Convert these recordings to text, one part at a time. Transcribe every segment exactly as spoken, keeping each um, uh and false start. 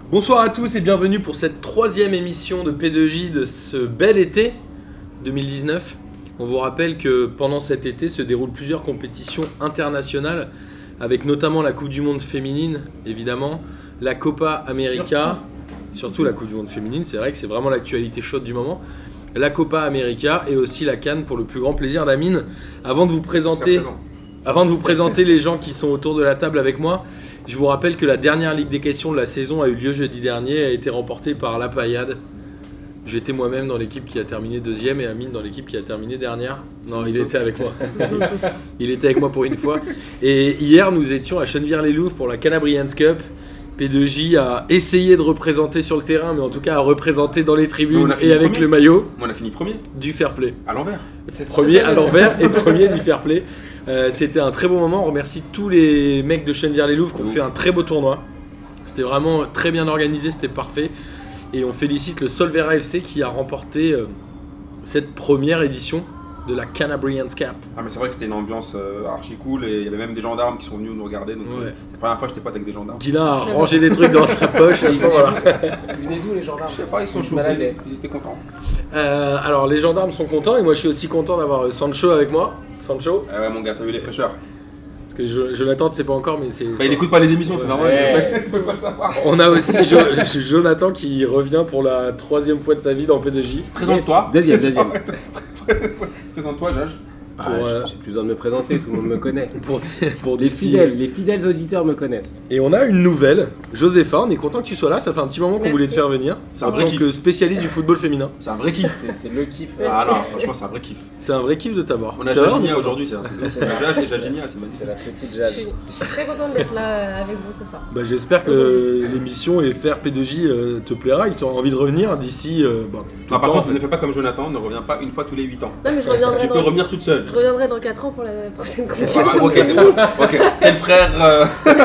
Bonsoir à tous et bienvenue pour cette troisième émission de P deux J de ce bel été deux mille dix-neuf. On vous rappelle que pendant cet été se déroulent plusieurs compétitions internationales avec notamment la Coupe du Monde féminine, évidemment, la Copa América, surtout, surtout la Coupe du Monde féminine, c'est vrai que c'est vraiment l'actualité chaude du moment, la Copa América et aussi la CAN pour le plus grand plaisir d'Amine. Avant de vous présenter... Avant de vous présenter les gens qui sont autour de la table avec moi, je vous rappelle que la dernière Ligue des questions de la saison a eu lieu jeudi dernier et a été remportée par La Payade. J'étais moi-même dans l'équipe qui a terminé deuxième et Amine dans l'équipe qui a terminé dernière. Non, il était avec moi. Il était avec moi pour une fois. Et hier, nous étions à Chennevières-les-Louves pour la Canabrians Cup. P deux J a essayé de représenter sur le terrain, mais en tout cas a représenté dans les tribunes et avec premier. le maillot. Moi, on a fini premier. Du fair play. À l'envers. C'est premier à l'envers et premier du fair play. Euh, c'était un très bon moment. On remercie tous les mecs de Chennevières-les-Louves qui ont fait un très beau tournoi. C'était vraiment très bien organisé, c'était parfait. Et on félicite le Solvera F C qui a remporté euh, cette première édition de la Canabrians Cup. Ah mais c'est vrai que c'était une ambiance euh, archi cool et il y avait même des gendarmes qui sont venus nous regarder. Donc Ouais. euh, c'est la première fois que j'étais pas avec des gendarmes. Guilla a rangé des trucs dans sa poche à ce moment-là. Ils venaient d'où les gendarmes? Je sais pas, ils sont Je me baladais. chauffés, ils étaient contents. Euh, alors les gendarmes sont contents et moi je suis aussi content d'avoir euh, Sancho avec moi. Sancho, Ah ouais mon gars, ça a eu les fraîcheurs. parce que je, Jonathan ne sait pas encore mais c'est... Bah il écoute pas les émissions, c'est normal. Ouais. Il peut pas savoir. On a aussi jo- Jonathan qui revient pour la troisième fois de sa vie dans P deux J. Présente-toi. Yes. Deuxième, deuxième. Présente-toi, Jage. Ah, Pour, j'ai- euh, j'ai plus besoin de me présenter, tout le monde me connaît. Pour, pour Les distiller. fidèles, les fidèles auditeurs me connaissent. Et on a une nouvelle, Josépha, on est content que tu sois là, ça fait un petit moment qu'on Merci. voulait te faire venir, C'est un en vrai tant kiff. que spécialiste du football féminin. C'est un vrai kiff. C'est c'est le kiff. Ah non, franchement c'est un vrai kiff. C'est un vrai kiff de t'avoir. On a Ça va, Jaginia on est aujourd'hui, c'est un truc de C'est fou. Jage et Jaginia, c'est magnifique. C'est la petite Je Jade. suis, je suis très contente d'être là euh, avec vous ce soir. Bah, j'espère que l'émission et faire P deux J euh, te plaira et que tu auras envie de revenir d'ici. Euh, bah, tout Non, le par temps, contre, en fait. ne fais pas comme Jonathan, ne reviens pas une fois tous les huit ans. Non mais je reviendrai, Tu peux dans, revenir toute seule. je reviendrai dans quatre ans pour la prochaine Coupe du Ah, bah, Monde. ok, c'est bon. Ok. Quel frère euh,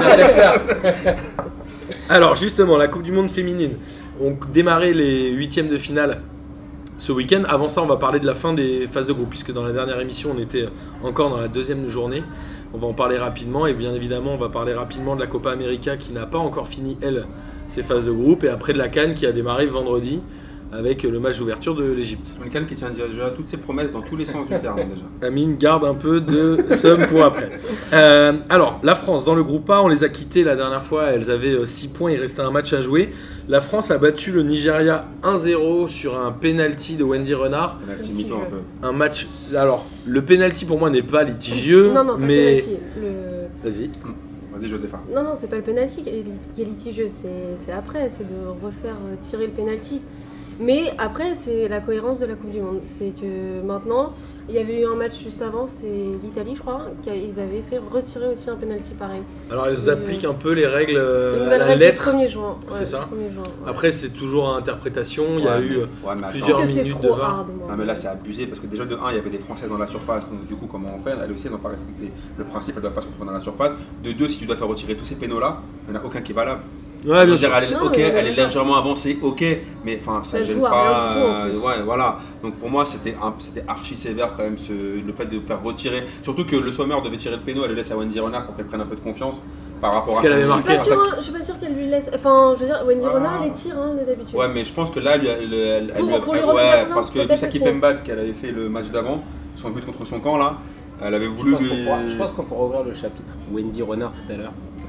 Alors justement, la Coupe du Monde féminine, on démarrait les huitièmes de finale ce week-end. Avant ça, on va parler de la fin des phases de groupe, puisque dans la dernière émission, on était encore dans la deuxième journée. On va en parler rapidement, et bien évidemment, on va parler rapidement de la Copa América qui n'a pas encore fini, elle, ses phases de groupe, et après de la CAN qui a démarré vendredi avec le match d'ouverture de l'Égypte. Une canne qui tient déjà toutes ses promesses dans tous les sens du terme déjà. Amine garde un peu de somme pour après. Euh, alors, la France, dans le groupe A, on les a quittés la dernière fois, elles avaient six points, il restait un match à jouer. La France a battu le Nigeria un zéro sur un penalty de Wendy Renard. On a timito un peu. Un match... Alors, le penalty pour moi n'est pas litigieux, Non, non, pas mais... le penalty. Le... Vas-y. Vas-y Josépha. Non, non, c'est pas le penalty qui est qui est litigieux, c'est c'est après, c'est de refaire euh, tirer le penalty. Mais après, c'est la cohérence de la Coupe du Monde. C'est que maintenant, il y avait eu un match juste avant, c'était l'Italie, je crois, qu'ils avaient fait retirer aussi un penalty pareil. Alors, elles Euh, appliquent un peu les règles Une euh, à nouvelle la règle lettre. du premier juin. c'est Ouais, ça. du premier juin, ouais. Après, c'est toujours à interprétation. Il y a Ouais, eu... mais- euh, ouais, mais attends. plusieurs Je trouve que c'est minutes trop de V A R. hard, moi. Non mais là c'est abusé parce que déjà de un il y avait des Françaises dans la surface donc du coup comment on fait? Elles aussi elles n'ont pas respecté le principe, elles ne doivent pas se retrouver dans la surface. De deux, si tu dois faire retirer tous ces pénaux là, il n'y en a aucun qui est valable. Ouais, Je bien veux dire, sûr. elle est, Non, ok, mais elle est d'accord. légèrement avancée, ok, mais enfin ça Ça gêne joue à pas. rien du tout, en plus. euh, ouais, voilà. Donc pour moi c'était un- c'était archi sévère quand même ce, le fait de faire retirer. Surtout que le Sommer devait tirer le péno, elle le laisse à Wendy Renard pour qu'elle prenne un peu de confiance par rapport Parce à qu'elle son- avait Je suis marqué, pas hein. sûre, hein, je suis pas sûre qu'elle lui laisse. Enfin, je veux dire, Wendy Ah. Renard les tire hein, d'habitude. Ouais, mais je pense que là, elle, elle, elle, elle Pour- lui a pour lui ouais, remettre la place, parce que peut-être Bissaki aussi. Pembat, qu'elle avait fait le match d'avant, son but contre son camp là, elle avait Je voulu pense, lui. qu'on pourra, je pense qu'on pourra ouvrir le chapitre Wendy Renard tout à l'heure.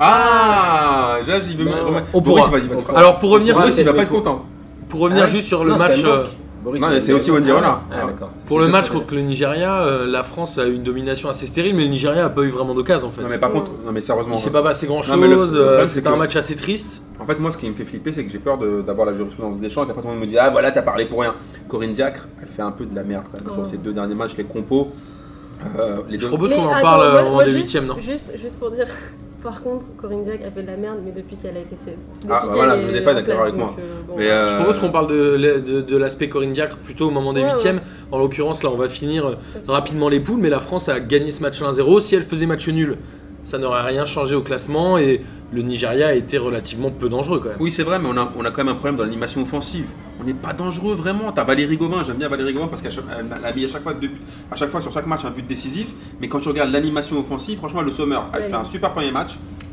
Ah, Jage, il veut Non, me remettre. on Boris, pourra. il va, il va te On faire- Alors, pour revenir, Boris, sur- il va pas être content. pour revenir Ah, juste sur le non, match... c'est euh, Mbok. Boris, Non, il mais est c'est aussi d'accord. Wendy Renard. Ah, Ah. d'accord. C'est- Pour c'est le ça match qu'on contre le Nigeria, euh, la France a eu une domination assez stérile, mais le Nigeria n'a pas eu vraiment d'occasion en fait. Non, mais par Ouais. contre, non, mais sérieusement. Il s'est pas passé grand Non, mais le- chose, le problème, c'est c'était que- un match assez triste. En fait, moi, ce qui me fait flipper, c'est que j'ai peur de- d'avoir la jurisprudence des champs et qu'après tout le monde me dit ah voilà, t'as parlé pour rien. Corinne Diacre, elle fait un peu de la merde quand même Oh. sur ses deux derniers matchs, les compos. Euh, les Je deux... propose Mais qu'on en attends, parle moi- euh, au moment moi, des juste- huitièmes, non juste, juste pour dire, par contre, Corinne Diacre a fait de la merde, mais depuis qu'elle a été. C'est c'est depuis Ah, qu'elle voilà, est Josépha est en d'accord place, avec moi. donc, euh, bon. Mais, euh, Je propose qu'on parle de, de, de l'aspect Corinne Diacre plutôt au moment des Ouais, huitièmes. En l'occurrence, là, on va finir euh, rapidement les poules, mais la France a gagné ce match un zéro. Si elle faisait match nul, ça n'aurait rien changé au classement et le Nigeria a été relativement peu dangereux quand même. Oui, c'est vrai, mais on a, on a quand même un problème dans l'animation offensive. On n'est pas dangereux vraiment. T'as Valérie Gauvin, j'aime bien Valérie Gauvin parce qu'elle a mis à chaque fois, deux- à chaque fois sur chaque match un but décisif. Mais quand tu regardes l'animation offensive, franchement, le Sommer, elle Ouais. fait un super premier match.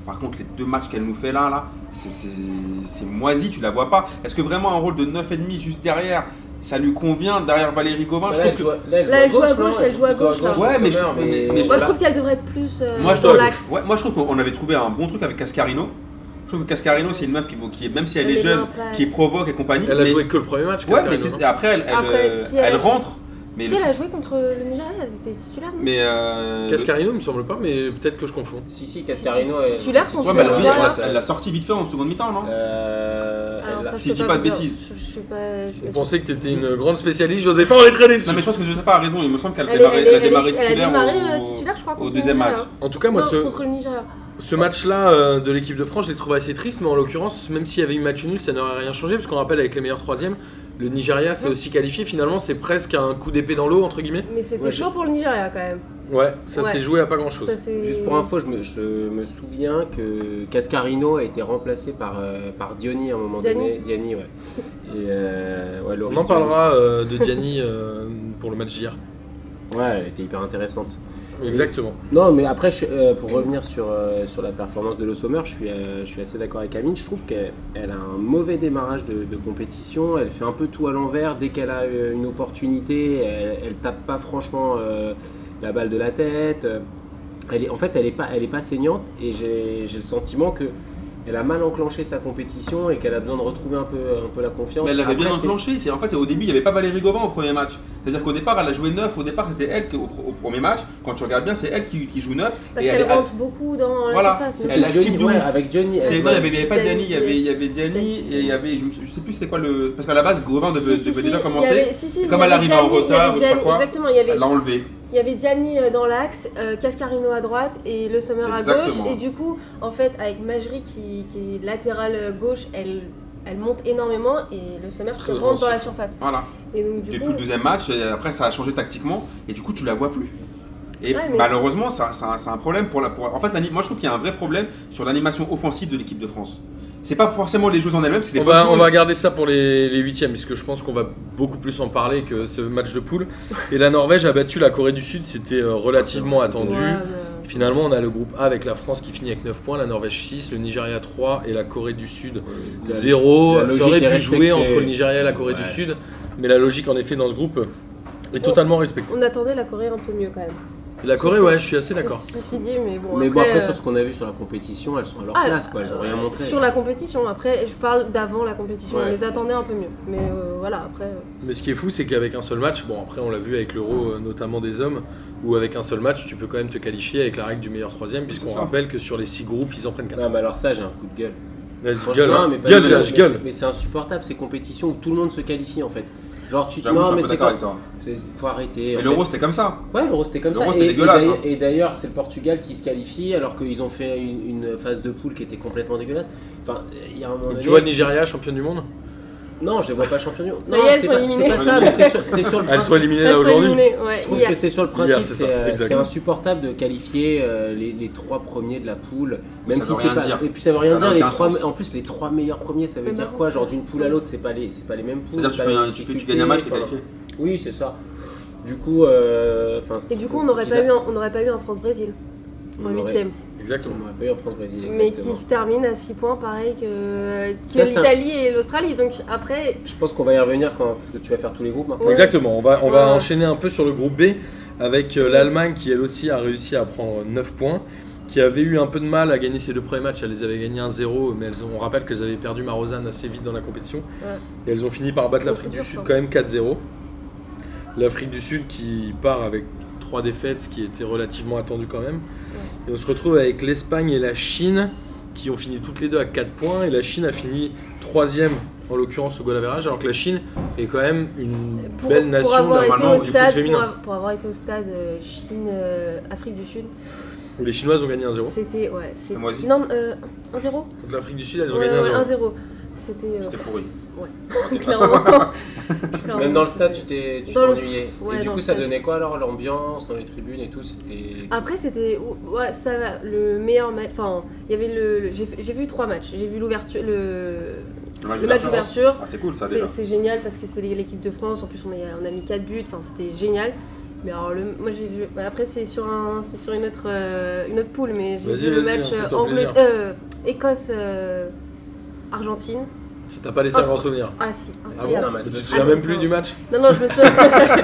Par contre, les deux matchs qu'elle nous fait là, là c'est, c'est, c'est moisi, tu la vois pas. Est-ce que vraiment un rôle de neuf virgule cinq juste derrière, ça lui convient derrière Valérie Gauvin? Là, je elle trouve joue à- là, elle Là, elle joue joue à à gauche, gauche, non elle joue à gauche, là. Ouais, mais je- Sommer, mais- mais- Moi, je voilà. trouve qu'elle devrait être plus euh, que moi, je dans trouve, l'axe. ouais, moi je trouve qu'on avait trouvé un bon truc avec Cascarino. Je trouve que Cascarino c'est une meuf qui, qui même si elle Elle est est jeune, d'impact. qui provoque et compagnie. Elle a mais- joué que le premier match. Ouais, mais Cascarino, c'est- non après elle, elle, Après, euh, si elle elle a- rentre. Mais, Si, elle a joué contre le Nigeria, elle était titulaire. non mais euh, Cascarino, il me semble pas, mais peut-être que je confonds. Si, si, Cascarino. Si, elle- titulaire contre ouais, mais elle, le oui, Nigeria. elle a- elle l'a sorti vite fait en seconde mi-temps, non Euh, Alors, elle a- ça, si peux je dis pas de vous dire. bêtises. Je, je suis pas. Je suis On pas pensait que t'étais une grande spécialiste, Josépha, on est très déçus. Non, mais je pense que Josepha a raison. Il me semble qu'elle Elle est- démarrait- elle est- elle a elle est- démarré elle a titulaire démarré au- euh, titulaire, je crois, au contre deuxième le match. Nigeria. En tout cas, moi, Non, ce, contre le Nigeria. ce match-là euh, de l'équipe de France, je l'ai trouvé assez triste, mais en l'occurrence, même s'il y avait eu match nul, ça n'aurait rien changé, parce qu'on rappelle avec les meilleurs troisièmes, le Nigeria s'est Ouais. aussi qualifié. Finalement, c'est presque un coup d'épée dans l'eau, entre guillemets. Mais c'était Ouais, chaud pour le Nigeria quand même. Ouais, ça Ouais. s'est joué à pas grand-chose. Ça, c'est- Juste pour info, je me, je me souviens que Cascarino a été remplacé par, euh, par Diony à un moment Diani. donné. Diani, ouais. Et, euh, ouais, On Loris en Diani. parlera euh, de Diani euh, pour le match d'hier. Ouais, elle était hyper intéressante. Exactement. Non, mais après, je- euh, pour revenir sur, euh, sur la performance de Le Sommer, je suis, euh, je suis assez d'accord avec Amine. Je trouve qu'elle elle a un mauvais démarrage de, de compétition. Elle fait un peu tout à l'envers. Dès qu'elle a euh, une opportunité, elle, elle tape pas franchement euh, la balle de la tête. Elle est, en fait, elle est pas, elle est pas saignante et j'ai j'ai le sentiment que elle a mal enclenché sa compétition et qu'elle a besoin de retrouver un peu, un peu la confiance. Mais elle avait bien Après, c'est- enclenché. C'est, en fait, au début, il n'y avait pas Valérie Gauvin au premier match. C'est-à-dire qu'au départ, elle a joué neuf. Au départ, c'était elle qui, au, au premier match. Quand tu regardes bien, c'est elle qui, qui joue neuf. Parce et qu'elle elle, rentre beaucoup dans la Voilà. surface. c'est Elle que a Diony- type de ouais, ouf. avec Diony. C'est, elle- non, il n'y avait, il y avait pas Diani, Diani, il y avait, il y avait Diani, Diani. et il y avait, je, me sou- je sais plus c'était quoi le. Parce qu'à la base, Gauvin devait, Si, si, devait si, déjà il y commencer. avait- si, si, Et il comme y elle avait arrivait en Diani, il y retard, avait ou je sais pas Diani, quoi, exactement, il y avait elle l'a enlevé. Il y avait Diani euh, dans l'axe, euh, Cascarino à droite et Le Sommer à Exactement. gauche. Et du coup, en fait, avec Majri qui, qui est latérale gauche, elle, elle monte énormément et Le Sommer qui Très rentre dans la offensif. surface. Voilà. Et donc, du Depuis coup, le deuxième match, et après ça a changé tactiquement, et du coup tu la vois plus. Et Ouais, mais- malheureusement, ça- ça- c'est un problème pour la. Pour... En fait, l'ani- moi je trouve qu'il y a un vrai problème sur l'animation offensive de l'équipe de France. C'est pas forcément les joueuses en elles-mêmes, c'est des On bonnes va, on joueuses. va garder ça pour les, les huitièmes, puisque je pense qu'on va beaucoup plus en parler que ce match de poule. Et la Norvège a battu la Corée du Sud, c'était euh, relativement attendu. ouais, mais- Finalement, on a le groupe A avec la France qui finit avec neuf points, la Norvège six, le Nigeria trois et la Corée du Sud La- zéro. la Ça logique aurait est pu respectée. jouer entre le Nigeria et la Corée du Ouais. Sud, mais la logique en effet dans ce groupe est totalement respectée. on attendait la Corée un peu mieux quand même. La Corée, ouais, je suis assez d'accord. Ceci dit, mais bon. Mais après, bon, après, euh, sur ce qu'on a vu sur la compétition, elles sont à leur Ah, place, quoi. Elles ont rien montré. Sur la compétition, après, je parle d'avant la compétition, Ouais. on les attendait un peu mieux. Mais euh, voilà, après. euh, Mais ce qui est fou, c'est qu'avec un seul match, bon après on l'a vu avec l'Euro, euh, notamment des hommes, où avec un seul match, tu peux quand même te qualifier avec la règle du meilleur troisième, puisqu'on C'est ça. rappelle que sur les six groupes, ils en prennent quatre. Non, mais alors ça, j'ai un coup de gueule. Vas-y, Franchement, gueule, hein. mais pas- gueule, mais- Josh, mais gueule. c'est- Mais c'est insupportable ces compétitions où tout le monde se qualifie en fait. Genre tu J'avoue, je suis non un mais peu c'est d'accord quand avec toi. c'est- faut arrêter. en Mais fait. l'Euro c'était comme ça. Ouais, l'Euro c'était comme ça. L'Euro, Et, c'était et dégueulasse, d'ailleurs- hein. et d'ailleurs, c'est le Portugal qui se qualifie alors qu'ils ont fait une, une phase de poule qui était complètement dégueulasse. Enfin, il y a un moment Donc, donné. tu vois Nigeria, championne du monde. Non, je les vois pas champion du monde. Ça Non, y est, elles c'est sont pas- éliminées. C'est pas ça, mais c'est sur, c'est sur le Elles sont principe. éliminées elles là sont aujourd'hui. éliminées, ouais, Je trouve hier. que c'est sur le Hier, principe, c'est c'est ça, euh, exact. c'est insupportable de qualifier euh, les, les trois premiers de la poule, Mais même ça si veut c'est rien pas. dire. Et puis ça veut rien Ça dire. n'a Les aucun trois, sens. en plus, les trois meilleurs premiers, ça veut Mais dire par quoi? contre, Genre ça- d'une poule ça- à l'autre, c'est pas les, c'est pas les mêmes poules. C'est-à-dire tu, pas fais les un- tu, fais- tu difficultés, gagnes un match, t'es enfin, qualifié. Oui, c'est ça. Du coup, euh, enfin. Et du coup, faut- on n'aurait faut pas, qu'ils eu a- un- on n'aurait pas eu un France-Brésil on en aurait- huitième. Exactement. On n'aurait pas eu en France-Brésil. Mais exactement. qui termine à six points, pareil que, que Ça, c'est un- l'Italie et l'Australie. Donc après, Je pense qu'on va y revenir quand, parce que tu vas faire tous les groupes maintenant. Ouais. Exactement, on va, on va Ouais. enchaîner un peu sur le groupe B avec euh, l'Allemagne qui elle aussi a réussi à prendre neuf points, qui avait eu un peu de mal à gagner ses deux premiers matchs, elles les avaient gagnés un zéro, mais elles ont, on rappelle qu'elles avaient perdu Marozane assez vite dans la compétition, Ouais. et elles ont fini par battre Donc, l'Afrique c'est du dur, Sud ça. quand même quatre zéro. L'Afrique du Sud qui part avec trois défaites, ce qui était relativement attendu quand même. Et on se retrouve avec l'Espagne et la Chine qui ont fini toutes les deux à quatre points, et la Chine a fini troisième en l'occurrence au goal average, alors que la Chine est quand même une pour, belle pour nation avoir été normalement au du foot stade, pour, féminin. av- pour avoir été au stade euh, Chine-Afrique du Sud, Où les Chinoises ont gagné un zéro. c'était ouais, c'était moisi. non euh, un zéro. Contre l'Afrique du Sud, elles ont Ouais, gagné ouais, un un zéro. zéro. C'était euh, C'était pourri. clairement. clairement. là. Même hein, dans le stade, tu c'était- t'es, tu Dans le- t'ennuyais. ouais, et du dans coup, le ça stade. donnait quoi alors l'ambiance dans les tribunes et tout? C'était. Après, c'était ouais, ça va, le meilleur match. Enfin, il y avait le. le- j'ai, j'ai vu trois matchs. J'ai vu l'ouverture, le, le match d'ouverture. Ah, c'est cool ça C'est, déjà. c'est génial parce que c'est l'équipe de France. En plus, on a, on a mis quatre buts. Enfin, c'était génial. Mais alors, le, moi, j'ai vu. Bah, après, c'est sur un, c'est sur une autre, euh, une autre poule. Mais j'ai Vas-y, vu le vas-y, match hein, fais-toi Angl- plaisir. euh, Écosse, euh, Argentine. Ça t'a pas laissé un grand souvenir. Ah si. Ah, si, bon, ah. c'est un match Tu de te foot. souviens Ah, même c'est plus pas- du match? Non, non, je me souviens.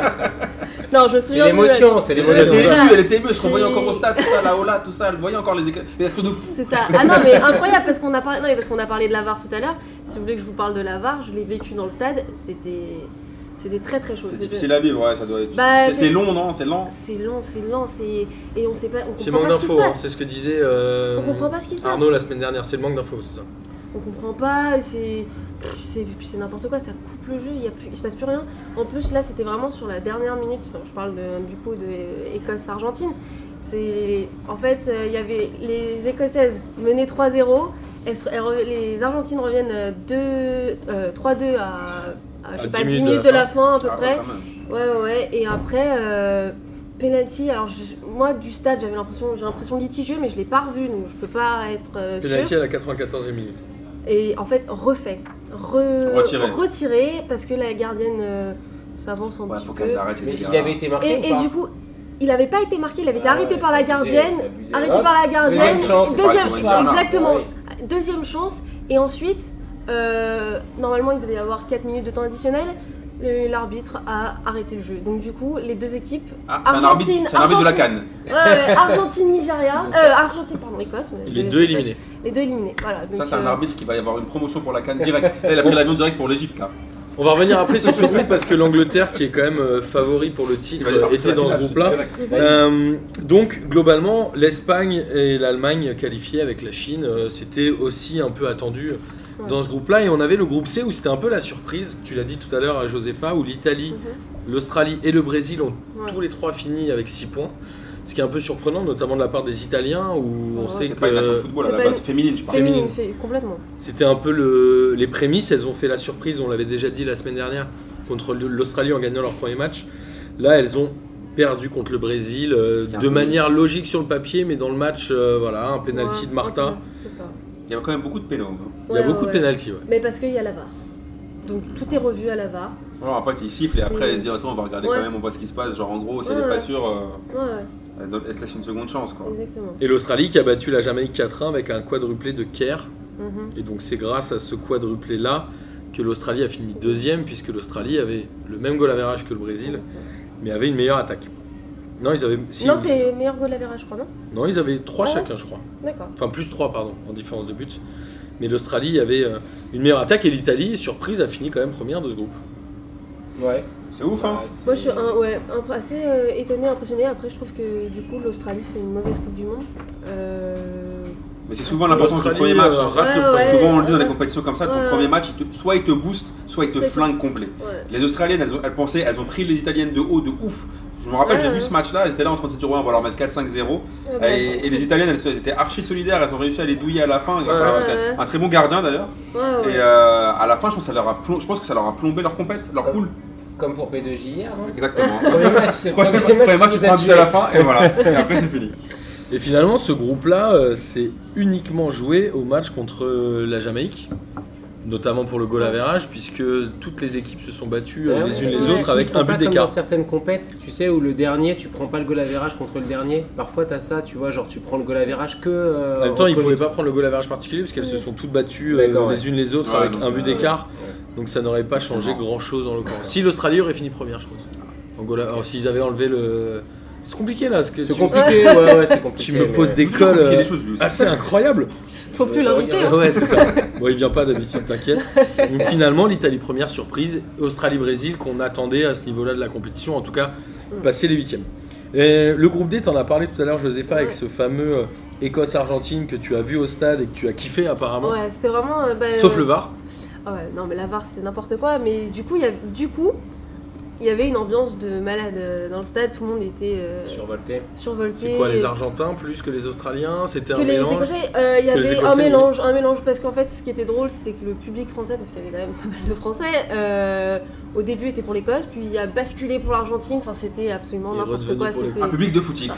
non, je me C'est souviens. de- l'émotion, c'est Elle l'émotion. était C'est ça. émue, elle était émue, elle se revoyait J'ai- encore au stade, tout ça, là, oh là, tout ça, elle voyait encore les éc- les acteurs de fou. C'est ça. Ah non, mais incroyable parce qu'on a parlé, non, mais parce qu'on a parlé de la V A R tout à l'heure. Si vous voulez que je vous parle de la V A R, je l'ai vécu dans le stade. C'était, c'était très très chaud. C'est C'était- difficile à vivre, ouais, ça doit être. Bah, c'est, c'est- c'est long, non? C'est lent. C'est lent, c'est lent, c'est et on sait pas, on C'est comprend manque pas ce qui se d'infos, hein, passe. c'est ce que disait euh, On comprend pas ce qui se passe. Arnaud la semaine dernière, c'est le manque d'infos, c'est ça. On comprend pas, c'est, pff, c'est, puis c'est n'importe quoi, ça coupe le jeu, il y a plus, il se passe plus rien. En plus là, c'était vraiment sur la dernière minute. Enfin, je parle de, du coup de Écosse-Argentine. C'est, en fait, euh, il y avait les Écossaises menées trois zéro. Elles se- elles rev- les Argentines reviennent deux, euh, trois deux à, à, je sais À pas, dix dix minutes minutes de de la la fin à peu Ah, près. ouais, quand même. Ouais, ouais, ouais. Et après, euh, penalty. Alors, je- moi, du stade, j'avais l'impression, j'ai l'impression litigieux, mais je l'ai pas revu, donc je peux pas être euh, Penalty sûre. à la quatre-vingt-quatorzième minute. Et en fait, refait. Re- Retiré. retiré, parce que la gardienne euh, s'avance un Ouais, petit faut peu. qu'elles arrêtent. Mais les il gars. avait été marqué. Et, ou et pas du coup, il avait pas été marqué, il avait été Ah arrêté ouais, par la c'est abusé, gardienne. c'est abusé. Arrêté Hop, par la gardienne. Deuxième chance. Deuxième- Ouais, c'est exactement. Ouais. Deuxième chance. Et ensuite, euh, normalement, il devait y avoir quatre minutes de temps additionnel. Le- L'arbitre a arrêté le jeu. Donc du coup, les deux équipes, Ah, c'est un arbitre, Argentine, c'est un arbitre de la Argentine. Cannes. ouais, ouais, Argentine, Nigeria, euh, Argentine, pardon, Écosse. mais je Les l'ai deux fait. éliminés. Les deux éliminés. Voilà. Ça, donc, c'est un euh, arbitre qui va y avoir une promotion pour la Cannes direct. Là, il a pris l'avion direct pour l'Egypte, là. On va revenir après sur ce groupe parce que l'Angleterre, qui est quand même euh, favori pour le titre, Il va y avoir était dans ce direct, groupe-là. direct. Euh, donc globalement, l'Espagne et l'Allemagne qualifiées avec la Chine, euh, c'était aussi un peu attendu dans ce groupe-là. Et on avait le groupe C où c'était un peu la surprise, tu l'as dit tout à l'heure à Josefa, où l'Italie, Mhm. l'Australie et le Brésil ont Ouais. tous les trois fini avec six points. Ce qui est un peu surprenant, notamment de la part des Italiens, où on Ouais, sait C'est pas une nation de que football à C'est la pas base, une- féminine, je parle. Féminine, féminine. fait, complètement. c'était un peu le, les prémices. Elles ont fait la surprise, on l'avait déjà dit la semaine dernière, contre l'Australie en gagnant leur premier match. Là, elles ont perdu contre le Brésil euh, C'est un de peu- manière logique sur le papier, mais dans le match, euh, voilà, un penalty Ouais, de Marta. ouais, C'est ça. Il y a quand même beaucoup de pénaux. hein. Il y a Ouais, beaucoup ouais, de ouais. penalty, ouais. Mais parce qu'il y a la V A R. Donc tout est revu à la V A R. Non, en fait, ils sifflent et après, Oui. ils se disent attends, on va regarder Ouais. quand même, on voit ce qui se passe. Genre, en gros, si elle Ouais, n'est pas ouais. sûre, euh, Ouais, ouais, elle, doit- elle se laisse une seconde chance, quoi. exactement. Et l'Australie qui a battu la Jamaïque quatre un avec un quadruplé de Kerr. Mhm. Et donc c'est grâce à ce quadruplé-là que l'Australie a fini deuxième, puisque l'Australie avait le même goal average que le Brésil, Exactement. mais avait une meilleure attaque. Non, ils avaient, si, Non, ils- c'est meilleur goal average, je crois, non non, ils avaient trois Ah ouais. chacun, je crois. D'accord. Enfin, plus trois, pardon, en différence de but. Mais l'Australie avait euh, une meilleure attaque et l'Italie, surprise, a fini quand même première de ce groupe. Ouais. C'est ouf, hein. Ah, c'est- Moi, je suis un- ouais, un peu assez euh, étonnée, impressionnée. Après, je trouve que du coup, l'Australie fait une mauvaise Coupe du Monde. Euh, Mais c'est souvent l'importance du L'Australie, premier match. euh, hein. rate le Ouais, premier. ouais. Souvent, on le dit dans les compétitions comme ça, ton Ouais. premier match, il te- soit il te booste, soit il te Soit il te- flingue complet. ouais. Les Australiennes, elles, ont- elles pensaient, elles ont pris les Italiennes de haut, de ouf. Je me rappelle, Ouais, j'ai ouais. vu ce match-là, elles étaient là en train de se dire, ouais, on va leur mettre quatre cinq zéro. Ouais, bah, Et, c'est- et les Italiennes, elles, elles étaient archi solidaires, elles ont réussi à les douiller à la fin, grâce Ouais. à Ouais, ouais. un très bon gardien d'ailleurs. Ouais, ouais. Et euh, à la fin, je pense, que ça leur a plom- je pense que ça leur a plombé leur compète, leur Ouais. poule. Comme pour P deux J hier, non Exactement. Premier match, c'est le Premier premier premier match match, qui tu vous prends a un but à la tué. fin, et voilà. Et après, c'est fini. Et finalement, ce groupe-là euh, s'est uniquement joué au match contre euh, la Jamaïque, notamment pour le goal average, puisque toutes les équipes se sont battues euh, Ouais, les unes ouais, les ouais. autres avec Ils font un pas but comme dans d'écart. certaines compètes, tu sais, où le dernier, tu prends pas le goal average contre le dernier. Parfois, t'as ça, tu vois, genre tu prends le goal average que. euh, En même temps, ils entre ne pouvaient les- pas prendre le goal average particulier parce qu'elles se sont toutes battues euh, D'accord, les unes les autres Ouais, avec donc, un but euh, d'écart. Ouais. Donc ça n'aurait pas changé marrant. grand-chose en l'occurrence. Si l'Australie aurait fini première, je pense. En goal- alors, s'ils avaient enlevé le... C'est compliqué là, ce que C'est tu... compliqué, ouais, ouais, c'est compliqué. tu me mais- poses des Il faut toujours cols compliquer euh, les choses, lui aussi. assez incroyables. Faut plus Je l'inviter. regarde. Hein. Ouais, c'est ça. Bon, il vient pas d'habitude, t'inquiète. Donc finalement, l'Italie première surprise, Australie-Brésil qu'on attendait à ce niveau-là de la compétition, en tout cas, passer les huitièmes. Et le groupe D, t'en as parlé tout à l'heure, Josefa, avec Ouais. ce fameux euh, Écosse-Argentine que tu as vu au stade et que tu as kiffé apparemment. Ouais, c'était vraiment. euh, bah, Sauf euh, le V A R. Ah ouais, non, mais la V A R c'était n'importe quoi. Mais du coup, il y a, du coup, il y avait une ambiance de malade euh, dans le stade, tout le monde était euh, Survolté. survolté. C'est quoi, les Argentins plus que les Australiens? C'était Que un les mélange. Écossais, euh, il y Que les avait Écossais, un oui. mélange, un mélange, parce qu'en fait, ce qui était drôle, c'était que le public français, parce qu'il y avait quand même pas mal de Français, euh, au début était pour l'Écosse, puis il a basculé pour l'Argentine, enfin c'était absolument Il est n'importe redevenu quoi. pour les- C'était... Un public de footix.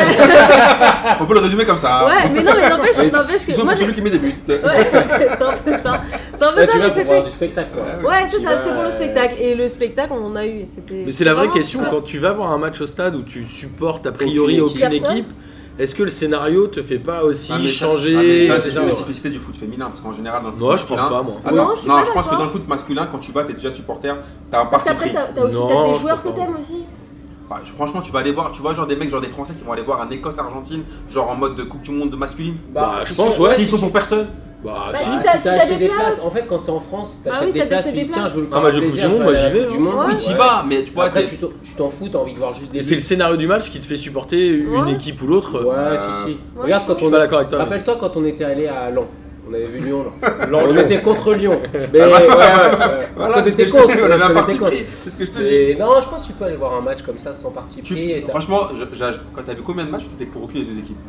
Ouais, On peut le résumer comme ça. mais non, mais n'empêche, n'empêche que Ils sont moi pour j'ai. celui qui met des buts. Ouais, c'est un peu ça. C'est un peu Là, ça, tu mais vas pour c'était. voir du spectacle, quoi. Ouais, c'est Tu ça, vas, c'était pour le euh, spectacle. Et le spectacle, on en a eu. et C'était. Mais c'est la vraie vraiment question, super. quand tu vas voir un match au stade où tu supportes a priori Aucune aucune équipe. équipe, est-ce que le scénario te fait pas aussi Ah, mais ça- changer ah, mais ça, euh, c'est ça, une spécificité du foot féminin, parce qu'en général, dans le foot Non, je pense masculin- pas, moi. Attends, Non, je suis non, pas je pense que d'accord. dans le foot masculin, quand tu vas, t'es déjà supporter, t'as un Parce parti qu'après, pris. t'as t'as aussi Non, t'as des je joueurs que crois pas. t'aimes aussi. Bah, franchement, tu vas aller voir, tu vois, genre des mecs, genre des Français qui vont aller voir un Écosse-Argentine, genre en mode de Coupe du Monde de masculine. Bah, si je pense, c'est- ouais. S'ils sont pour personne. Bah, Bah, si. si Ah, t'as- si si t'as t'as acheté des des places, places. en fait, quand c'est en France, Ah t'achètes oui, des t'as places, acheté tu dis des tiens, places. je veux me Ah, faire moi, un je Coupe plaisir, du je Monde, vais moi, aller à j'y la vais, Coupe du hein. Monde. Oui, tu y vas, mais tu vois, Après, t'es- tu t'en tu t'en fous, t'as envie de voir juste des Mais c'est le buts. scénario du match qui te fait supporter une Ouais. équipe ou l'autre. Ouais, Euh, si, si. ouais, Regarde je quand Je suis on pas d'accord avec toi. mais- Rappelle-toi quand on était allé à Lens. On avait vu Lyon là. Lens, On Lyon. était contre Lyon. Mais ouais, ouais, ouais. Parce Voilà, qu'on c'est ce que était je te contre. dis, on parce avait un qu'on parti était contre. pris. C'est ce que je te dis. Et non, je pense que tu peux aller voir un match comme ça sans parti Tu- pris. et t'as- franchement, je- j'ai- quand t'as vu combien de matchs, tu étais pour aucune des deux équipes.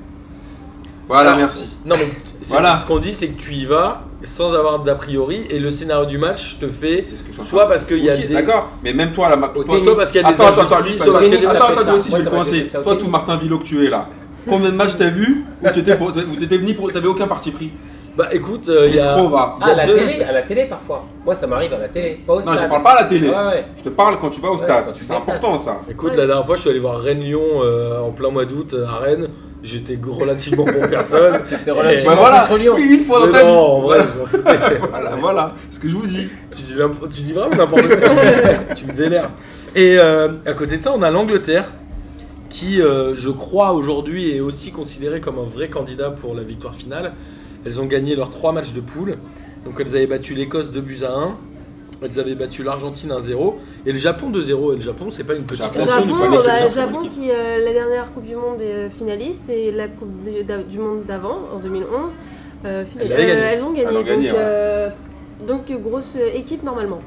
Voilà, Alors, merci. Non, mais c'est- Voilà. ce qu'on dit, c'est que tu y vas sans avoir d'a priori et le scénario du match te fait C'est ce que je suis en soit train de- parce qu'il y a Ok, des. D'accord, mais même toi, la Au toi, tennis, soit parce qu'il y a des Attends, attends, attends, injustices, attends, soit parce qu'il y a tennis, des. ça attends, fait attends, ça. toi aussi, Moi, je vais ça m'a commencer. fait ça au Toi, tout tennis. Martin Villot que tu es là. Combien de matchs t'as vu où tu étais pour, où t'étais venu pour, t'avais aucun parti pris. Bah écoute, euh, il y a. Escroc, va. il y a Ah, à la deux- télé, à la télé parfois. Moi, ça m'arrive à la télé, pas au stade. Non, je parle pas à la télé. Ouais, ouais. Je te parle quand tu vas au Ouais, stade. quand tu C'est te déplaces. important ça. Écoute, Ouais. la dernière fois, je suis allé voir Rennes-Lyon euh, en plein mois d'août euh, à Rennes. J'étais relativement bon personne. T'étais Bah relativement voilà, contre Lyon. oui, une fois dans Mais ta vie. non, en vrai, je m'en foutais. Voilà, voilà, ce que je vous dis. Tu dis, n'importe- tu dis vraiment n'importe quoi. tu, me, tu me vénères. Et euh, à côté de ça, on a l'Angleterre qui, euh, je crois, aujourd'hui est aussi considérée comme un vrai candidat pour la victoire finale. Elles ont gagné leurs trois matchs de poule. Donc elles avaient battu l'Écosse deux buts à un. Elles avaient battu l'Argentine un zéro. Et le Japon deux zéro. Et le Japon, c'est pas une petite Japon, nation. Japon, une fois bah, les bah, fait ça, Japon c'est qui, euh, la dernière Coupe du Monde est euh, finaliste et la Coupe de- d'a- du Monde d'avant, en deux mille onze, euh, finale- Elle avait gagné. euh, elles ont gagné. Elles ont gagné, donc, ouais. euh, donc, euh, grosse euh, équipe normalement.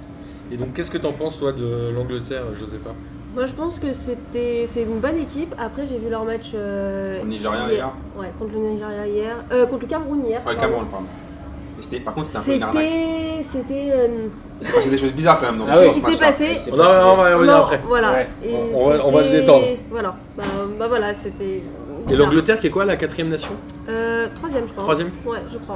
Et donc, qu'est-ce que t'en penses, toi, de l'Angleterre, Josepha? Moi je pense que c'était c'est une bonne équipe. Après j'ai vu leur match euh, Au Nigeria hier. hier. Ouais, contre le Nigeria hier. Euh, contre le Cameroun hier. Ouais, pardon. Cameroun, pardon. Mais c'était, par contre, c'était un peu une arnaque. C'était. C'était. euh, Il s'est passé des choses bizarres quand même dans Ah ce oui. dans ce il s'est match-là. passé. C'est On, passé. va- on va y revenir Non, après. voilà. Ouais. Et On va- on va se c'était- détendre. Voilà. Bah, bah voilà, c'était. Et bizarre. l'Angleterre, qui est quoi, la quatrième nation? Euh, Troisième, je crois. Troisième? Ouais, je crois.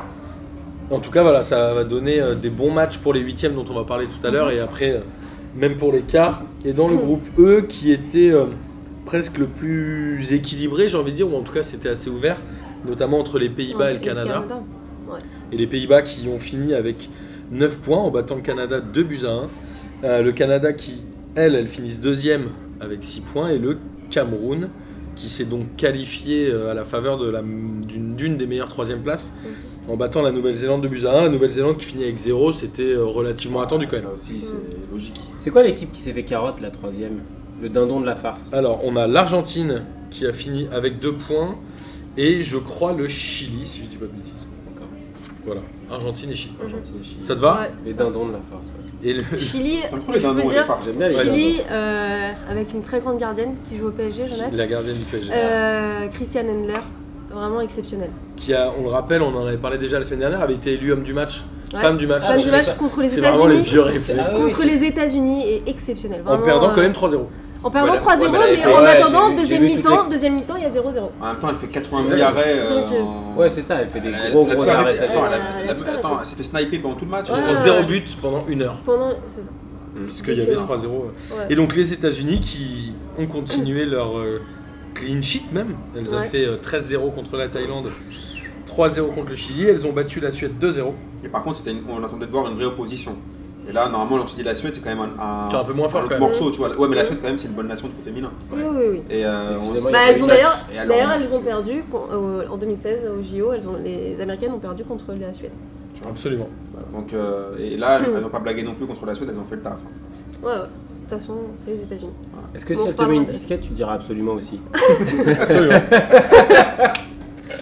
En tout cas, voilà, ça va donner euh, des bons matchs pour les huitièmes dont on va parler tout à l'heure et après, euh, même pour les quarts. Et dans le groupe E, qui était euh, presque le plus équilibré, j'ai envie de dire, ou en tout cas c'était assez ouvert, notamment entre les Pays-Bas et le Canada. Ouais. Et les Pays-Bas qui ont fini avec neuf points en battant le Canada deux buts à un. Euh, le Canada qui, elles, elles finissent deuxième avec six points. Et le Cameroun qui s'est donc qualifié euh, à la faveur de la- d'une, d'une des meilleures troisième places en battant la Nouvelle-Zélande deux buts à un. La Nouvelle-Zélande qui finit avec zéro, c'était euh, relativement attendu quand même. Ça aussi, c'est logique. C'est quoi l'équipe qui s'est fait carotte, la troisième? Le dindon de la farce. Alors, on a l'Argentine qui a fini avec deux points. Et je crois le Chili, si je dis pas de bêtises. D'accord. Voilà, Argentine et Chili. Argentine et Chili. Ça te va Ouais, c'est Les ça. dindons de la farce, ouais. Et le- Chili, J'aime trop les je peux dindons et les dire. farces. J'aime bien les Chili, euh, avec une très grande gardienne qui joue au P S G, Jonathan. la gardienne du P S G. Euh, Christiane Endler, vraiment exceptionnelle. Qui a, on le rappelle, on en avait parlé déjà la semaine dernière, avait été élue homme du match, Ouais. femme du match. Ah, Femme je du l'ai match pas. contre les C'est vraiment les États-Unis. vieux réflexes. Ah oui, Contre c'est- les États-Unis est exceptionnelle. En Vraiment, perdant euh, quand même trois zéro. En perdant Ouais, trois zéro, ouais, mais elle mais avait fait- en ouais, attendant, j'ai vu- deuxième j'ai vu toutes mi-temps, les- deuxième mi-temps, il y a zéro zéro. En même temps, elle fait quatre-vingt-dix Exactement. arrêts. euh, Donc, euh, en- Ouais, c'est ça, elle fait des Elle a- gros elle a gros tout arrêts. arrêté. ça Attends, gère. elle a- Elle a elle a- tout attends, arrêté. elle s'est fait sniper pendant tout le match. Ouais. Ils Ouais. font zéro but pendant une heure, Pendant, c'est ça. puisqu'il y avait Donc, euh, trois zéro. Ouais. Et donc les États-Unis qui ont continué leur euh, clean sheet même. Elles ont Ouais. fait euh, treize zéro contre la Thaïlande, trois zéro contre le Chili. Elles ont battu la Suède deux zéro. Et par contre, c'était une- on attendait de voir une vraie opposition. Et là, normalement, on se dit la Suède, c'est quand même un, un, C'est un peu moins fort, autre quand même. morceau, tu vois. Ouais, mais la Suède, quand même, c'est une bonne nation de foot féminin. Oui, oui, oui. Et euh, on- Excusez-moi, Bah, il y a elles pas ont eu d'ailleurs, Et alors, d'ailleurs, on- elles ont perdu con- euh, en deux mille seize au J O. Elles ont, les Américaines ont perdu contre la Suède. Absolument. Donc, euh, et là, elles n'ont pas blagué non plus contre la Suède, elles ont fait le taf. Ouais, ouais. De toute façon, c'est les États-Unis. Est-ce que Bon, si elle te met reparlons une de- disquette, tu diras absolument aussi? Absolument.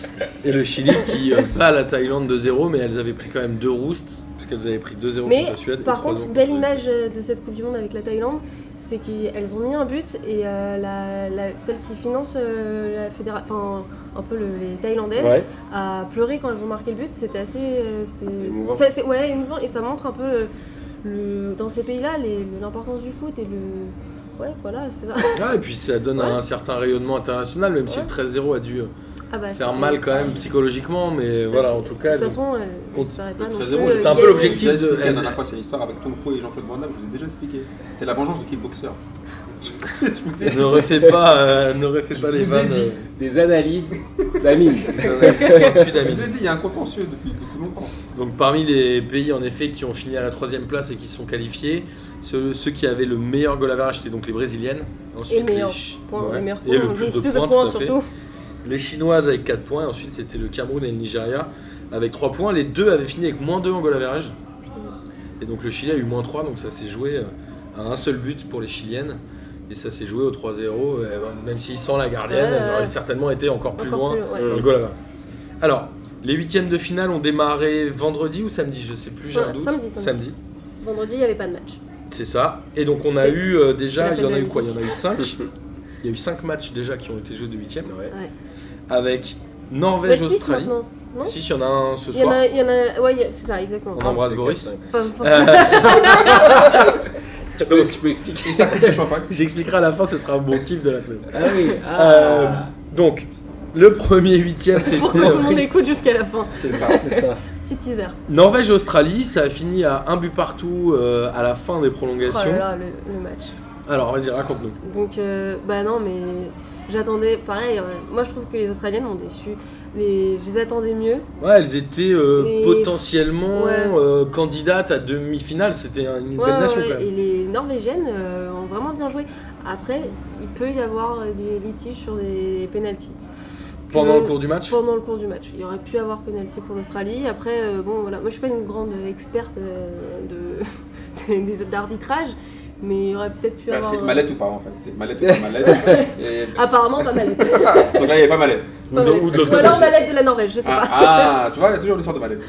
Et le Chili qui euh, bat la Thaïlande deux zéro, mais elles avaient pris quand même deux roustes, puisqu'elles avaient pris deux zéro contre Mais la Suède. et par trois contre, zéro belle contre la image euh, de cette Coupe du Monde avec la Thaïlande, c'est qu'elles ont mis un but et euh, la, la- celle qui finance euh, la fédéra- enfin un peu le- les Thaïlandaises Ouais. a pleuré quand elles ont marqué le but. C'était assez, euh, c'était, Émouvant. c'est- c'est- ouais, émouvant et ça montre un peu le, le- dans ces pays-là les- l'importance du foot et le, ouais, voilà, c'est ça. Ah, et puis ça donne Ouais. un certain rayonnement international, même si Ouais. le treize zéro a dû euh, Ah bah, faire c'était- mal quand même psychologiquement, mais ça, voilà, c'est- en tout cas. De toute elles ont- façon, elle contre- n'espérait pas le non treize plus. zéro, euh, c'était un peu gagner. l'objectif. Je vous ai expliqué de- la dernière fois, c'est l'histoire avec Tom Po et Jean-Claude Van Damme, je vous ai déjà expliqué. C'est la vengeance du kickboxer. Je vous ai dit. Ne refais pas, euh, ne refais pas Je les vous ai vannes. dit. euh, Des analyses d'Amine. ensuite, Je Amine. vous ai dit, il y a un contentieux depuis, depuis longtemps. Donc parmi les pays en effet qui ont fini à la troisième place et qui se sont qualifiés, ceux, ceux qui avaient le meilleur goal average c'était donc les Brésiliennes. Et le meilleur les Chi- point, ouais. les meilleurs et le points, plus de plus points, de points tout à fait. surtout. Les Chinoises avec quatre points, ensuite c'était le Cameroun et le Nigeria avec trois points. Les deux avaient fini avec moins deux en goal average. Et donc le Chili a eu moins trois, donc ça s'est joué à un seul but pour les Chiliennes. Et ça s'est joué au trois zéro, et même s'ils sont la gardienne, Ouais, elles ouais. auraient certainement été encore plus Encore loin plus, ouais. dans le goal average. Alors, les huitièmes de finale ont démarré vendredi ou samedi, je sais plus, j'ai un Sam- doute. samedi, samedi. Vendredi, il n'y avait pas de match. C'est ça. Et donc on a C'était- eu euh, déjà, c'était il y en la a fête eu de quoi la Il y en a eu musique. cinq. Il y a eu cinq matchs déjà qui ont été joués de huitièmes. Ouais. Ouais. Avec Bah, six Norvège-Australie. maintenant, non Si, il y en a un ce Il y en soir. a, il y en a, ouais, il y a- c'est ça, exactement. On embrasse Boris. Enfin, enfin, Euh, Tu peux, tu peux expliquer. Et ça coûte le champagne. J'expliquerai à la fin, ce sera mon kiff de la semaine. Ah oui. Euh, Ah. donc, le premier huitième, c'est pour que c'était tout le monde écoute jusqu'à la fin. C'est ça. C'est ça. Petit teaser. Norvège-Australie. Ça a fini à un but partout euh, à la fin des Oh prolongations. là là, le, le match. Alors, vas-y, raconte-nous. Donc, euh, bah non, mais j'attendais, pareil, euh, moi je trouve que les Australiennes m'ont déçu. Les, je les attendais mieux. Ouais, elles étaient euh, Et- potentiellement Ouais. euh, candidates à demi-finale. C'était un- une Ouais, belle nation ouais, quand même. et les Norvégiennes euh, ont vraiment bien joué. Après, il peut y avoir euh, des litiges sur des pénaltys. Pendant Que- le cours du match. Pendant le cours du match. Il y aurait pu avoir pénalty pour l'Australie. Après, euh, bon, voilà. Moi, je suis pas une grande experte euh, de, des- d'arbitrage, mais il y aurait peut-être pu Bah, avoir. c'est euh, mallette ou pas en fait. C'est mallette ou pas mallette. Et- Apparemment, pas mal. Donc là, il n'y avait pas mallette. Ou de- ou de l'autre Ou alors côté. Mallette de la Norvège, je sais Ah, pas. ah, tu vois, il y a toujours l'histoire de mallette.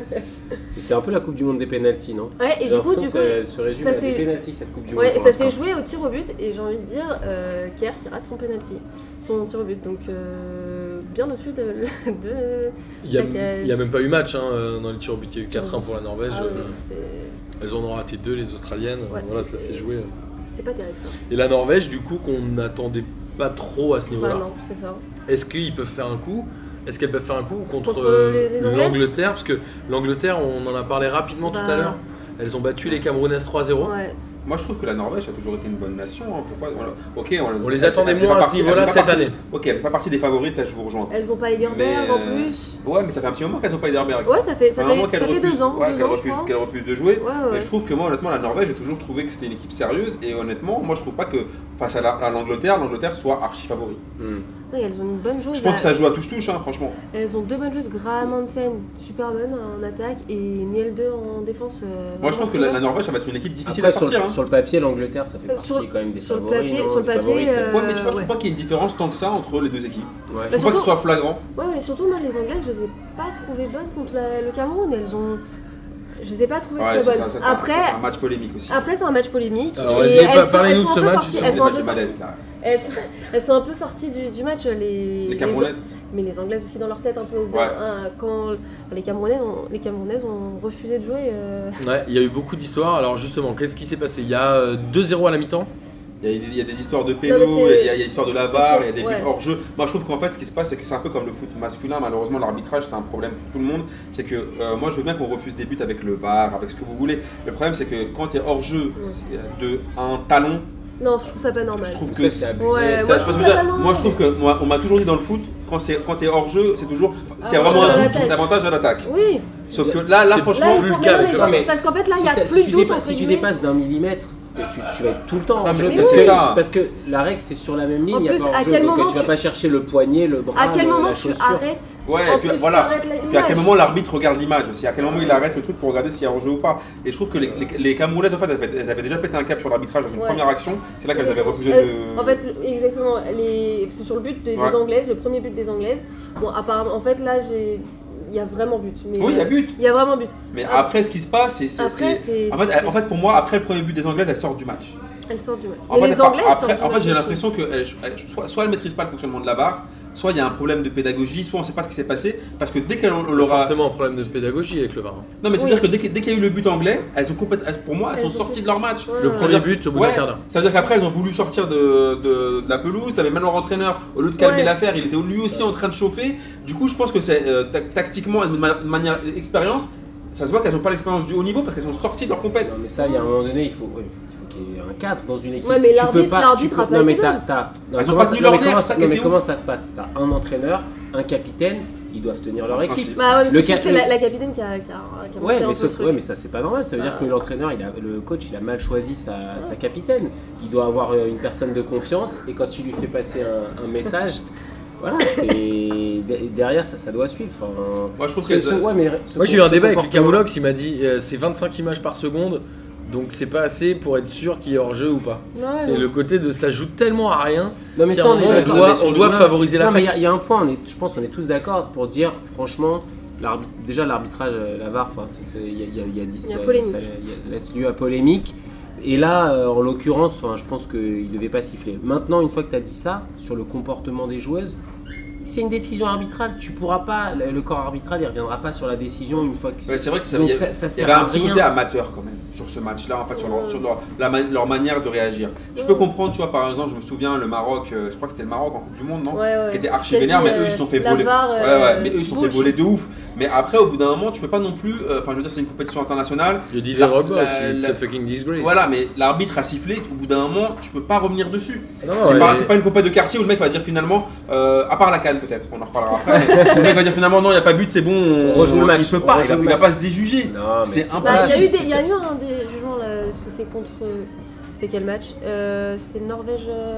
C'est un peu la Coupe du Monde des pénaltys, non? Ouais, et J'ai du coup, l'impression du que coup, ça, elle se résume ça à s'est- des pénaltys cette Coupe du Monde. ouais, pour ça s'est l'instant. joué au tir au but et j'ai envie de dire euh, Kerr qui rate son penalty, son tir au but. Donc euh, bien au-dessus de, de... Il n'y a, Plaquage. il y a même pas eu match hein, euh, dans les tirs au but. Il y a eu quatre un pour la Norvège. Ah ouais, euh, c'était... Elles en ont raté deux, les Australiennes. Ouais, voilà, ça c'était- s'est joué. c'était pas terrible ça. Et la Norvège, du coup, qu'on n'attendait pas trop à ce Enfin, niveau-là. non, c'est ça. Est-ce qu'ils peuvent faire un coup Est-ce qu'elles peuvent faire un coup contre, Contre euh, les- les Anglaises l'Angleterre? Parce que l'Angleterre, on en a parlé rapidement tout à Bah. l'heure. Elles ont battu les Camerounaises trois zéro. Ouais. Moi, je trouve que la Norvège a toujours été une bonne nation. hein. Pourquoi on, Ok, on, On les elle- attendait elle fait moins pas à ce partie- elle niveau-là fait pas cette partie- année. Ok, elle fait pas partie des favorites, là je vous rejoins. Elles ont pas Egerberg Mais, en euh, plus. Ouais, mais ça fait un petit moment qu'elles ont pas Ederberg. Ouais, ça fait, ça fait un fait, moment qu'elles ça fait refusent- deux ans. ouais, deux qu'elles ans, je refusent, crois. qu'elles refusent de jouer. Ouais, Mais ouais. je trouve que moi, honnêtement, la Norvège, j'ai toujours trouvé que c'était une équipe sérieuse. Et honnêtement, moi, je trouve pas que face à la- à l'Angleterre, l'Angleterre soit archi favori. Hmm. Ouais, elles ont une bonne joueuse. Je pense là. que ça joue à touche-touche, hein, franchement. Elles ont deux bonnes joueuses, Graham Hansen, super bonne en attaque, et Miel deux en défense. euh, Moi, je pense vraiment que la, très la bonne. Norvège, ça va être une équipe difficile Après, à sur, sortir. le, hein. sur le papier, l'Angleterre, ça fait Euh, partie sur- quand même des sur le favoris. papier- non, sur le des papier, favorites. euh, Ouais, mais tu vois, je ouais. trouve pas qu'il y ait une différence tant que ça entre les deux équipes. Ouais. Je trouve pas que surtout- ce soit flagrant. Ouais, mais surtout, moi, les Anglaises, je les ai pas trouvées bonnes contre la- le Cameroun. Elles ont. Je les ai pas trouvées Ouais, très ça, bonnes. ça, ça, c'est un- après, ça, c'est un match polémique aussi. après c'est un match polémique. Alors, et vas-y, elles, pa- sont, parlez-nous elles de sont ce un peu match, sorties. justement. Elles sont un Match peu de Mallette, sorties. là. Elles sont, elles sont un peu sorties du, du match. Les, Les Camerounaises. mais les Anglaises aussi dans leur tête un peu. Ouais. Hein, quand les Camerounaises, ont, les Camerounaises ont refusé de jouer. euh, Ouais, il y a eu beaucoup d'histoires. Alors justement, qu'est-ce qui s'est passé? Il y a euh, deux zéro à la mi-temps. Il y, a, il y a des histoires de Non, pélo, mais il c'est- y a, il y a l'histoire de la V A R, sûr, il y a des buts ouais. hors jeu. Moi je trouve qu'en fait ce qui se passe c'est que c'est un peu comme le foot masculin, malheureusement l'arbitrage c'est un problème pour tout le monde. C'est que euh, moi je veux bien qu'on refuse des buts avec le V A R, avec ce que vous voulez. Le problème c'est que quand tu es hors jeu de un talon, Non, je trouve ça pas normal. je trouve Ça, que c'est abusé. Ouais, ça, moi, je je veux trouve dire, ça pas normal. moi je trouve que moi, on m'a toujours dit dans le foot quand c'est quand tu es hors jeu c'est toujours s'il y a Avantage vraiment à un doute l'attaque. c'est avantage à l'attaque. Oui. Sauf que là là C'est franchement Là, il plus faut le cas mais avec non, le mais Non, parce qu'en fait là, il y si a t'as- plus si tu de doute dépa- entre Si tu guillemets. dépasses d'un millimètre, tu, tu vas être tout le temps en Ah, jeu mais parce, oui. que, ça. parce que la règle c'est sur la même ligne, En il n'y a plus, pas à en jeu, quel donc moment tu vas tu- pas chercher le poignet, le bras, À quel le- moment la tu chaussure. arrêtes Ouais, En et puis plus, voilà. tu arrêtes la- Puis à quel l'image. moment l'arbitre regarde l'image aussi, à quel moment il arrête le truc pour regarder s'il y a hors-jeu ou pas. Et je trouve que les, les, les Camerounaises, en fait, elles avaient, elles avaient déjà pété un cap sur l'arbitrage dans une Ouais. première action. C'est là qu'elles avaient refusé Euh, de. En fait, le- exactement. Les... C'est sur le but des, des Ouais. Anglaises, le premier but des Anglaises. Bon, apparemment, en fait, là, j'ai. Il y a vraiment but. Mais, Oui, il y a euh, but. Il y a vraiment but. Mais Ah. après, ce qui se passe, c'est. c'est- Après, c'est- c'est. En fait, c'est- en fait, pour moi, après le premier but des Anglaises, elles sortent du match. Elle sort du match. En Mais fait, les après- Anglaises après- sortent du en fait, match j'ai aussi. l'impression que elles- elles- soit, soit elles ne maîtrisent pas le fonctionnement de la V A R, soit il y a un problème de pédagogie, soit on ne sait pas ce qui s'est passé, parce que dès qu'elles on Il y a l'aura. forcément un problème de pédagogie avec le V A R. Non, mais Oui. c'est-à-dire que dès que- dès qu'il y a eu le but anglais, elles ont complètement. Pour moi, elles, Elles sont ont sorties fait- de leur match. Ouais, Le ouais. premier but au bout d'un Ouais, quart d'heure. ça veut dire qu'après, elles ont voulu sortir de, de- de la pelouse. T'avais même leur entraîneur, au lieu de calmer Ouais. l'affaire, il était lui aussi en train de chauffer. Du coup, je pense que c'est euh, ta- tactiquement, et de ma- de manière expérience, ça se voit qu'elles n'ont pas l'expérience du haut niveau parce qu'elles sont sorties de leur compète. Non mais ça, il y a un moment donné, il faut, ouais, il faut qu'il y ait un cadre dans une équipe. Ouais, mais Tu l'arbitre- peux pas- l'arbitre tu peux- a pas Non mais été t'as, bon. t'as- non, Elles ont comment pas ça- tenu non, leur mais nerf, comment ça ça- qui non, mais était comment ouf. ça se passe? T'as un entraîneur, un capitaine, ils doivent tenir leur Enfin, équipe. c'est- Bah ouais, mais Le sauf que ca- c'est le- la, la capitaine qui a, qui a, qui a Ouais, monté un mais peu sauf le truc. ouais, mais ça c'est pas normal. Ça veut dire Ah. que l'entraîneur, il a, le coach, il a mal choisi sa, sa capitaine. Il doit avoir euh, une personne de confiance et quand il lui fait passer un, un message, voilà, c'est de- derrière ça, ça doit suivre. Enfin, Moi, je trouve ce- que. ce- ouais, mais ce Moi j'ai eu un ce débat avec comportement- Camoulox, il m'a dit euh, c'est vingt-cinq images par seconde, donc c'est pas assez pour être sûr qu'il y a hors-jeu ou pas. Ouais, C'est non. le côté de ça joue tellement à rien. Non mais ça, on est On d'accord. doit- Mais sur on le- doit non, favoriser non, mais il l'attaque. y a- il y, a un point, on est, je pense qu'on est tous d'accord pour dire, franchement, l'arbitre, déjà l'arbitrage, euh, la V A R, enfin, c'est- c'est- il y a, il y a- il y a dix- Il y a ça- polémique. ça- il y a- laisse lieu à polémique. Et là, euh, en l'occurrence, enfin, je pense qu'il ne devait pas siffler. Maintenant, une fois que tu as dit ça, sur le comportement des joueuses, c'est une décision arbitrale. Tu pourras pas, le le corps arbitral, il ne reviendra pas sur la décision une fois que c'est. Ouais, c'est vrai que ça, Donc il y a- ça- ça il y sert avait à un petit rien. côté amateur quand même sur ce match-là, en fait, sur, leur, Ouais. sur leur, la ma- leur manière de réagir. Je peux comprendre, tu vois, par exemple, je me souviens, le Maroc, euh, je crois que c'était le Maroc en Coupe du Monde, non Ouais, ouais. Qui était archi T'as vénère, dit, mais eux euh, ils se sont fait la voler. V A R, ouais, euh, ouais, mais eux ils se sont fait bullshit. voler de ouf. Mais après, au bout d'un moment, tu peux pas non plus. euh, Enfin, je veux dire, c'est une compétition internationale. Il y a dit des La- robots, la- c'est la- it's a fucking disgrace. Voilà, mais l'arbitre a sifflé, au bout d'un moment, tu peux pas revenir dessus. Non, C'est ouais, pas, et- c'est pas une compète de quartier où le mec va dire finalement, euh, à part la canne peut-être, on en reparlera après. Le mec va dire finalement, non, il n'y a pas but, c'est bon, on, On rejoue le match, Il peut on pas, il rejoue va, le il va match. pas se déjuger. Non, mais C'est c'est- impossible. Bah, il y a eu des- c'est- il y a eu un des jugements là, c'était contre. C'était quel match Euh, C'était Norvège. euh,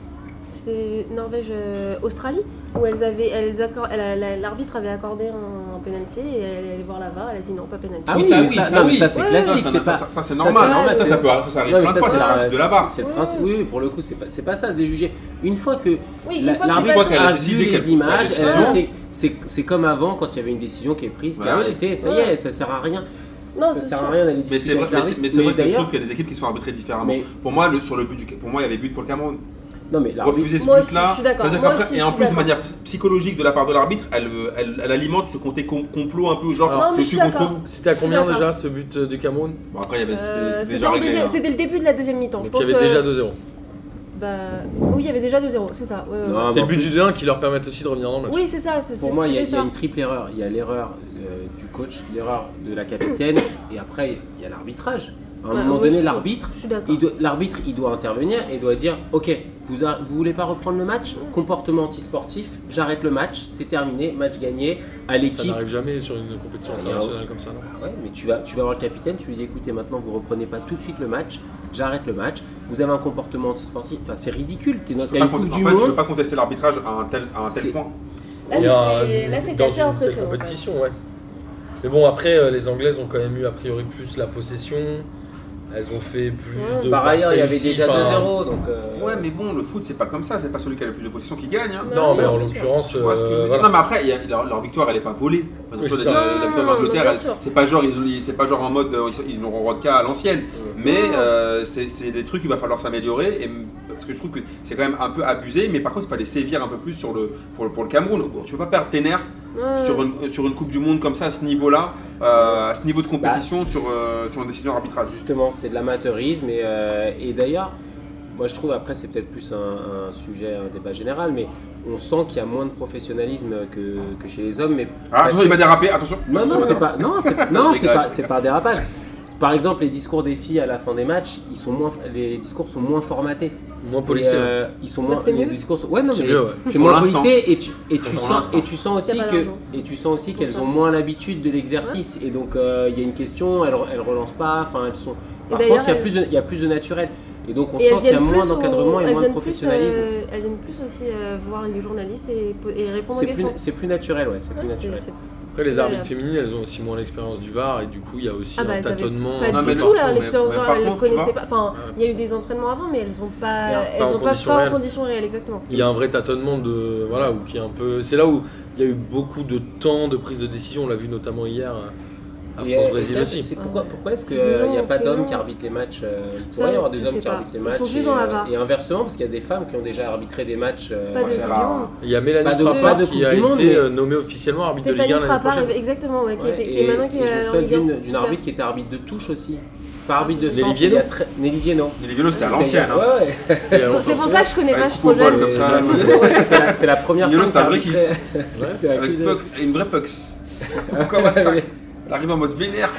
C'était Norvège-Australie où elles avaient, elles accor- elle- la- l'arbitre avait accordé un, un penalty et elle est allée voir la V A R, elle a dit non, pas penalty. Ah Oui, oui, ça, mais oui, ça, ça, non, mais oui. ça c'est Ouais, classique, Ça, c'est ça, pas. ça, ça, c'est ça, normal. c'est normal, ça, c'est- ça peut, ça, ça arrive Non, mais plein de ça, fois, c'est c'est le la- principe de la c'est- V A R. c'est le Ouais. principe. Oui, oui, pour le coup, c'est pas, c'est pas ça se déjuger. Une fois que Oui, la- une fois que c'est l'arbitre passé. qu'elle a a décidé vu qu'elle les faisait la images, décision. elle sait- c'est c'est comme avant quand il y avait une décision qui est prise, qui Bah a oui. arrêté, ça y Ouais. est, ça sert à rien. Non, Ça c'est sert sûr. à rien d'aller Mais discuter c'est vrai, avec mais c'est- l'arbitre. mais c'est vrai que je d'ailleurs, trouve qu'il y a des équipes qui se font arbitrer différemment. Mais- Pour moi, le, sur le but du, pour moi, il y avait but pour le Cameroun. non mais l'arbitre. Refuser ce Moi aussi, but-là, je suis d'accord. ça veut dire Moi qu'après- aussi, et je en suis plus de d'accord. manière psychologique de la part de l'arbitre, elle, elle, elle alimente ce côté com- complot un peu, genre Alors, Non, mais je je suis suis contre d'accord. vous. C'était à Je suis combien d'accord. déjà ce but euh, du Cameroun? Bon, après, il y avait, Euh, c'était- c'était C'était déjà en réglé. deuxième- hein. c'était le début de la deuxième mi-temps. Je Donc il y pense, avait euh, déjà deux zéro. Bah, oui, il y avait déjà deux zéro, c'est ça. ouais, ouais, ouais. Non, C'est mais le but en du deux un qui leur permet aussi de revenir dans le match. Oui, c'est ça. c'est- Pour moi, il y, a- c'était il y a ça. une triple erreur. Il y a l'erreur euh, du coach, l'erreur de la capitaine, et après, il y a l'arbitrage. À un Ouais, moment moi, donné, je- l'arbitre, Je suis d'accord. il doit- l'arbitre, il doit intervenir et doit dire ok, vous, a- vous voulez pas reprendre le match, comportement antisportif, j'arrête le match, c'est terminé, match gagné, à Ça l'équipe. n'arrive jamais sur une compétition Il y a- internationale comme ça, non? Ah ouais, mais tu vas, tu vas voir le capitaine, tu lui dis écoutez, maintenant vous reprenez pas tout de suite le match, j'arrête le match, vous avez un comportement antisportif, enfin c'est ridicule, t'es Tu t'as peux une pas coupe con- du en fait, tu peux monde. pas contester l'arbitrage à un tel, à un tel C'est- point. Là, Il y a c'était un- là, c'était dans assez une telle impressionnant. compétition, ouais. Mais bon, après, euh, les Anglaises ont quand même eu a priori plus la possession. Elles ont fait plus Ouais. de Par passes ailleurs, il y avait réussies, déjà enfin, deux zéro, donc. euh, Ouais, mais bon, le foot, c'est pas comme ça. C'est pas celui qui a le plus de possession qui gagne. hein. Non, mais Non, en bien sûr. l'occurrence, Tu vois ce que je veux euh, dire. voilà. Non, mais après, il y a- leur, leur victoire, elle est pas volée. Par exemple, Oui, la, c'est ça. la victoire Non, d'Angleterre, bien elle- sûr. c'est pas genre, ils- c'est pas genre en mode, euh, ils, ils l'auront Rodka à l'ancienne. Mais euh, c'est c'est des trucs qu'il va falloir s'améliorer. Et m- parce que je trouve que c'est quand même un peu abusé. Mais par contre, il fallait sévir un peu plus sur le, pour, le- pour le Cameroun. Bon, tu peux pas perdre tes nerfs Ouais. sur une, sur une Coupe du Monde comme ça, à ce niveau-là, euh, à ce niveau de compétition, sur, euh, sur une décision arbitrage. Justement, c'est de l'amateurisme et, euh, et d'ailleurs, moi je trouve après c'est peut-être plus un, un sujet, un débat général, mais on sent qu'il y a moins de professionnalisme que, que chez les hommes. Mais Ah, parce attention, que- il va déraper, attention. Non, non, Attention, c'est pas, non, c'est, non, c'est Dégage. pas, c'est pas un dérapage. par exemple, les discours des filles à la fin des matchs, ils sont moins, les discours sont moins formatés. Moins policiers. Et, euh, ils sont moins. Bah, c'est les mieux. discours sont- Ouais, non, C'est mais mieux, ouais. c'est Pour moins l'instant. policé et tu et tu Pour sens l'instant. et tu sens aussi Y a pas que d'argent. et tu sens aussi Pour qu'elles ça. ont moins l'habitude de l'exercice et donc euh, il y a une question, elles, elles relancent pas. Enfin, elles sont. Et Par d'ailleurs, contre, il y a elles- plus de, il y a plus de naturel et donc on Et sent elles qu'il y a viennent moins plus d'encadrement au- et elles moins de viennent plus, professionnalisme. euh, Elles viennent plus aussi euh, voir les journalistes et, po- et répondre aux C'est plus questions. c'est plus naturel, ouais, c'est plus Ouais, c'est- naturel. c'est- Après, les c'est arbitres agréable. féminines, elles ont aussi moins l'expérience du V A R et du coup, il y a aussi Ah bah, un elles avaient tâtonnement. Pas Non, mais du non, tout là, mais- l'expérience mais V A R, par elles ne contre, tu connaissaient vois- pas. Enfin, il y a eu des entraînements avant, mais elles n'ont pas, Bien, elles pas en ont pas, conditions pas en réelles. conditions réelles, exactement. Il y a un vrai tâtonnement de voilà où qui est un peu. C'est là où il y a eu beaucoup de temps de prise de décision. On l'a vu notamment hier à Et, France euh, Brésil ça, aussi. c'est pourquoi, pourquoi est-ce C'est qu'il n'y a long, pas c'est d'hommes long. qui arbitrent les matchs euh, Il Ça, pourrait y avoir je des sais hommes qui pas. arbitrent les Ils matchs. sont juste et, dans la euh, V A R. Et inversement, parce qu'il y a des femmes qui ont déjà arbitré des matchs. euh, Pas de c'est Coupe rare. du Monde. Il y a Mélanie Pas de- Frappard pas de qui Coupe a du Monde, été mais- euh, nommée officiellement arbitre de Ligue Stéphanie un l'année Frappard, prochaine. exactement, ouais, qui, Ouais, était, qui et, est maintenant qui et je est me en souviens Ligue un. d'une, d'une Super. arbitre qui était arbitre de touche aussi. Pas arbitre de Nelly centre. Viennot. il y a très- Nelly Viennot. Mais les vélos, c'était à l'ancienne. hein. Ouais, ouais. Et C'est alors, pour- c'est pour ça que je connais Ouais, pas, je suis coupe trop au bol jeune. comme ça. Nelly Viennot, ouais, c'était, la, c'était la première Viennot, femme c'était un qui vrai kiff. arbitrait. C'était Avec accusé. Puck- et une vraie Pucks. Pourquoi Mastak Elle arrive en mode vénère.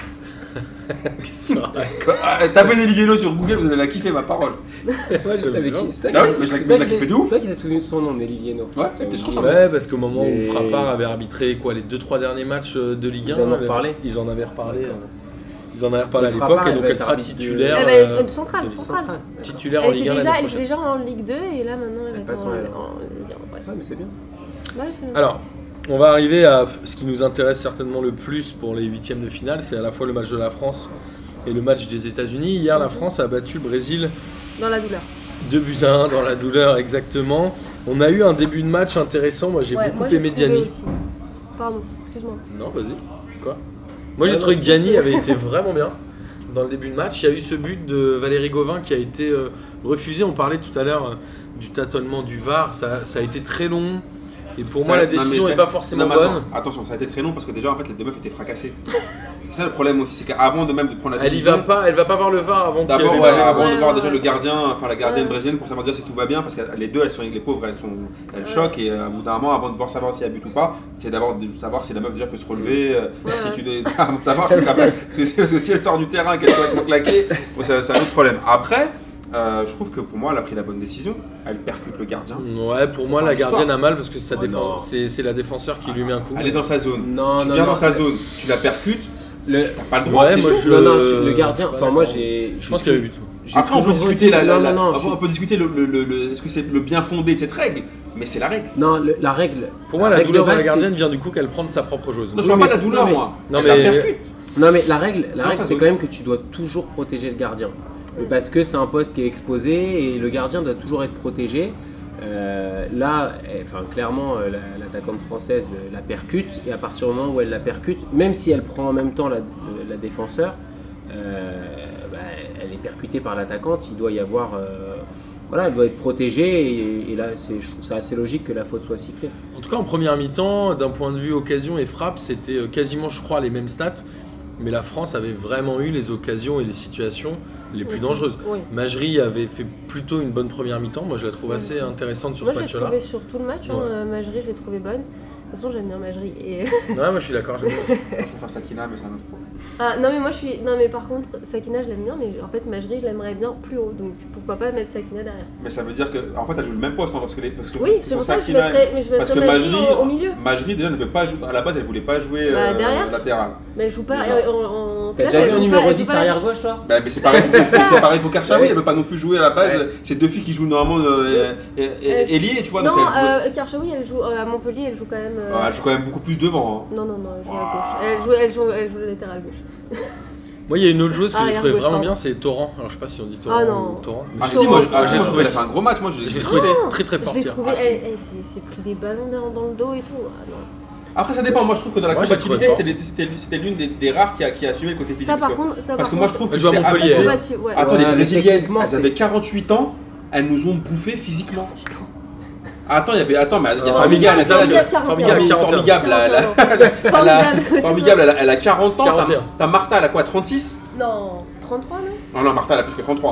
Ah, Tapez Nelly Viennot sur Google, vous allez la kiffer, ma parole. Ouais, je l'avais bien. kiffé. C'est Ah ça oui, qu'il- mais je la- c'est je la ça kiffais qu'il- de ouf. c'est ça qu'il a souvenu son nom, Nelly Viennot. Ouais, j'étais chaud. Ouais, parce qu'au moment Mais- où Frappard avait arbitré quoi, les deux trois derniers matchs euh, de Ligue Ils un, en ont elle- reparlé. Ils en avaient reparlé. D'accord. euh, Ils en avaient reparlé à Et l'époque Frappard, et elle donc va elle être sera arbitre de- titulaire. Elle va euh, être centrale, de centrale. centrale. Titulaire en Elle Ligue était un déjà, l'année elle était prochaine. déjà en Ligue deux et là maintenant elle Elle est passe en, en- en Ligue un. Ouais. Ouais, mais c'est bien. Ouais, c'est bien. Alors, on va arriver à ce qui nous intéresse certainement le plus pour les huitièmes de finale, c'est à la fois le match de la France et le match des États-Unis. Hier, la France a battu le Brésil Dans la douleur. deux buts à un dans la douleur exactement. On a eu un début de match intéressant. Moi, j'ai Ouais, beaucoup moi, j'ai aimé trouvé Diani. aussi. Pardon, excuse-moi. Non, vas-y. Quoi Moi, j'ai Ouais, trouvé non, que Diani avait été vraiment bien dans le début de match. Il y a eu ce but de Valérie Gauvin qui a été euh, refusé. On parlait tout à l'heure euh, du tâtonnement du V A R. Ça, ça a été très long. Et pour moi, Ça- la non, mais décision c'est- n'est pas forcément non, mais bonne. attends, attention, ça a été très long parce que déjà en fait les deux meufs étaient fracassées. C'est ça le problème aussi, c'est qu'avant de même de prendre la Elle y décision. va pas, elle va pas voir le V A R avant qu'il y D'abord, ait ouais, le- avant Ouais, de voir ouais, déjà ouais. le gardien, enfin la gardienne Ouais. brésilienne pour savoir déjà si tout va bien parce que les deux elles sont les pauvres, elles sont elles Ouais. choquent et euh, au bout d'un moment avant de voir savoir si elle bute ou pas, c'est d'abord de savoir si la meuf déjà peut se relever, euh, si Ouais. tu dois avant de savoir si ça va- parce que, si- parce que si elle sort du terrain et qu'elle est complètement claquée, bon, ça- c'est un autre problème. Après, euh, je trouve que pour moi elle a pris la bonne décision, elle percute le gardien. Ouais, pour moi, Enfin, la gardienne l'histoire. a mal parce que sa Oh défense, non. c'est, c'est la défenseur qui lui met un coup. Elle est dans sa zone. Non, tu non, viens non. dans sa zone, tu la percutes, Le... t'as pas le droit. Ouais, c'est moi, chaud. je- Non, non, je- le gardien. je suis pas Enfin, moi, d'accord. j'ai. Je pense qu'il y avait but. j'ai Après, on peut toujours discuter voté- la, la- non, la- non, non, après, je- on peut discuter le, le- le- le- est-ce que c'est le bien fondé de cette règle, mais c'est la règle. Non, le- la règle. Pour moi, la règle douleur de la base, gardienne vient du coup qu'elle prend de sa propre chose. Non, je Oui, parle mais- pas de la douleur, non, mais- moi. non, Elle mais- la percute. c'est- Non, mais la règle, la Non, règle ça c'est doit- quand même que tu dois toujours protéger le gardien. Parce que c'est un poste qui est exposé et le gardien doit toujours être protégé. Euh, là, elle- enfin, clairement, euh, la- l'attaquante française euh, la percute et à partir du moment où elle la percute, même si elle prend en même temps la, le- la défenseur, euh, bah, elle est percutée par l'attaquante. Il doit y avoir, euh, voilà, elle doit être protégée et, et là, c'est, je trouve ça assez logique que la faute soit sifflée. En tout cas, en première mi-temps, d'un point de vue occasion et frappe, c'était euh, quasiment, je crois, les mêmes stats. Mais la France avait vraiment eu les occasions et les situations les plus dangereuses. Oui. Majri avait fait plutôt une bonne première mi-temps. Moi, je la trouve assez intéressante sur Moi, ce je l'ai match-là. trouvé sur tout le match. Hein, Ouais. euh, Majri, je l'ai trouvé bonne. De toute façon, j'aime bien Majri. Et... Ouais, moi, je suis d'accord. j'aime bien. Je préfère Sakina, mais c'est un autre problème. ah, non, mais moi, je suis. Non, mais par contre, Sakina, je l'aime bien. Mais en fait, Majri, je l'aimerais bien plus haut. Donc, pourquoi pas mettre Sakina derrière. Mais ça veut dire que, en fait, elle joue le même poste, hein, parce que les, parce que Oui, ils c'est sont pour ça que je Sakina- mettrais, mais je Parce mettrais que Majri Majri, au, au milieu. Majri déjà ne veut pas jouer. À la base, elle voulait pas jouer Bah, euh, derrière. latéral. Mais elle joue pas Déjà. euh, en. en T'as clair, déjà elle vu un joue numéro pas- elle joue dix pas- arrière gauche, toi Bah, mais c'est pareil, c'est c'est ça. c'est pareil pour Karchaoui, Ouais. elle veut pas non plus jouer à la base. Ouais. C'est deux filles qui jouent normalement euh, Euh, ailier, tu vois. Non, donc elle, joue, euh, Karchaoui, elle joue euh, à Montpellier, elle joue quand même. euh, euh, elle joue quand même beaucoup plus devant. hein. Non, non, non, elle joue Waouh. à gauche. Elle joue, elle joue, elle joue latéral gauche. Moi, il y a une autre joueuse que j'ai Arrière trouvé gauche, vraiment pardon. bien, c'est Torrent. Alors, je sais pas si on dit Torrent Ah, non. ou Torrent. mais Ah j'ai- si, moi, Torrent, ah, si, j'ai moi, trouvé elle a fait un gros match. Moi, je je l'ai l'ai trouvé trouvé. très très Je forte. l'ai hier. trouvé, Ah, c'est- elle, elle s'est s'est pris des ballons dans, dans le dos et tout. Ah, non. Après, ça dépend. Moi, je trouve que dans la Moi, j'ai trouvé compatibilité, fort. c'était les- c'était c'était l'une des, des rares qui a, qui a assumé le côté physique. Ça, par parce que, contre, ça, parce par que moi, je contre, trouve que Elle joue à c'était Montpellier. abusé. compati- ouais. Attends, Ouais, les mais Brésiliennes, techniquement, elles c'est- avaient quarante-huit ans, elles nous ont bouffé physiquement. Putain. Attends, il y avait. Attends, mais il y a Euh, Formiga, elle a Formidable, quel âge quarante et un. Formidable, quarante et un. Formidable, là, elle a- quarante et un. elle a- Formidable, c'est Formidable, elle a- elle a quarante ans. quarante et un. T'as- T'as Martha, elle a quoi, trente-six? ça. Non, trente-trois, non Non, non, Martha, elle a plus que trente-trois. hein.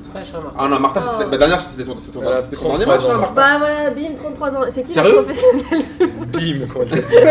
toute fraîche, hein, Martha. Ah non, Martha, Oh. c'est- la dernière, c'était son, c'était son, Elle a c'était son dernier match, trente-trois là, ans. Martha. Bah voilà, bim, trente-trois ans. C'est qui Sérieux la professionnelle Bim, comment elle dit.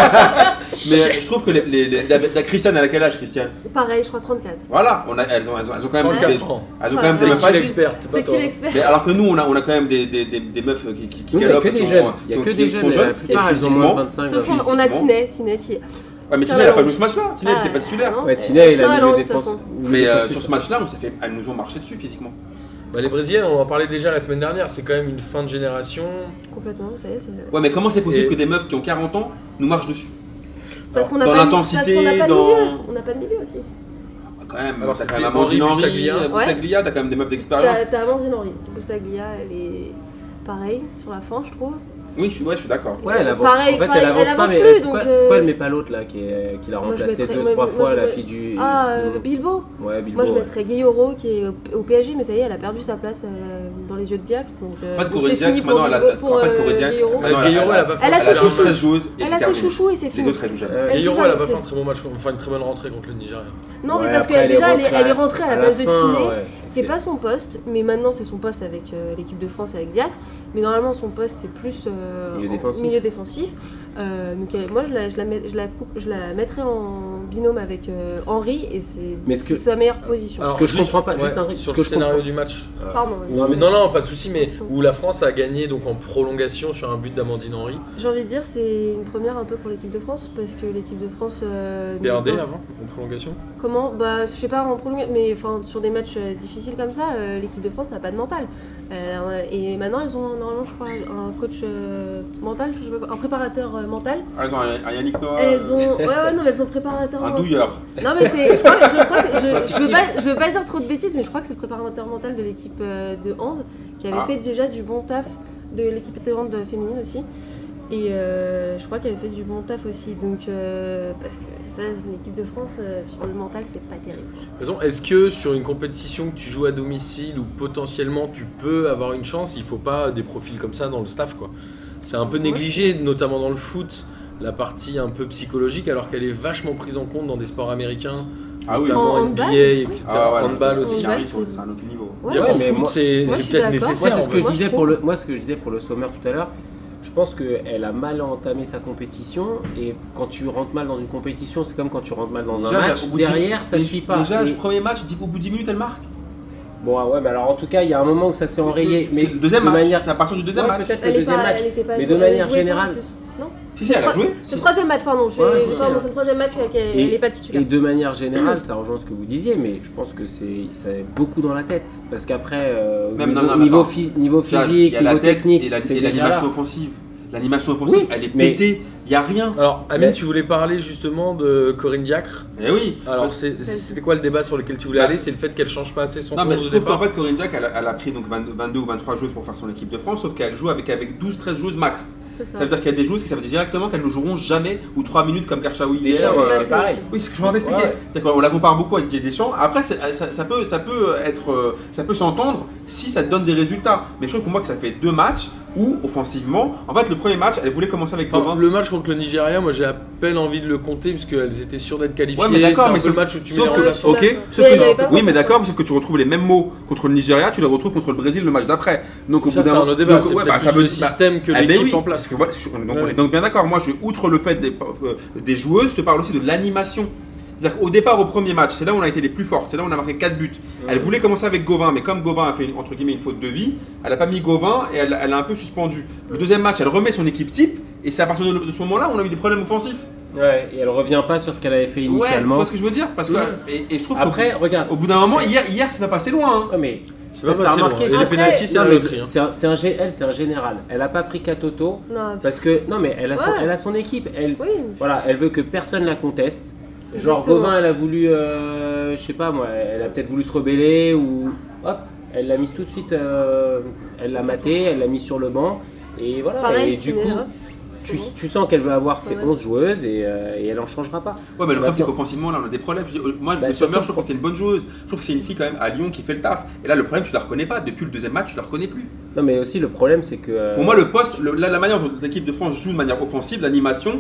Mais je trouve que les, les, les- la, la Christiane, elle a quel âge, Christiane? Pareil, je crois trente-quatre. Voilà, on a, elles, ont, elles, ont, elles ont quand même des, trente-quatre ans. elles ont quand Ah, même c'est des C'est meufs qui âgées. l'experte, c'est pas C'est qui toi. l'expert Mais alors que nous, on a, on a quand même des, des, des, des meufs qui, qui, qui Nous, il n'y a galopent, que qui des ont- jeunes. Il n'y a qui que ont- des qui jeunes. sont La jeunes. plupart, Et elles ont moins de physiquement, vingt-cinq. Sauf ouais. on, on a physiquement. Tinet, Tinet qui. Ouais, mais Sur Tinet, la elle a pas langue. joué ce match-là. Tinet, elle Ah, était pas titulaire. non. Ouais, Tinet, il Sur a la milieu langue, de toute défense. façon. Mais euh, sur ce match-là, on s'est fait, elles nous ont marché dessus physiquement. Bah, les Brésiliens, on en parlait déjà la semaine dernière, c'est quand même une fin de génération. Complètement, ça y est, c'est. Ouais, mais comment c'est possible Et- que des meufs qui ont quarante ans nous marchent dessus? Parce qu'on n'a dans pas, de- l'intensité, parce qu'on n'a pas de dans- milieu. On n'a pas de milieu aussi. Bah, quand même, Alors, t'as c'était quand même Amandine Henri Henry, Boussaglia. euh, Boussaglia, t'as quand même des meufs d'expérience. T'as t'as Amandine Henry. Boussaglia, elle est pareil sur la fin, je trouve. Oui, je suis, ouais, je suis d'accord. Ouais, elle avance. Pareil, en fait, pareil, elle avance elle pas, avance mais plus, pourquoi, donc, euh, pourquoi elle met pas l'autre là qui, est, qui l'a Moi, je remplacé mettrais- deux, moi, trois moi, fois, je la me- fille du. Ah, euh, du- Bilbo. Ouais, Bilbo. Moi, je ouais. mettrais Gueyoro qui est au- au P S G, mais ça y est, elle a perdu sa place euh, dans les yeux de Diacre. Donc, euh, En fait, donc Corée c'est fini Diacre, pour, maintenant, elle a- Bilbo- pour en fait, euh, Corée Diacre, Gueyoro. maintenant, Euh, Gueyoro, elle a pas fait Elle a un ses très bon chouchous. match. treize joueuses et Elle c'est a ses terminé. chouchous et c'est Les fini. autres, elles jouent jamais. Euh, Elle Gueyoro, joue elle a jamais, pas fait c'est- un très bon match, enfin une très bonne rentrée contre le Nigeria. Non, mais Ouais, parce après, que elle est déjà, elle est, rentrée elle est à- rentrée à la à place de fin, Tinet. ouais. C'est pas son poste, mais maintenant c'est son poste avec euh, l'équipe de France et avec Diacre. Mais normalement, son poste c'est plus euh, Milieu en- défensif. milieu défensif. Euh, donc elle- moi, je la, je, la met- je, la coupe, je la mettrais en binôme avec euh, Henry et c'est Mais ce que- c'est sa meilleure position. Ce que je comprends pas, juste un truc, sur ce le que je scénario comprends- du match. Pardon. Non, mais Non, non, pas de souci, mais où la France a gagné donc en prolongation sur un but d'Amandine Henry. J'ai envie de dire c'est une première un peu pour l'équipe de France parce que l'équipe de France. Euh, Perdé dans- avant, en prolongation. Comment Bah, je sais pas en prolongation, mais enfin sur des matchs euh, difficiles comme ça, euh, l'équipe de France n'a pas de mental. Euh, et maintenant, ils ont normalement, je crois, un coach euh, mental, je sais pas quoi, un préparateur euh, mental. Ah, elles ont un, un Yannick Noah, Elles ont, euh, ouais, ouais, non, mais elles ont préparateur un mental. douilleur. Non, mais c'est, je crois, je crois que je, je veux pas, je veux pas dire trop de bêtises, mais je crois que c'est le préparateur mental de l'équipe euh, de hand qui avait Ah. fait déjà du bon taf de l'équipe de hand féminine aussi. Et euh, je crois qu'elle avait fait du bon taf aussi, donc euh, parce que ça, l'équipe de France euh, sur le mental, c'est pas terrible. De toute façon, est-ce que sur une compétition que tu joues à domicile ou potentiellement tu peux avoir une chance, il faut pas des profils comme ça dans le staff quoi. C'est un peu Ouais. négligé, notamment dans le foot, la partie un peu psychologique, alors qu'elle est vachement prise en compte dans des sports américains, Ah oui. notamment En N B A, handball et aussi. cetera. Handball aussi. Carré, Handball, c'est c'est un autre niveau. Ouais, Dire Ouais, qu'en mais foot, moi- c'est moi, je c'est suis peut-être d'accord. nécessaire. Moi, c'est ce que je Moi, je disais trouve. pour le, moi, ce que je disais pour le Sommer tout à l'heure. Je pense qu'elle a mal entamé sa compétition et quand tu rentres mal dans une compétition, c'est comme quand tu rentres mal dans Déjà, un mais match. au bout de Derrière, dix- ça mais suit pas. Déjà, Et- le premier match, dix- au bout de dix minutes, elle marque. Bon, ouais, mais alors en tout cas, il y a un moment où ça s'est enrayé. Mais C'est le deuxième de match. manière, C'est à partir du deuxième Ouais, match. peut-être le Elle, est deuxième pas, match. elle était pas Mais jouée- de elle manière jouait pas en générale. plus. Non, Si, si, elle a joué. c'est le troisième match, pardon. Je Ouais, suis- si, pardon, si. c'est le troisième match qu'elle Et- n'est pas titulaire. Et de manière générale, ça rejoint ce que vous disiez, mais je pense que c'est c'est beaucoup dans la tête. Parce qu'après, euh, Même, niveau, non, non, mais niveau, attends. phys- niveau Déjà, physique, il y a la niveau tête technique, et la- c'est et déjà l'animation là. offensive. L'animation offensive, Oui, elle est mais- pétée. Il n'y a rien. Alors, Amine, Mais- tu voulais parler justement de Corinne Diacre. Eh oui. Alors, c'est- c'est- c'était quoi le débat sur lequel tu voulais Bah, aller? C'est le fait qu'elle change pas assez son Non, mais onze je au trouve qu'en départ. fait, Corinne Diacre, elle, a- elle a pris donc vingt- vingt-deux ou vingt-trois joueuses pour faire son équipe de France, sauf qu'elle joue avec, avec douze treize joueuses max. C'est ça. Ça veut dire qu'il y a des joueuses qui savent directement qu'elles ne joueront jamais ou trois minutes comme Karchaoui Déjà, hier. ouais, euh, Bah, c'est c'est- pareil. c'est- Oui, c'est ce que je viens d'expliquer. Ouais, ouais. C'est-à-dire qu'on la compare beaucoup avec Didier Deschamps. Après, c'est- ça, ça peut, ça peut être, euh, ça peut s'entendre si ça te donne des résultats. Mais je trouve pour moi que ça fait deux matchs où, offensivement, en fait, le premier match, elle voulait commencer avec Enfin, Gauvin. le match contre le Nigeria, moi j'ai à peine envie de le compter puisqu'elles étaient sûres d'être qualifiées. Ouais, mais d'accord, c'est un mais peu le sauf- match où tu mets sauf les que, Ouais, relations. ok, Mais sauf il y que- avait pas oui, mais beaucoup d'accord, de mais sauf que tu retrouves les mêmes mots contre le Nigeria, tu les retrouves contre le Brésil le match d'après. Donc au Ça, bout c'est d'un un autre débat, donc, c'est ouais, peut-être bah, ça plus veut le bah, système que eh ben l'équipe oui, en place. parce que voilà, je- donc, Ouais. on est donc bien d'accord. Moi, je, outre le fait des, euh, des joueuses, je te parle aussi de l'animation. C'est-à-dire qu'au départ, au premier match, c'est là où on a été les plus fortes, c'est là où on a marqué quatre buts. Elle voulait commencer avec Gauvin, mais comme Gauvin a fait entre guillemets une faute de vie, elle n'a pas mis Gauvin et elle, elle a un peu suspendu. Le deuxième match, elle remet son équipe type, et c'est à partir de, de ce moment-là où on a eu des problèmes offensifs. Ouais, et elle revient pas sur ce qu'elle avait fait Ouais, tu initialement. vois ce que je veux dire Parce que, Ouais. et, et je trouve Après, qu'au regarde. au bout d'un moment, hier, hier c'est pas passé loin. Hein. Ouais, mais C'est pas t'as passé remarqué, loin. Et c'est- les Après- pénaltys, c'est non, la mais loterie. hein. c'est un, c'est un gé- elle, c'est un général. Elle a pas pris Katoto Non, parce que non, mais elle a son, Ouais. elle a son équipe. Elle, oui. voilà, elle veut que personne la conteste. Genre Exactement. Gauvin, elle a voulu, euh, je sais pas moi, elle a peut-être voulu se rebeller ou hop, elle l'a mise tout de suite, euh, elle l'a maté, elle l'a mise sur le banc et voilà. Pareil, et du Tinet, coup, hein. tu, C'est bon. tu sens qu'elle veut avoir ses Ouais. onze joueuses et, euh, et elle en changera pas. Ouais, mais le problème, c'est Maintenant- qu'offensivement, là, on a des problèmes. Je dis, euh, moi, Bah, le Sommer, surtout je trouve que c'est une bonne joueuse. Je trouve que c'est une fille, quand même, à Lyon qui fait le taf. Et là, le problème, tu la reconnais pas. Depuis le deuxième match, tu la reconnais plus. Non, mais aussi le problème c'est que. euh, Pour moi, le poste, le- la, la manière dont les équipes de France jouent de manière offensive, l'animation,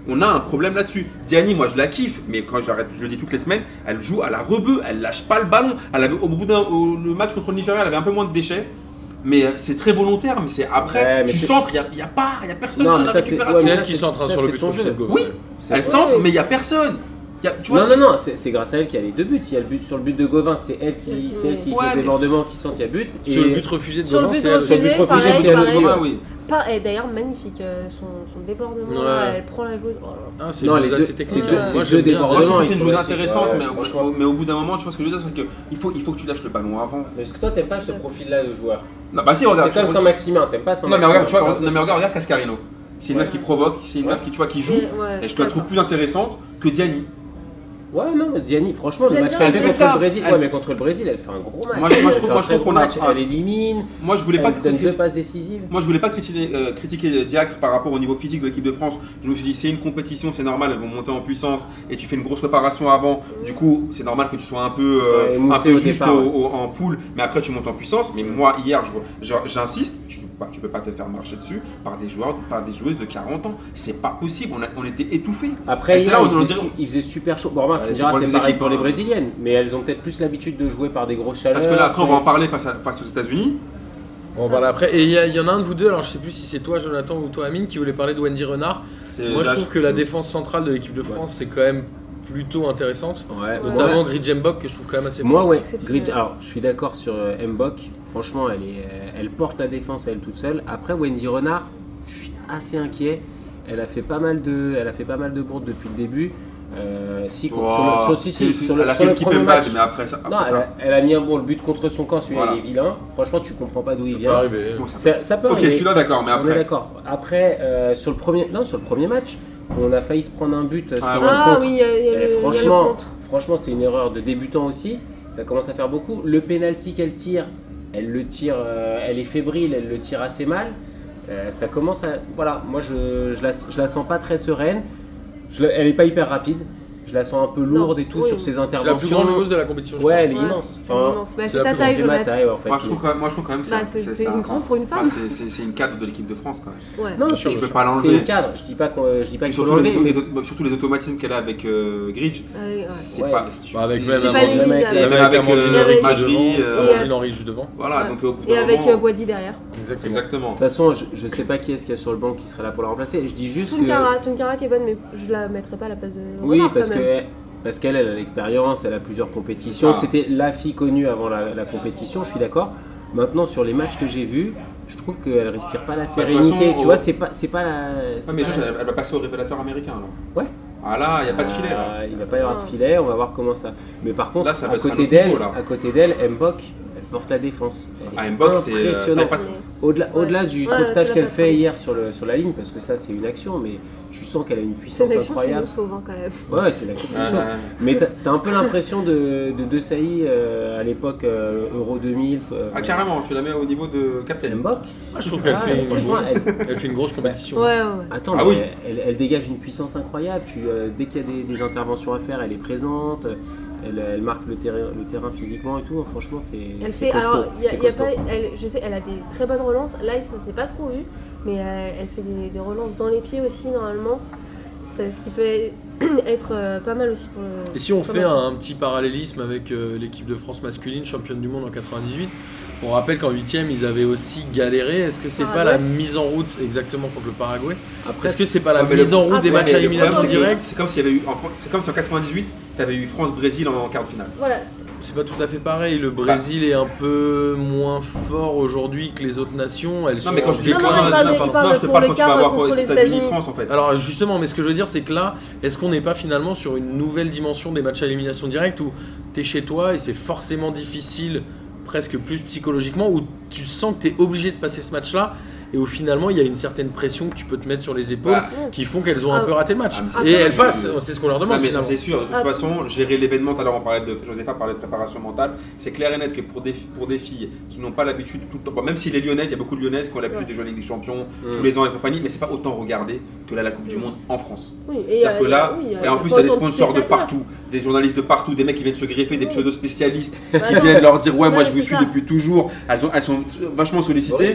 on a un problème là-dessus. Diani, moi je la kiffe, mais quand j'arrête, je le dis toutes les semaines, elle joue à la rebeu, elle lâche pas le ballon. Elle avait, au bout d'un au, le match contre le Nigeria, elle avait un peu moins de déchets. Mais c'est très volontaire, mais c'est après, Ouais, mais tu c'est- centres, il n'y a, y a pas, il y a personne Non, dans mais la ça, c'est- récupération. ouais, C'est mais elle ça, qui c'est- centre ça, sur le c'est but son contre jeu. cette goal. Oui, C'est elle son- centre, ouais. mais il n'y a personne. Y a, tu vois, Non, non, non, c'est c'est grâce à elle qu'il y a les deux buts. Il y a le but sur le but de Gauvin, c'est elle C'est qui, qui- c'est elle qui Ouais, fait le mais- débordement qui centre, il y a but. Sur le Et- but refusé de Sur le Gauvin, but c'est elle. Sur le but refusé, refusé, pareil, c'est elle pareil. aussi, ouais. oui. Pas, et d'ailleurs, magnifique euh, son, son débordement. Ouais. là, elle prend la joueuse. Oh là là. Ah, c'est Non, une les chose deux- assez c'est technique. deux- Moi, c'est j'aime deux bien. débordements. Moi, je trouve que ils c'est une sont joueuse magnifiques. intéressante, Ouais, mais, franchement. au- mais au bout d'un moment, tu vois ce que je veux dire, c'est qu'il faut, il faut que tu lâches le ballon avant. Mais est-ce que toi, t'aimes pas ce profil-là de joueur? Non, bah si, regarde. C'est comme tu- Saint-Maximin, t'aimes pas Non, mais Saint-Maximin? regarde, tu vois, c'est un peu- non, mais regarde, regarde Cascarino. C'est une Ouais. meuf qui provoque, c'est une Ouais. meuf qui, tu vois, qui joue. Et, ouais, Et je te la trouve d'accord. plus intéressante que Diani. Ouais, non, mais Diani, franchement, le J'aime match bien, qu'elle elle fait fait contre ça. le Brésil, Elle- ouais, mais contre le Brésil, elle fait un gros match. Moi, je- moi, je Elle trouve- fait moi, un je très trouve gros qu'on a- match, elle élimine, Moi, je voulais pas elle donne critiquer- deux passes décisives. Moi, je voulais pas critiquer, euh, critiquer Diacre par rapport au niveau physique de l'équipe de France. Je me suis dit, c'est une compétition, c'est normal, elles vont monter en puissance et tu fais une grosse préparation avant. Du coup, c'est normal que tu sois un peu, euh, Ouais, un émoussé peu au juste départ, au- ouais. au- en poule, mais après tu montes en puissance. Mais moi, hier, je- je- j'insiste, tu, tu peux pas te faire marcher dessus par des joueurs, par des joueuses de quarante ans. C'est pas possible, on, a- on était étouffés. Après, Et c'est hier, là où il, on faisait, dirait- su- il faisait super chaud. Bon, remarque, Ouais, tu me c'est diras, pour c'est les pareil équipes, pour les hein. Brésiliennes, mais elles ont peut-être plus l'habitude de jouer par des grosses chaleurs. Parce que là, après, on va tu en parler face, à- face aux États-Unis. On va parler après. Et il y, a- il y en a un de vous deux, alors je sais plus si c'est toi Jonathan ou toi Amine, qui voulait parler de Wendy Renard. C'est- Moi je là, trouve que c'est- la défense centrale de l'équipe de France c'est quand même plutôt intéressante. Ouais, Notamment ouais. Gridjembok que je trouve quand même assez Moi, fort. ouais, Exceptionnel. Gridge- alors je suis d'accord sur euh, Mbok. Franchement, elle, est, euh, elle porte la défense à elle toute seule. Après, Wendy Renard, je suis assez inquiet. Elle a fait pas mal de, elle a fait pas mal de bourdes depuis le début. Euh, si, Wow. sur le, sur, si, si, C'est- sur le, elle a sur fait le le keep premier and match. badge, mais après ça. après Non, elle ça- a, elle a mis un bon le but contre son camp. Celui-là, Voilà. il est vilain. Franchement, tu comprends pas d'où il Ça peut vient. arriver. Bon, ça- Ça, ça peut Ok, arriver. celui-là, ça- d'accord, mais on après- est d'accord. Après, euh, sur le premier, non, sur le premier match, on a failli se prendre un but euh, Ah sur ouais. un Ah contre. oui, il y a, il y a Eh, le, il y a le franchement, contre. franchement, c'est une erreur de débutant aussi. Ça commence à faire beaucoup. Le penalty qu'elle tire, elle le tire, euh, elle est fébrile, elle le tire assez mal. Euh, ça commence à, voilà, moi je, je la, je la sens pas très sereine. Je la- elle est pas hyper rapide. Je la sens un peu lourde et tout oui. sur ses C'est la plus interventions. grande joueuse de la compétition. je Ouais, crois. elle est Ouais, immense. elle est immense. Bah, elle c'est fait la ta plus taille, elle fait ma Jonathan. taille, en fait. Moi, je trouve, quand- moi, je trouve quand même Bah, ça- c'est- c'est ça- une grande pour une femme. Enfin, c'est- c'est c'est une cadre de l'équipe de France quand même. Ouais. Non, Bien c'est- sûr, Je bien peux pas c'est l'enlever. une cadre. Je dis pas qu'on, je dis pas Et qu'il faut surtout, les, l'enlever. auto- mais- les auto- surtout les automatismes qu'elle a avec euh, Gridge. Ah oui, ouais. C'est Ouais. pas. Bah, avec c'est- même C'est pas Amandine- négligeable. même Même avec avec, Amandine euh, Henry qui est Majri, devant, euh, Amandine Et, Henry juste devant. Voilà, Ouais. donc au bout Et d'un avec moment- euh, Boadi derrière. Exactement. Exactement. De toute façon, je, je sais pas qui est-ce qu'il y a sur le banc qui serait là pour la remplacer. Je dis juste que. Tunkara, Tunkara qui est bonne, mais je la mettrais pas à la place de Oui, Renard, parce quand même. que parce qu'elle elle a l'expérience, elle a plusieurs compétitions. Ah. C'était la fille connue avant la, la compétition, je suis d'accord. Maintenant, sur les matchs que j'ai vus, je trouve qu'elle respire pas la toute sérénité. façon, tu au- vois, c'est pas, c'est pas la. c'est Ouais, mais pas déjà, la- elle, elle va passer au révélateur américain là. Ouais. Ah là, il n'y a pas de filet là. Euh, il va pas y avoir de Non. filet, on va voir comment ça. Mais par contre, Là, ça va à être un côté autre d'elle, niveau, là. à côté d'elle, Mbok, elle porte la défense. Elle Ah, est Mbok, c'est, euh, impressionnante. t'as pas- Au-delà, Ouais. au-delà du Ouais, c'est sauvetage la qu'elle plateforme. fait hier sur, le, sur la ligne, parce que ça c'est une action, mais tu sens qu'elle a une C'est puissance une action qui incroyable. nous sauve hein, quand même. Ouais, c'est la question. Ouais, ouais. Mais t'as, t'as un peu l'impression de, de De Sailly euh, à l'époque euh, Euro deux mille. euh, Ah, carrément, tu la mets au niveau de Captain. Mbok. Moi je trouve qu'elle Ah, fait, une franchement, grosse- elle- elle fait une grosse compétition. Ouais, ouais, ouais. Attends, Ah mais oui. elle, elle dégage une puissance incroyable. Tu, euh, dès qu'il y a des, des interventions à faire, elle est présente. Elle, elle marque le terrain, le terrain physiquement et tout. Franchement, c'est, Elle c'est fait, costaud. alors, il y a, c'est il y a costaud. pas, elle, je sais, elle a des très bonnes relances. Là, ça s'est pas trop vu, mais euh, elle fait des, des relances dans les pieds aussi normalement. C'est ce qui peut être euh, pas mal aussi pour le. Et si on pas fait mal. un, un petit parallélisme avec euh, l'équipe de France masculine, championne du monde en quatre-vingt-dix-huit, on rappelle qu'en huitième ils avaient aussi galéré. Est-ce que c'est pas Paraguay. la mise en route exactement contre le Paraguay? Après, Est-ce que c'est pas la Ouais, mais mise le- en route Après, des matchs Mais à le élimination problème, c'est que directe? C'est comme s'il y avait eu en France, c'est comme si en quatre-vingt-dix-huit, tu avais eu France-Brésil en quart de finale. Voilà. c'est- C'est pas tout à fait pareil. Le Brésil est un peu moins fort aujourd'hui que les autres nations. Elles sont Non, mais quand en je dis Non, non, déclin. mais il parle de- Là, il pardon. parle Non, je te pour parle le quand tu vas quart avoir contre les États-Unis, États-Unis. France en fait. Alors justement, mais ce que je veux dire, c'est que là, est-ce qu'on n'est pas finalement sur une nouvelle dimension des matchs à élimination directe où t'es chez toi et c'est forcément difficile, presque plus psychologiquement, où tu sens que t'es obligé de passer ce match-là et où finalement il y a une certaine pression que tu peux te mettre sur les épaules Bah, qui font qu'elles ont un Ah. peu raté le match. Ah, mais et c'est elles ça, passent, je- c'est ce qu'on leur Non, demande mais finalement. c'est sûr, de toute Ah. façon, gérer l'événement, tout à l'heure on parlait de, Josépha parlait de préparation mentale, c'est clair et net que pour des, pour des filles qui n'ont pas l'habitude tout le temps, bon, même si les Lyonnaises, il y a beaucoup de Lyonnaises qui ont l'habitude Ouais. de jouer en Ligue des Champions Mm. tous les ans et compagnie, mais c'est pas autant regardé que là la Coupe du Monde en France. Oui, et C'est-à-dire euh, que il y a- là, oui, il y a- et en il y a plus pas t'as des autant sponsors de spectateurs. partout, des journalistes de partout, des mecs qui viennent se greffer, des Oui. pseudo-spécialistes qui Attends. viennent leur dire ouais moi Ouais, je vous c'est suis ça. depuis toujours, elles, ont, elles sont vachement sollicitées. Boris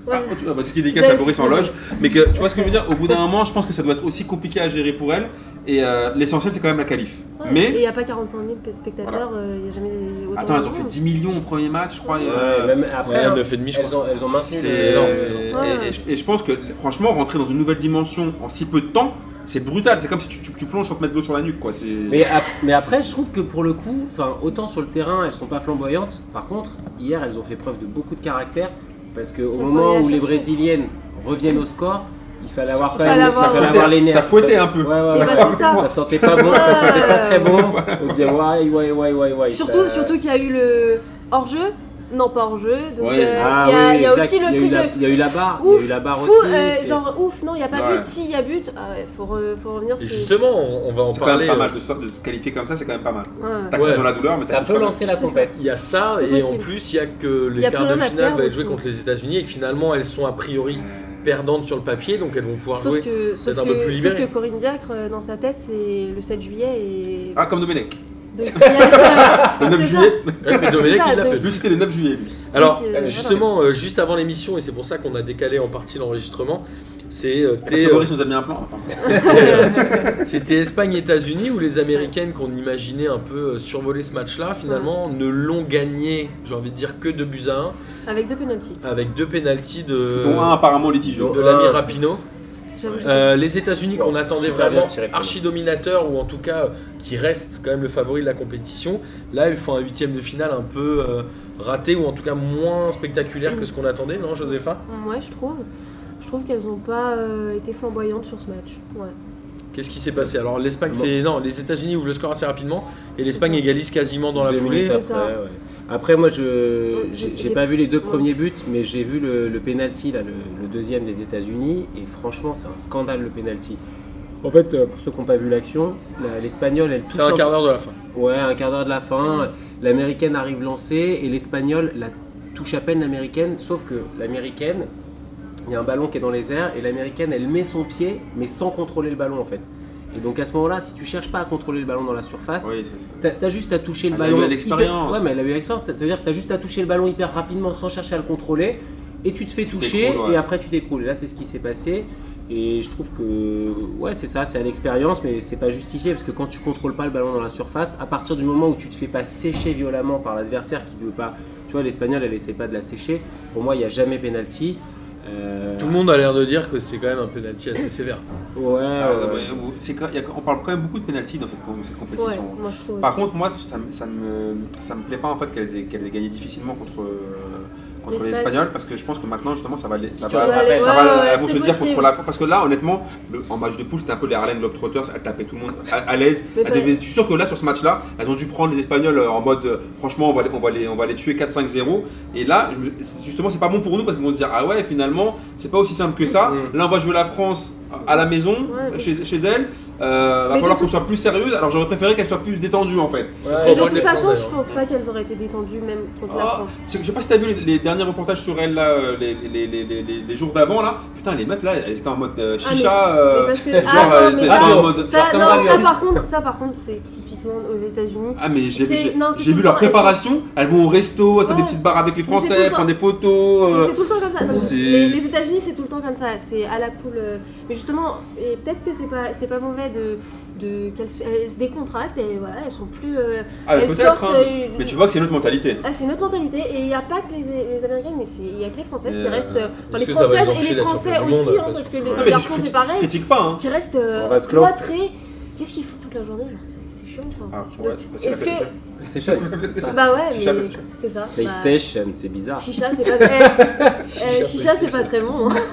Ah, tu- ah, bah, c'est qui dédicace à Boris en loge. Mais que tu vois ce que je veux dire, au bout d'un moment, je pense que ça doit être aussi compliqué à gérer pour elle. Et euh, l'essentiel, c'est quand même la qualif. Ouais. Mais. Et il n'y a pas quarante-cinq mille spectateurs, il Voilà. n'y a jamais autant. Attends, elles ont de fait monde. dix millions au premier match, je crois. Ouais, euh, même après, Ouais, hein, neuf virgule cinq, je elles, crois. ont, elles ont maintenu C'est le- énorme. Ouais. Et, et je, et je pense que franchement, rentrer dans une nouvelle dimension en si peu de temps, c'est brutal. C'est comme si tu, tu, tu plonges sans te mettre de l'eau sur la nuque, quoi. C'est... Mais, ap- mais après, je trouve que pour le coup, enfin, autant sur le terrain, elles sont pas flamboyantes. Par contre, hier, elles ont fait preuve de beaucoup de caractère parce qu'au Elles sont moment allées la où les chercher. Brésiliennes reviennent au score, il fallait avoir Ça- quand ça même, fallait il fallait avoir- avoir les nerfs. Ça fouettait un peu. Ouais, ouais, Et ouais. bah, c'est ça. Ça sentait pas bon, ça sentait pas très bon. On se disait ouais, ouais, ouais, ouais, ouais. Surtout, ça- surtout qu'il y a eu le hors-jeu. Non, pas hors-jeu. Donc, Ouais. euh, Ah il y a, oui, il y a exact. aussi le Il y a eu truc la- de. Il y a eu la barre, il y a Ouf, eu la barre fou, aussi. euh, c'est- genre ouf, non, il n'y a pas Ouais. but, si, il y a but. Ah ouais, faut, re- faut revenir. Et c'est- justement, on, on va en C'est quand même parler. pas mal euh, de, so- de se qualifier comme ça, c'est quand même pas mal. Ouais. T'as Ouais. dans la douleur, mais Ça t'as peut quand même- lancer la C'est ça. compète. Il y a ça, C'est et en possible. plus, il y a que Il les y a quarts plus de rien à finale perdre va être joué aussi. contre les États-Unis et que finalement elles sont a priori perdantes sur le papier, donc elles vont pouvoir Sauf jouer. que, sauf, un peu plus que, sauf libéré. que Corinne Diacre, euh, dans sa tête, c'est le sept juillet et. Ah, comme Domenech. Donc, il y a- Le neuf c'est ça. juillet. Ouais, mais Domenech, ça, il l'a donc- fait. Lui, c'était le neuf juillet, lui. Alors, Donc, euh, voilà. justement, euh, juste avant l'émission, et c'est pour ça qu'on a décalé en partie l'enregistrement, c'est euh, Parce t'es, que euh, Boris nous a mis un plan. Enfin, c'était, euh, c'était Espagne-États-Unis où les Américaines qu'on imaginait un peu euh, survoler ce match-là, finalement, ne l'ont gagné, j'ai envie de dire, que deux buts à un, Avec deux pénaltys. avec deux pénaltys de, dont un apparemment litigieux. de l'ami Rapinoe. J'avoue, j'ai- Euh, les États-Unis qu'on Bon, attendait super bien vraiment tiré, quand archi-dominateurs ou en tout cas euh, qui restent quand même le favori de la compétition, là ils font un huitième de finale un peu euh, raté ou en tout cas moins spectaculaire que ce qu'on attendait, non Josépha? Ouais, je trouve. Je trouve qu'elles n'ont pas euh, été flamboyantes sur ce match. Ouais. Qu'est-ce qui s'est passé? Alors l'Espagne, Bon. c'est non, les États-Unis ouvrent le score assez rapidement et l'Espagne ça. égalise quasiment dans la Deux foulée. minutes C'est après, ça. ouais. Après, moi, je j'ai J'ai- j'ai pas vu les deux ouais. premiers buts, mais j'ai vu le, le penalty, là, le, le deuxième des États-Unis, et franchement, c'est un scandale le penalty. En fait, euh, pour ceux qui n'ont pas vu l'action, la- l'Espagnole, elle touche C'est un en- quart d'heure de la fin. Ouais, un quart d'heure de la fin. L'américaine arrive lancée et l'espagnole la touche à peine l'américaine, sauf que l'américaine, il y a un ballon qui est dans les airs et l'américaine, elle met son pied, mais sans contrôler le ballon en fait. Et donc à ce moment-là, si tu cherches pas à contrôler le ballon dans la surface, Oui, c'est- t'as as juste à toucher le Elle a ballon. eu l'expérience. hyper- Ouais, mais elle a eu l'expérience. Ça veut dire que t'as juste à toucher le ballon hyper rapidement sans chercher à le contrôler et tu te fais toucher t'écroules, ouais. et après tu t'écroules. Et là, c'est ce qui s'est passé. Et je trouve que ouais, c'est ça, c'est à l'expérience, mais c'est pas justifié parce que quand tu contrôles pas le ballon dans la surface, à partir du moment où tu te fais pas sécher violemment par l'adversaire qui veut pas, tu vois, l'espagnol elle essaie pas de la sécher. Pour moi, il y a jamais penalty. Euh, Tout le monde a l'air de dire que c'est quand même un penalty assez sévère. Ouais. Ah, euh, ouais, vous- c'est quand- il y a- on parle quand même beaucoup de pénalty dans cette, com- cette Ouais, compétition. moi je trouve. Par aussi. contre, moi, ça, me- ça me, ça me plaît pas en fait qu'elles aient, qu'elles aient gagné difficilement contre, euh, contre les L'Espagne. Espagnols parce que je pense que maintenant, justement, ça va, les- ça Tu va, vas ça aller- va- ouais, ouais, elles vont c'est se dire possible. contre la France. Parce que là, honnêtement, le- en match de poule, c'était un peu les Harlem Globetrotters, elles tapaient tout le monde à, à l'aise. Mais Elles pas- devaient- Je suis sûr que là, sur ce match-là, elles ont dû prendre les Espagnols euh, en mode euh, franchement, on va, les, on, va les, on va les tuer quatre cinq zéro. Et là, je me- justement, c'est pas bon pour nous parce qu'ils vont se dire ah ouais, finalement, c'est pas aussi simple que ça. Mm. Là, on va jouer la France à la maison, Ouais. chez, chez elle. Euh, va Mais falloir de qu'on toute- soit plus sérieuse. Alors, j'aurais préféré qu'elle soit plus détendue en fait. Ce sera Mais au de moins toute les façon, Français, je hein. pense pas qu'elles auraient été détendues même contre la Ah, France. c'est que je sais pas si t'as vu les, les derniers reportages sur elle là, euh, les, les, les, les, les- les jours d'avant là. Putain, les meufs là, elles étaient en mode euh, Ah, mais- chicha. euh, mais parce que- genre, ah, non, elles mais étaient ça- en mode. Ça, comme non, Ravioli. ça par contre, ça par contre, c'est typiquement aux États-Unis. Ah, mais j'ai vu, c'est- j'ai- non, c'est j'ai tout vu le leur temps, elles préparation. Elles vont au resto, elles font Ouais. des petites barres avec les Mais c'est tout Français, le temps. prendre des photos. Mais euh, c'est tout le temps comme ça. Non, mais c'est- les, les États-Unis, c'est tout le temps comme ça. C'est à la cool. euh, Mais justement, et peut-être que c'est pas, c'est pas mauvais de, de qu'elles se- elles se décontractent et voilà, elles sont plus. euh, Ah, elles peut-être, sortent. hein. euh, Mais tu vois que c'est une autre mentalité. Ah, c'est une autre mentalité et il n'y a pas que les, les Américaines, mais c'est- il y a que les Françaises Mais, qui euh, restent. Enfin, est-ce les que ça va les Françaises et empêcher les d'être Français champions du aussi, monde, hein, parce parce que que- les, Ah, les mais garçons je c'est pareil. critique pas. Hein. Qui restent euh, On va se clore. cloîtrés. Qu'est-ce qu'ils font toute la journée genre, c'est, c'est chiant. Enfin. Ah, Donc, ouais, c'est la est-ce que. PlayStation. PlayStation, c'est ça. Bah ouais, Chicha, mais PlayStation. c'est ça. Bah, PlayStation, c'est bizarre. Chicha, c'est pas. Eh, eh, Chicha, chicha, c'est pas très bon. hein.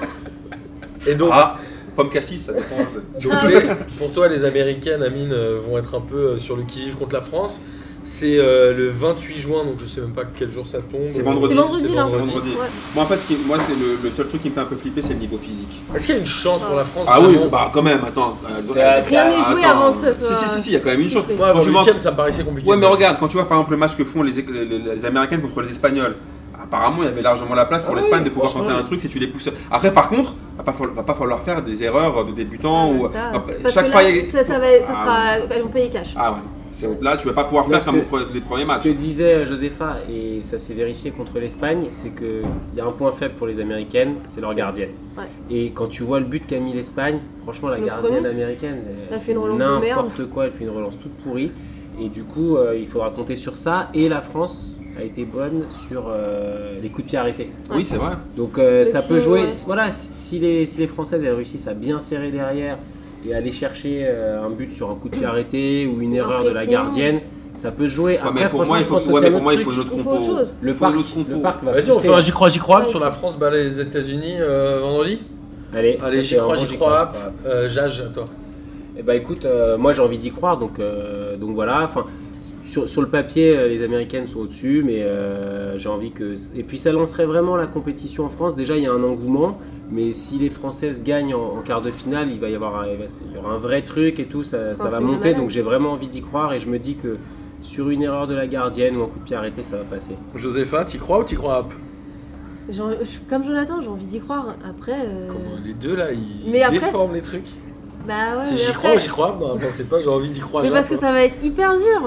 Et donc, Ah, pomme cassis, ça dépend. c'est- donc, les- pour toi, les Américaines, Amine, euh, vont être un peu euh, sur le qui-vive contre la France. C'est euh, le vingt-huit juin, donc je sais même pas quel jour ça tombe. C'est vendredi. C'est vendredi C'est là. vendredi. vendredi. Ouais. Moi, en fait, ce qui, moi, c'est le, le seul truc qui me fait un peu flipper, c'est le niveau physique. Est-ce qu'il y a une chance pour la France Ah oui, vraiment bah quand même, attends. euh, T'as- Rien n'est joué attends. avant que ça soit. Si, si, si, si, il y a quand même une chance. Ouais, Moi, avant Quand tu le vois- huitième, ça me paraissait compliqué. Ouais, mais regarde, quand tu vois par exemple le match que font les, les, les- les Américaines contre les Espagnols, apparemment il y avait largement la place pour Ah l'Espagne oui, de pouvoir franchement. tenter un truc si tu les pousses. Après, par contre, va pas, falloir, va pas falloir faire des erreurs de débutants ou. Ça, hop, parce chaque que fois, là, il y a- ça, ça va, ça Ah, sera, elles vont payer cash. Ah ouais. C'est- Là, tu vas pas pouvoir Moi, faire ce comme que- les premiers Ce matchs. que disait Josepha, et ça s'est vérifié contre l'Espagne, c'est qu'il y a un point faible pour les Américaines, c'est leur gardienne. Ouais. Et quand tu vois le but qu'a mis l'Espagne, franchement, la Le gardienne premier, américaine, elle, elle fait une relance de merde. n'importe quoi, elle fait une relance toute pourrie. Et du coup, euh, il faudra compter sur ça. Et la France a été bonne sur euh, les coups de pied arrêtés. Oui, c'est vrai. Donc euh, Le ça tir, peut jouer. ouais. Voilà, si, si les, si les Françaises elles réussissent à bien serrer derrière et aller chercher euh, un but sur un coup de pied arrêté ou une Un erreur de la pressing. gardienne, ça peut se jouer. Ouais, Après, mais pour franchement, moi, il je faut, pense que ouais, c'est mais un pour moi, autre il faut truc. une autre Il faut compo. autre chose. Le Il faut parc, une autre compo. le parc va Vas-y, on pousser. fait un j'y crois, j'y crois Ouais, sur il la faut- France bat les États-Unis euh, vendredi. Allez, Allez, ça, j'y c'est crois, vraiment j'y crois. j'y crois. Euh, Jage, à toi. Eh bah écoute, euh, moi j'ai envie d'y croire, donc, euh, donc voilà. Enfin, sur, sur le papier, euh, les Américaines sont au-dessus, mais euh, j'ai envie que. Et puis ça lancerait vraiment la compétition en France. Déjà, il y a un engouement, mais si les Françaises gagnent en, en quart de finale, il va y avoir un, il va- il y aura un vrai truc et tout, ça, C'est ça un va truc de monter. malade. Donc j'ai vraiment envie d'y croire et je me dis que sur une erreur de la gardienne ou un coup de pied arrêté, ça va passer. Josepha, t'y crois ou t'y crois pas? Genre, je- comme Jonathan, j'ai envie d'y croire. Après. euh, Comment les deux là, ils Mais après, déforment les trucs. Bah ouais, Si mais j'y après- crois ou j'y crois pas, non, c'est pas j'ai envie d'y croire. Mais genre, parce que quoi. ça va être hyper dur,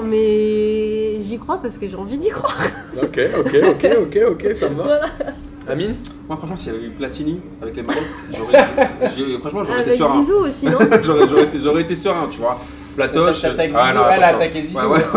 mais j'y crois parce que j'ai envie d'y croire. Ok, ok, ok, ok, ok, ça me va. Voilà. Amine? Moi, franchement, s'il y avait eu Platini avec les mallettes, j'aurais- j'ai- franchement, j'aurais été Avec serein. Zizou aussi, non J'aurais j'aurais été, j'aurais été serein, tu vois. Platoche. T'attaques ah, Zizou, non, elle a attention. attaqué Zizou. Ouais, ouais,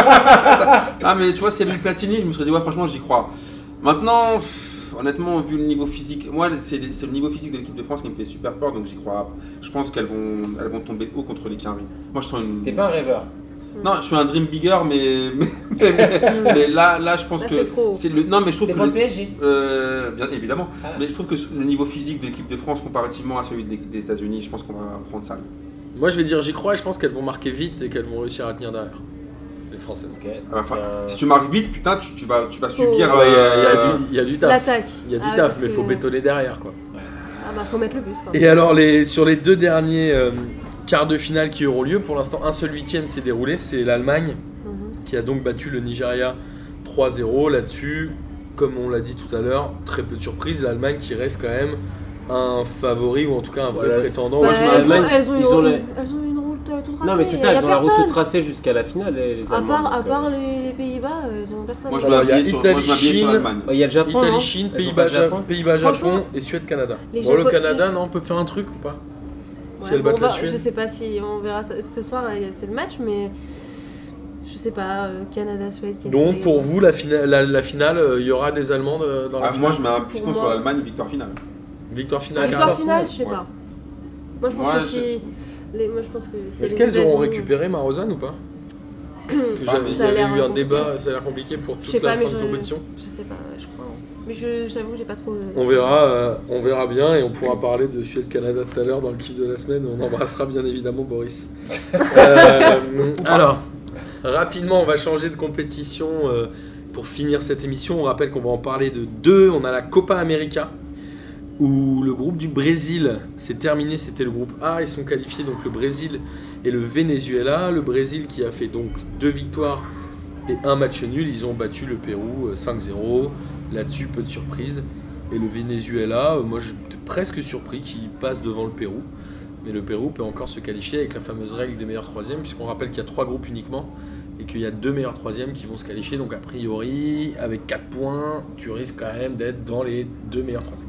voilà. Ah, mais tu vois, s'il y avait eu Platini, je me serais dit, ouais, franchement, j'y crois. Maintenant, pff, honnêtement, vu le niveau physique, moi, c'est c'est le niveau physique de l'équipe de France qui me fait super peur, donc j'y crois. Je pense qu'elles vont, elles vont tomber haut contre les Quinry. Moi, je sens une. T'es pas un rêveur. Non, je suis un dream bigger, mais, mais, mais- mais là, là, je pense Là, que c'est trop. c'est le. Non, mais je trouve T'es que pour le le- P S G. euh, bien évidemment. Ah. Mais je trouve que le niveau physique de l'équipe de France comparativement à celui des, des États-Unis, je pense qu'on va prendre ça. Moi je vais dire j'y crois et je pense qu'elles vont marquer vite et qu'elles vont réussir à tenir derrière. Les Françaises. Ok. Ah, enfin, Euh, Si tu marques vite, putain, tu, tu vas, tu vas Faut- subir. Ah ouais, il y a- euh, il y, a du- il y a du taf. L'attaque. Il y a du Ah, taf, parce mais il faut que- bétonner derrière quoi. Ah bah faut mettre le bus quoi. Et alors les, sur les deux derniers euh, quarts de finale qui auront lieu, pour l'instant un seul huitième s'est déroulé, c'est l'Allemagne Mhm. qui a donc battu le Nigeria trois zéro. Là-dessus, comme on l'a dit tout à l'heure, très peu de surprises, l'Allemagne qui reste quand même un favori ou en tout cas un vrai Voilà. prétendant. Bah, au je titre. me elles, ont, Allemagne, elles, ont une, ils ont route- le- elles ont une route euh, toute tracée. Non, mais c'est y ça, a elles ont la route personne. toute tracée jusqu'à la finale, les, les À Allemands. part, à donc, part euh, les, les Pays-Bas, euh, ils ont personne. Moi, je Alors, vais il y a m'habiller sur, moi, je Italie, m'habille sur Chine. l'Allemagne. Il y a le Japon. non Italie, Chine, Elles ont Pays-Bas, pas le Japon. Ja- Pays-Bas, Franchement, Japon et Suède, Canada. les Bon, le Japo- Canada, non, on peut faire un truc ou pas Ouais, Si elles bon, battent on la va- Suède. je sais pas si on verra ça- ce soir, là, c'est le match, mais je sais pas, euh, Canada-Suède. qu'est-ce Donc que- pour vous, la, fina- la, la finale, euh, il y aura des Allemands de- dans la Ah, finale. moi, je mets un piston Pour sur moi- l'Allemagne, victoire finale. Victoire finale. Victoire Canada. finale, je sais Ouais. pas. Moi je pense Ouais, que je- si. Les, moi je pense que c'est Est-ce les qu'elles auront États-Unis. récupéré Marozan ou pas Parce que Ça j'avais, il y a avait l'air eu un compliqué. débat, ça a l'air compliqué pour Je toute sais la pas, mais fin de je- compétition. Je sais pas, je crois. Mais je, j'avoue, j'ai pas trop. On verra, euh, on verra bien et on pourra parler de Suède-Canada tout à l'heure dans le kiff de la semaine. On embrassera bien évidemment Boris. Euh, alors, rapidement, on va changer de compétition euh, pour finir cette émission. On rappelle qu'on va en parler de deux. On a la Copa América où le groupe du Brésil s'est terminé. C'était le groupe A. Ils sont qualifiés donc le Brésil et le Venezuela. Le Brésil qui a fait donc deux victoires et un match nul. Ils ont battu le Pérou euh, cinq zéro. Là-dessus, peu de surprise. Et le Venezuela, euh, moi j'étais presque surpris qu'il passe devant le Pérou. Mais le Pérou peut encore se qualifier avec la fameuse règle des meilleurs troisièmes, puisqu'on rappelle qu'il y a trois groupes uniquement et qu'il y a deux meilleurs troisièmes qui vont se qualifier. Donc a priori, avec quatre points, tu risques quand même d'être dans les deux meilleurs troisièmes.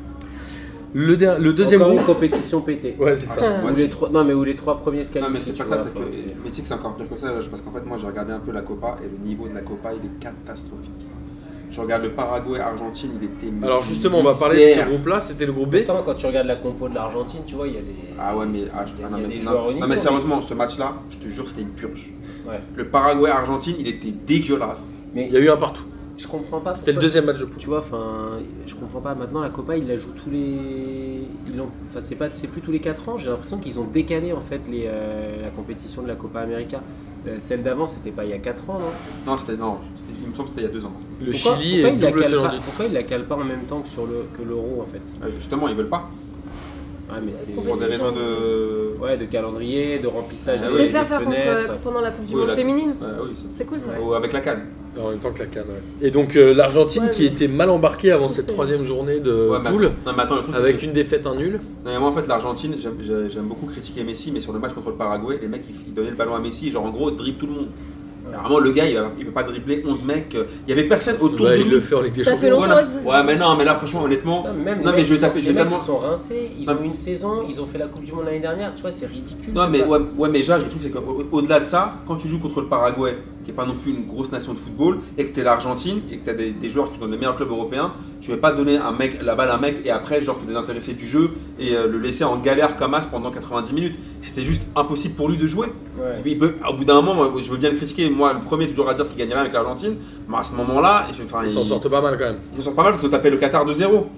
Le, der- le deuxième Encore une groupe. compétition pétée. Ouais, c'est ça. Ah, Où Ouais, les c'est- trois... Non, mais où les trois premiers se Non, qualifient. mais c'est tu pas vois, ça, c'est enfin, que. c'est- Mais tu sais que c'est encore pire que ça, parce qu'en fait, moi, j'ai regardé un peu la Copa et le niveau de la Copa, il est catastrophique. Je regarde le Paraguay-Argentine, il était. Alors justement, on va parler de ce misère. groupe-là, c'était le groupe B. Pourtant, quand tu regardes la compo de l'Argentine, tu vois, il y a des. Ah ouais, mais, ah, je- Il y a- ah, non, il y a mais, des non, joueurs au non, niveau, mais mais sérieusement, ce match-là, je te jure, c'était une purge. Ouais. Le Paraguay-Argentine, il était dégueulasse. Mais Il y a eu un partout. je comprends pas. C'était le pourquoi- deuxième match de poule. Tu vois, enfin, je comprends pas. Maintenant, la Copa, ils la jouent tous les. Ils l'ont- Enfin, c'est pas, c'est plus tous les quatre ans. J'ai l'impression qu'ils ont décalé en fait les, euh, la compétition de la Copa América. Euh, celle d'avant, c'était pas il y a quatre ans, non? Non, c'était. Non, c'était- il me semble que c'était il y a deux ans. Le Pourquoi- Chili pourquoi est ils la double calent tenant pas- du titre. Pourquoi ils la calent pas en même temps que sur le que l'Euro en fait? Euh, Justement, ils veulent pas. Ouais, mais c'est. Pour des raisons de. Ouais, de calendrier, de remplissage Ah des, oui. Je des préfère faire fenêtres. contre, pendant la Coupe du Oui, Monde la- féminine. Ouais, oui, c'est- C'est cool ça. Ou avec la canne. En même temps que la CAN, ouais. Et donc euh, l'Argentine Ouais, qui mais- était mal embarquée avant cette C'est- troisième journée de Ouais, mais poule, attends- non, mais attends, le truc, c'est avec que- une défaite, un nul. Non, mais moi en fait l'Argentine, j'aime, j'ai- j'aime beaucoup critiquer Messi, mais sur le match contre le Paraguay, les mecs ils, ils donnaient le ballon à Messi, genre en gros dribble tout le monde. Alors, vraiment le gars il, va- il peut pas dribbler onze mecs, euh, il y avait personne autour Bah, de il lui. le fait en Ligue des Ça Champions. fait longtemps. Voilà. c'est- c'est- Ouais mais non mais là franchement honnêtement, Non, mais même les Non, mais mecs, je vais ils sont- taper- je vais les mecs, tellement- ils sont rincés, ils Non. ont une saison, ils ont fait la Coupe du Monde l'année dernière, tu vois, c'est ridicule. non mais Bah, ouais, ouais mais Jacques, le truc c'est qu'au-delà de ça, quand tu joues contre le Paraguay, qui est pas non plus une grosse nation de football, et que t'es l'Argentine, et que t'as des, des joueurs qui sont dans les meilleurs clubs européens, tu vas pas donner un mec, la balle à un mec et après genre te désintéresser du jeu et euh, le laisser en galère comme as pendant quatre-vingt-dix minutes. C'était juste impossible pour lui de jouer. ouais. Il peut- au bout d'un moment, moi, je veux bien le critiquer, moi le premier toujours à dire qu'il gagnerait avec l'Argentine, mais à ce moment-là, je- enfin, Ils s'en sortent pas mal quand même. ils s'en sortent pas mal parce qu'ils ont tapé le Qatar deux zéro.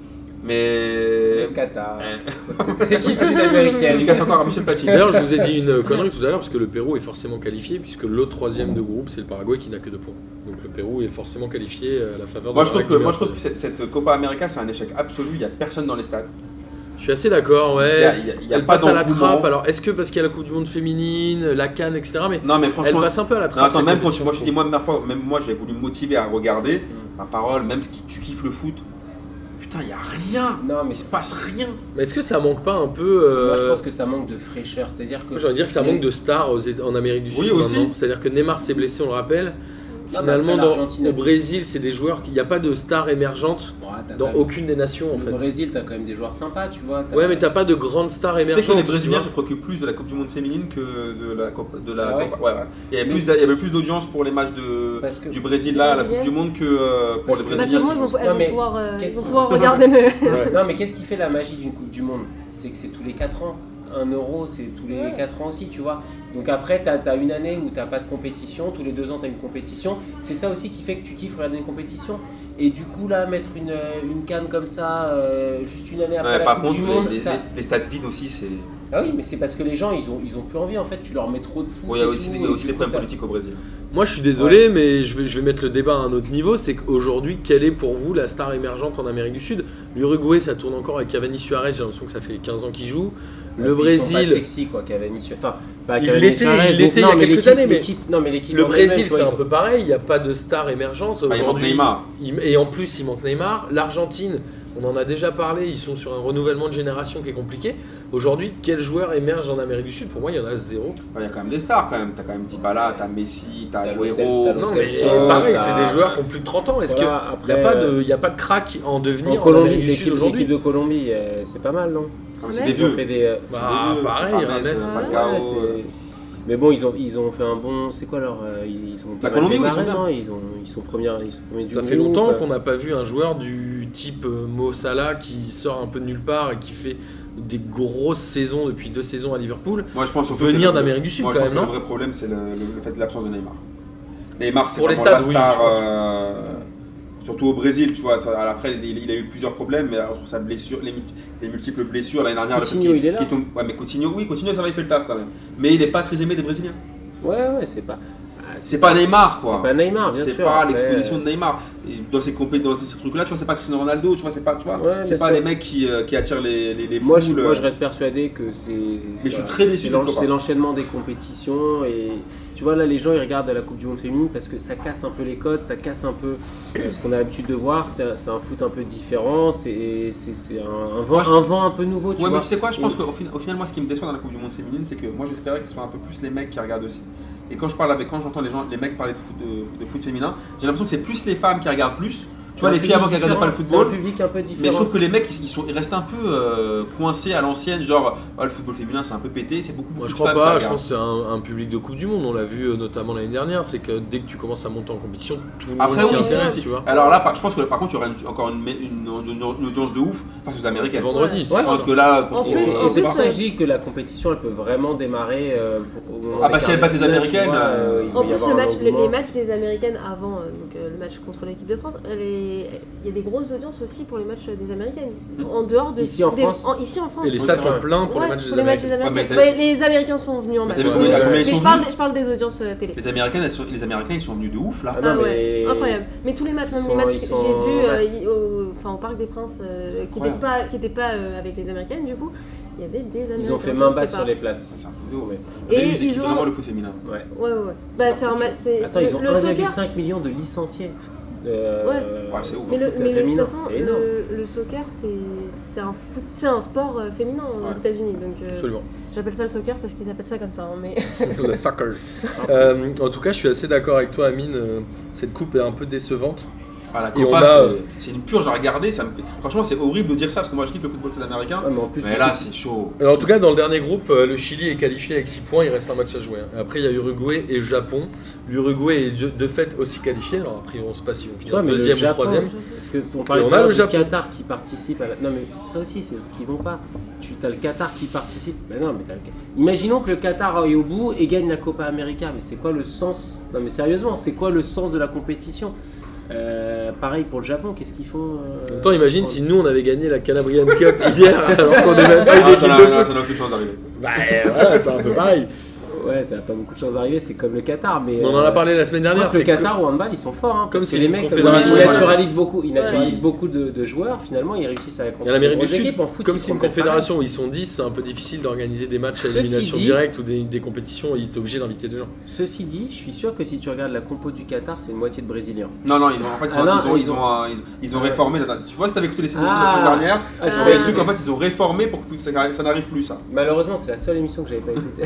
Mais. Le Qatar, Ouais. cette équipe sud-américaine. Dédicace encore à Michel Platini. D'ailleurs, je vous ai dit une connerie tout à l'heure parce que le Pérou est forcément qualifié puisque l'autre troisième de groupe c'est le Paraguay qui n'a que deux points. Donc le Pérou est forcément qualifié à la faveur de Moi la je trouve règle que, du moi, je meilleur trouve que cette, cette Copa América c'est un échec absolu, il n'y a personne dans les stades. Je suis assez d'accord, ouais. Il y a- il y a- il y a Elle pas passe à la d'engouement. trappe. Alors, est-ce que parce qu'il y a la Coupe du Monde féminine, la CAN, et cetera. Mais Non mais elle franchement, passe un peu à la non, trappe. attends, cette même quand compétition, moi je je dis trouve. moi, parfois, même moi j'ai voulu me motiver à regarder, ma parole, même si tu kiffes le foot, putain il n'y a rien, Non, mais il se passe rien. Mais est-ce que ça manque pas un peu euh, moi je pense que ça manque de fraîcheur, c'est-à-dire que. Moi, j'ai envie de dire que ça manque de stars aux Éta- en Amérique du Oui, Sud aussi. maintenant. C'est-à-dire que Neymar s'est blessé, on le rappelle. Non, mais Finalement, après, dans- l'Argentine au a- Brésil, c'est des joueurs qui. Il n'y a pas de stars émergentes Bon, t'as dans quand même- aucune des nations en Au fait. Brésil, t'as quand même des joueurs sympas, tu vois. t'as- Ouais, mais t'as pas de grandes stars Tu sais émergentes. que les tu Brésiliens vois. se préoccupent plus de la Coupe du Monde féminine que de la Copa. De la Ah ouais Copa- ouais, ouais. Il y avait Mais- plus, d'a- il y avait plus d'audience pour les matchs de, Parce que- du Brésil là à la Coupe Brésilienne. du Monde que euh, pour Parce les que- Bah, Brésiliens. c'est bon, elles vont, elles Non, vont mais pouvoir, euh, qu'est-ce ils vont qui- pouvoir regarder le. Ouais. Non, mais qu'est-ce qui fait la magie d'une Coupe du Monde? C'est que c'est tous les quatre ans. Un euro, c'est tous les Ouais. quatre ans aussi, tu vois. Donc après, tu as une année où tu pas de compétition, tous les deux ans, tu as une compétition. C'est ça aussi qui fait que tu kiffes regarder une compétition. Et du coup, là, mettre une, une canne comme ça, euh, juste une année après Ouais, la par Coupe contre, du les, Monde, les- ça... les- les stades vides aussi, c'est. Ah oui, mais c'est parce que les gens, ils ont, ils ont plus envie, en fait. Tu leur mets trop de foot. Bon, il y a et aussi, tout, il y a et aussi du des coup, problèmes t'as- politiques au Brésil. Moi, je suis désolé, mais je vais, je vais mettre le débat à un autre niveau. C'est qu'aujourd'hui, quelle est pour vous la star émergente en Amérique du Sud? L'Uruguay, ça tourne encore avec Cavani Suarez. J'ai l'impression que ça fait quinze ans qu'il joue. Ouais, Le puis ils sont pas Brésil. sexy, quoi, Cavani Suarez. Enfin, pas Il Cavani l'était, Suarez, il l'était il y non, a mais quelques l'équipe- années, mais l'équipe- non, mais l'équipe Le en elle-même, Brésil, tu vois, c'est ils un ont- peu pareil, il n'y a pas de star émergente. Bah, il manque Aujourd'hui, Neymar. il- et en plus, il manque Neymar. L'Argentine, on en a déjà parlé, ils sont sur un renouvellement de génération qui est compliqué. Aujourd'hui, quel joueur émerge en Amérique du Sud? Pour moi, il y en a zéro. Il y a quand même des stars quand même. T'as quand même Dybala, t'as Messi, t'as T'as Agüero. Lo Celso, Non, mais Celso, pareil, t'as- c'est des joueurs qui ont plus de trente ans. Est-ce qu'il Voilà, n'y a, après, pas euh, de- y a pas de crack en devenir En en, Colombie, Amérique du Sud l'équipe aujourd'hui? l'équipe de Colombie, euh, c'est pas mal, non? Ah, mais c'est Ouais, des Ils ont vieux. fait des. euh, Bah, C'est des vieux, pareil, c'est Rames, Rames, euh, Falcao, ouais, c'est- Mais bon, ils ont, ils ont fait un bon. C'est quoi leur. euh, Ils ont pas La mal Colombie, oui, ils démarré, sont bien. non ils, ont, ils sont premiers, ils sont premiers du Ça fait groupe, longtemps euh. qu'on n'a pas vu un joueur du type euh, Mo Salah qui sort un peu de nulle part et qui fait des grosses saisons depuis deux saisons à Liverpool. Moi, je pense au fait Venir que le- d'Amérique du Sud, moi, quand je pense même, que non Le vrai problème, c'est le, le- le fait de l'absence de Neymar. Neymar, c'est Pour les vraiment stades, la oui, star. je pense. euh, Surtout au Brésil, tu vois. ça- Après, il, il a eu plusieurs problèmes, mais entre sa blessure, les, mul- les multiples blessures l'année dernière, le fait Coutinho, qu'il- il est là. qu'il tombe- ouais, mais Coutinho, oui, Coutinho, ça va, il fait le taf quand même. Mais il n'est pas très aimé des Brésiliens. Ouais, ouais, c'est pas. ah, C'est pas Neymar, quoi. C'est pas Neymar, bien C'est sûr. pas après, l'exposition euh, de Neymar. Et dans ces compé- dans ces trucs-là, tu vois, c'est pas Cristiano Ronaldo, tu vois, c'est pas, tu vois, Ouais, c'est bien pas sûr. les mecs qui, euh, qui attirent les, les, les Moi je, foules, moi, euh. je reste persuadé que c'est. je suis très déçu c'est de l'en- Copa. c'est l'enchaînement des compétitions et tu vois là les gens ils regardent la Coupe du Monde féminine parce que ça casse un peu les codes, ça casse un peu euh, ce qu'on a l'habitude de voir. C'est un, c'est un foot un peu différent, c'est c'est- c'est un, un vent, Moi, je- un vent un peu nouveau. Tu Ouais, mais vois. tu sais quoi, je Et- pense qu'au fin- au final, moi, ce qui me déçoit dans la Coupe du Monde féminine, c'est que moi, j'espérais que ce soit un peu plus les mecs qui regardent aussi. Et quand je parle avec, quand j'entends les gens, les mecs parler de foot, de, de foot féminin, j'ai l'impression que c'est plus les femmes qui regardent plus. Tu c'est vois, un les filles avant qui public regardaient pas le différent, football. C'est un public un peu Mais différent. je trouve que les mecs, ils, sont, ils restent un peu euh, coincés à l'ancienne, genre oh, le football féminin c'est un peu pété, c'est beaucoup, beaucoup Moi je de crois femmes qui pas, je regardent. pense que c'est un, un public de Coupe du Monde, on l'a vu euh, notamment l'année dernière, c'est que dès que tu commences à monter en compétition, tout le Après, monde s'y oui, intéresse, c'est- tu vois. Alors là, par- je pense que par contre, il y aura une- encore une, une, une- une audience de ouf face aux Américaines. Vendredi, c'est Ouais. Je pense ça. que là, En contre- Et plus- c'est- en et c'est plus, pour ça que euh, je dis que la compétition elle peut vraiment démarrer. euh, au moment Ah des bah, si quarts elle de bat les finale, tu Américaines, vois, euh, il va En y plus, avoir le un match, les, engouement. les matchs des Américaines avant, euh, donc euh, le match contre l'équipe de France, les- il y a des grosses audiences aussi pour les matchs des Américaines. En dehors de Ici en des- France Ici en France. Et les Oui, stades c'est sont vrai. pleins pour Ouais, les matchs pour des les matchs des Américains. Américaines. Ouais, mais Ouais, les Américains sont venus en Mais masse. t'as vu aussi. combien ils Mais sont je parle, venus je parle des audiences euh, télé. les Américaines, elles sont- les Américains, ils sont venus de ouf là. Ah non, Ah ouais, mais- incroyable. Mais tous les matchs, Ils même sont- les matchs ils que j'ai sont vus euh, masse. y- au, enfin, au Parc des Princes, euh, C'est qui n'étaient incroyable. pas, qui étaient pas euh, avec les Américaines du coup, il y avait des Américains. Ils ont fait je main ne sais basse pas. sur les places. C'est un peu de ouf. Et Mais c'est ils ont- vraiment le foot féminin. Ouais. Ouais, ouais, ouais. Bah, c'est un ma- c'est- Attends, le, ils ont le un virgule soccer. cinq million de licenciés. Euh, Ouais. Ouais, c'est ouf. Mais, le, foot mais de toute féminin, façon, c'est énorme. le, le soccer, c'est c'est un, foot- c'est un sport euh, féminin aux Ouais. États-Unis. Donc, euh, Absolument. j'appelle ça le soccer parce qu'ils appellent ça comme ça. hein, mais... Le soccer. Euh, en tout cas, je suis assez d'accord avec toi, Amine. euh, Cette coupe est un peu décevante. Ah, la Et on Copa, a, c'est- euh, c'est une purge à regarder. Ça me fait... Franchement, c'est horrible de dire ça parce que moi je kiffe le football sud-américain. Ouais, mais en plus, Mais là, c'est chaud. Alors, en tout cas, dans le dernier groupe, euh, le Chili est qualifié avec six points. Il reste un match à jouer. hein. Après, il y a Uruguay et Japon. L'Uruguay est de, de fait aussi qualifié. Alors après, on ne sait pas si on tu finit vois, mais deuxième le ou Japon, troisième. parce que on parlait Et on tout a à l'heure le du Japon. Qatar qui participe à la... Non mais ça aussi, c'est qu'ils vont pas. Tu as le Qatar qui participe. Mais non, mais t'as le... Imaginons que le Qatar aille au bout et gagne la Copa América. Mais c'est quoi le sens? Non mais sérieusement, c'est quoi le sens de la compétition? Euh, pareil pour le Japon, qu'est-ce qu'ils font euh, En même temps, imagine si nous on avait gagné la Calabrians Cup hier alors qu'on n'est même pas une Ah, équipe ça de n'a foot. ça n'a aucune chance d'arriver. Bah voilà, c'est un peu pareil. Ouais, ça n'a pas beaucoup de chance d'arriver, c'est comme le Qatar. Mais Mais on en a parlé la semaine Je crois dernière. que le c'est Qatar au handball, ils sont forts. Hein, Comme parce c'est que les une mecs, confédération, ils voilà. naturalisent beaucoup, ils naturalisent Oui. beaucoup de, de joueurs. Finalement, ils réussissent à Et en construire Amérique des du grosses Sud, équipes. En foot, comme ils c'est font une peut-être confédération où ils sont dix, c'est un peu difficile d'organiser des matchs à Ceci élimination dit- directe ou des, des compétitions où ils étaient obligés d'inviter des gens. pareil. Ceci dit, je suis sûr que si tu regardes la compo du Qatar, c'est une moitié de Brésiliens. Non, non, ils ont, en fait, ils Ah ont, non, ils ont, ils ils ont, ont- un- ils ont- ils ont réformé. la- Tu vois, si t'avais écouté les émissions Ah. la semaine dernière, Ah, j'ai Ah. pas les écouté. trucs, en fait, ils ont réformé pour que ça, ça n'arrive plus, ça. Malheureusement, c'est la seule émission que j'avais pas écoutée.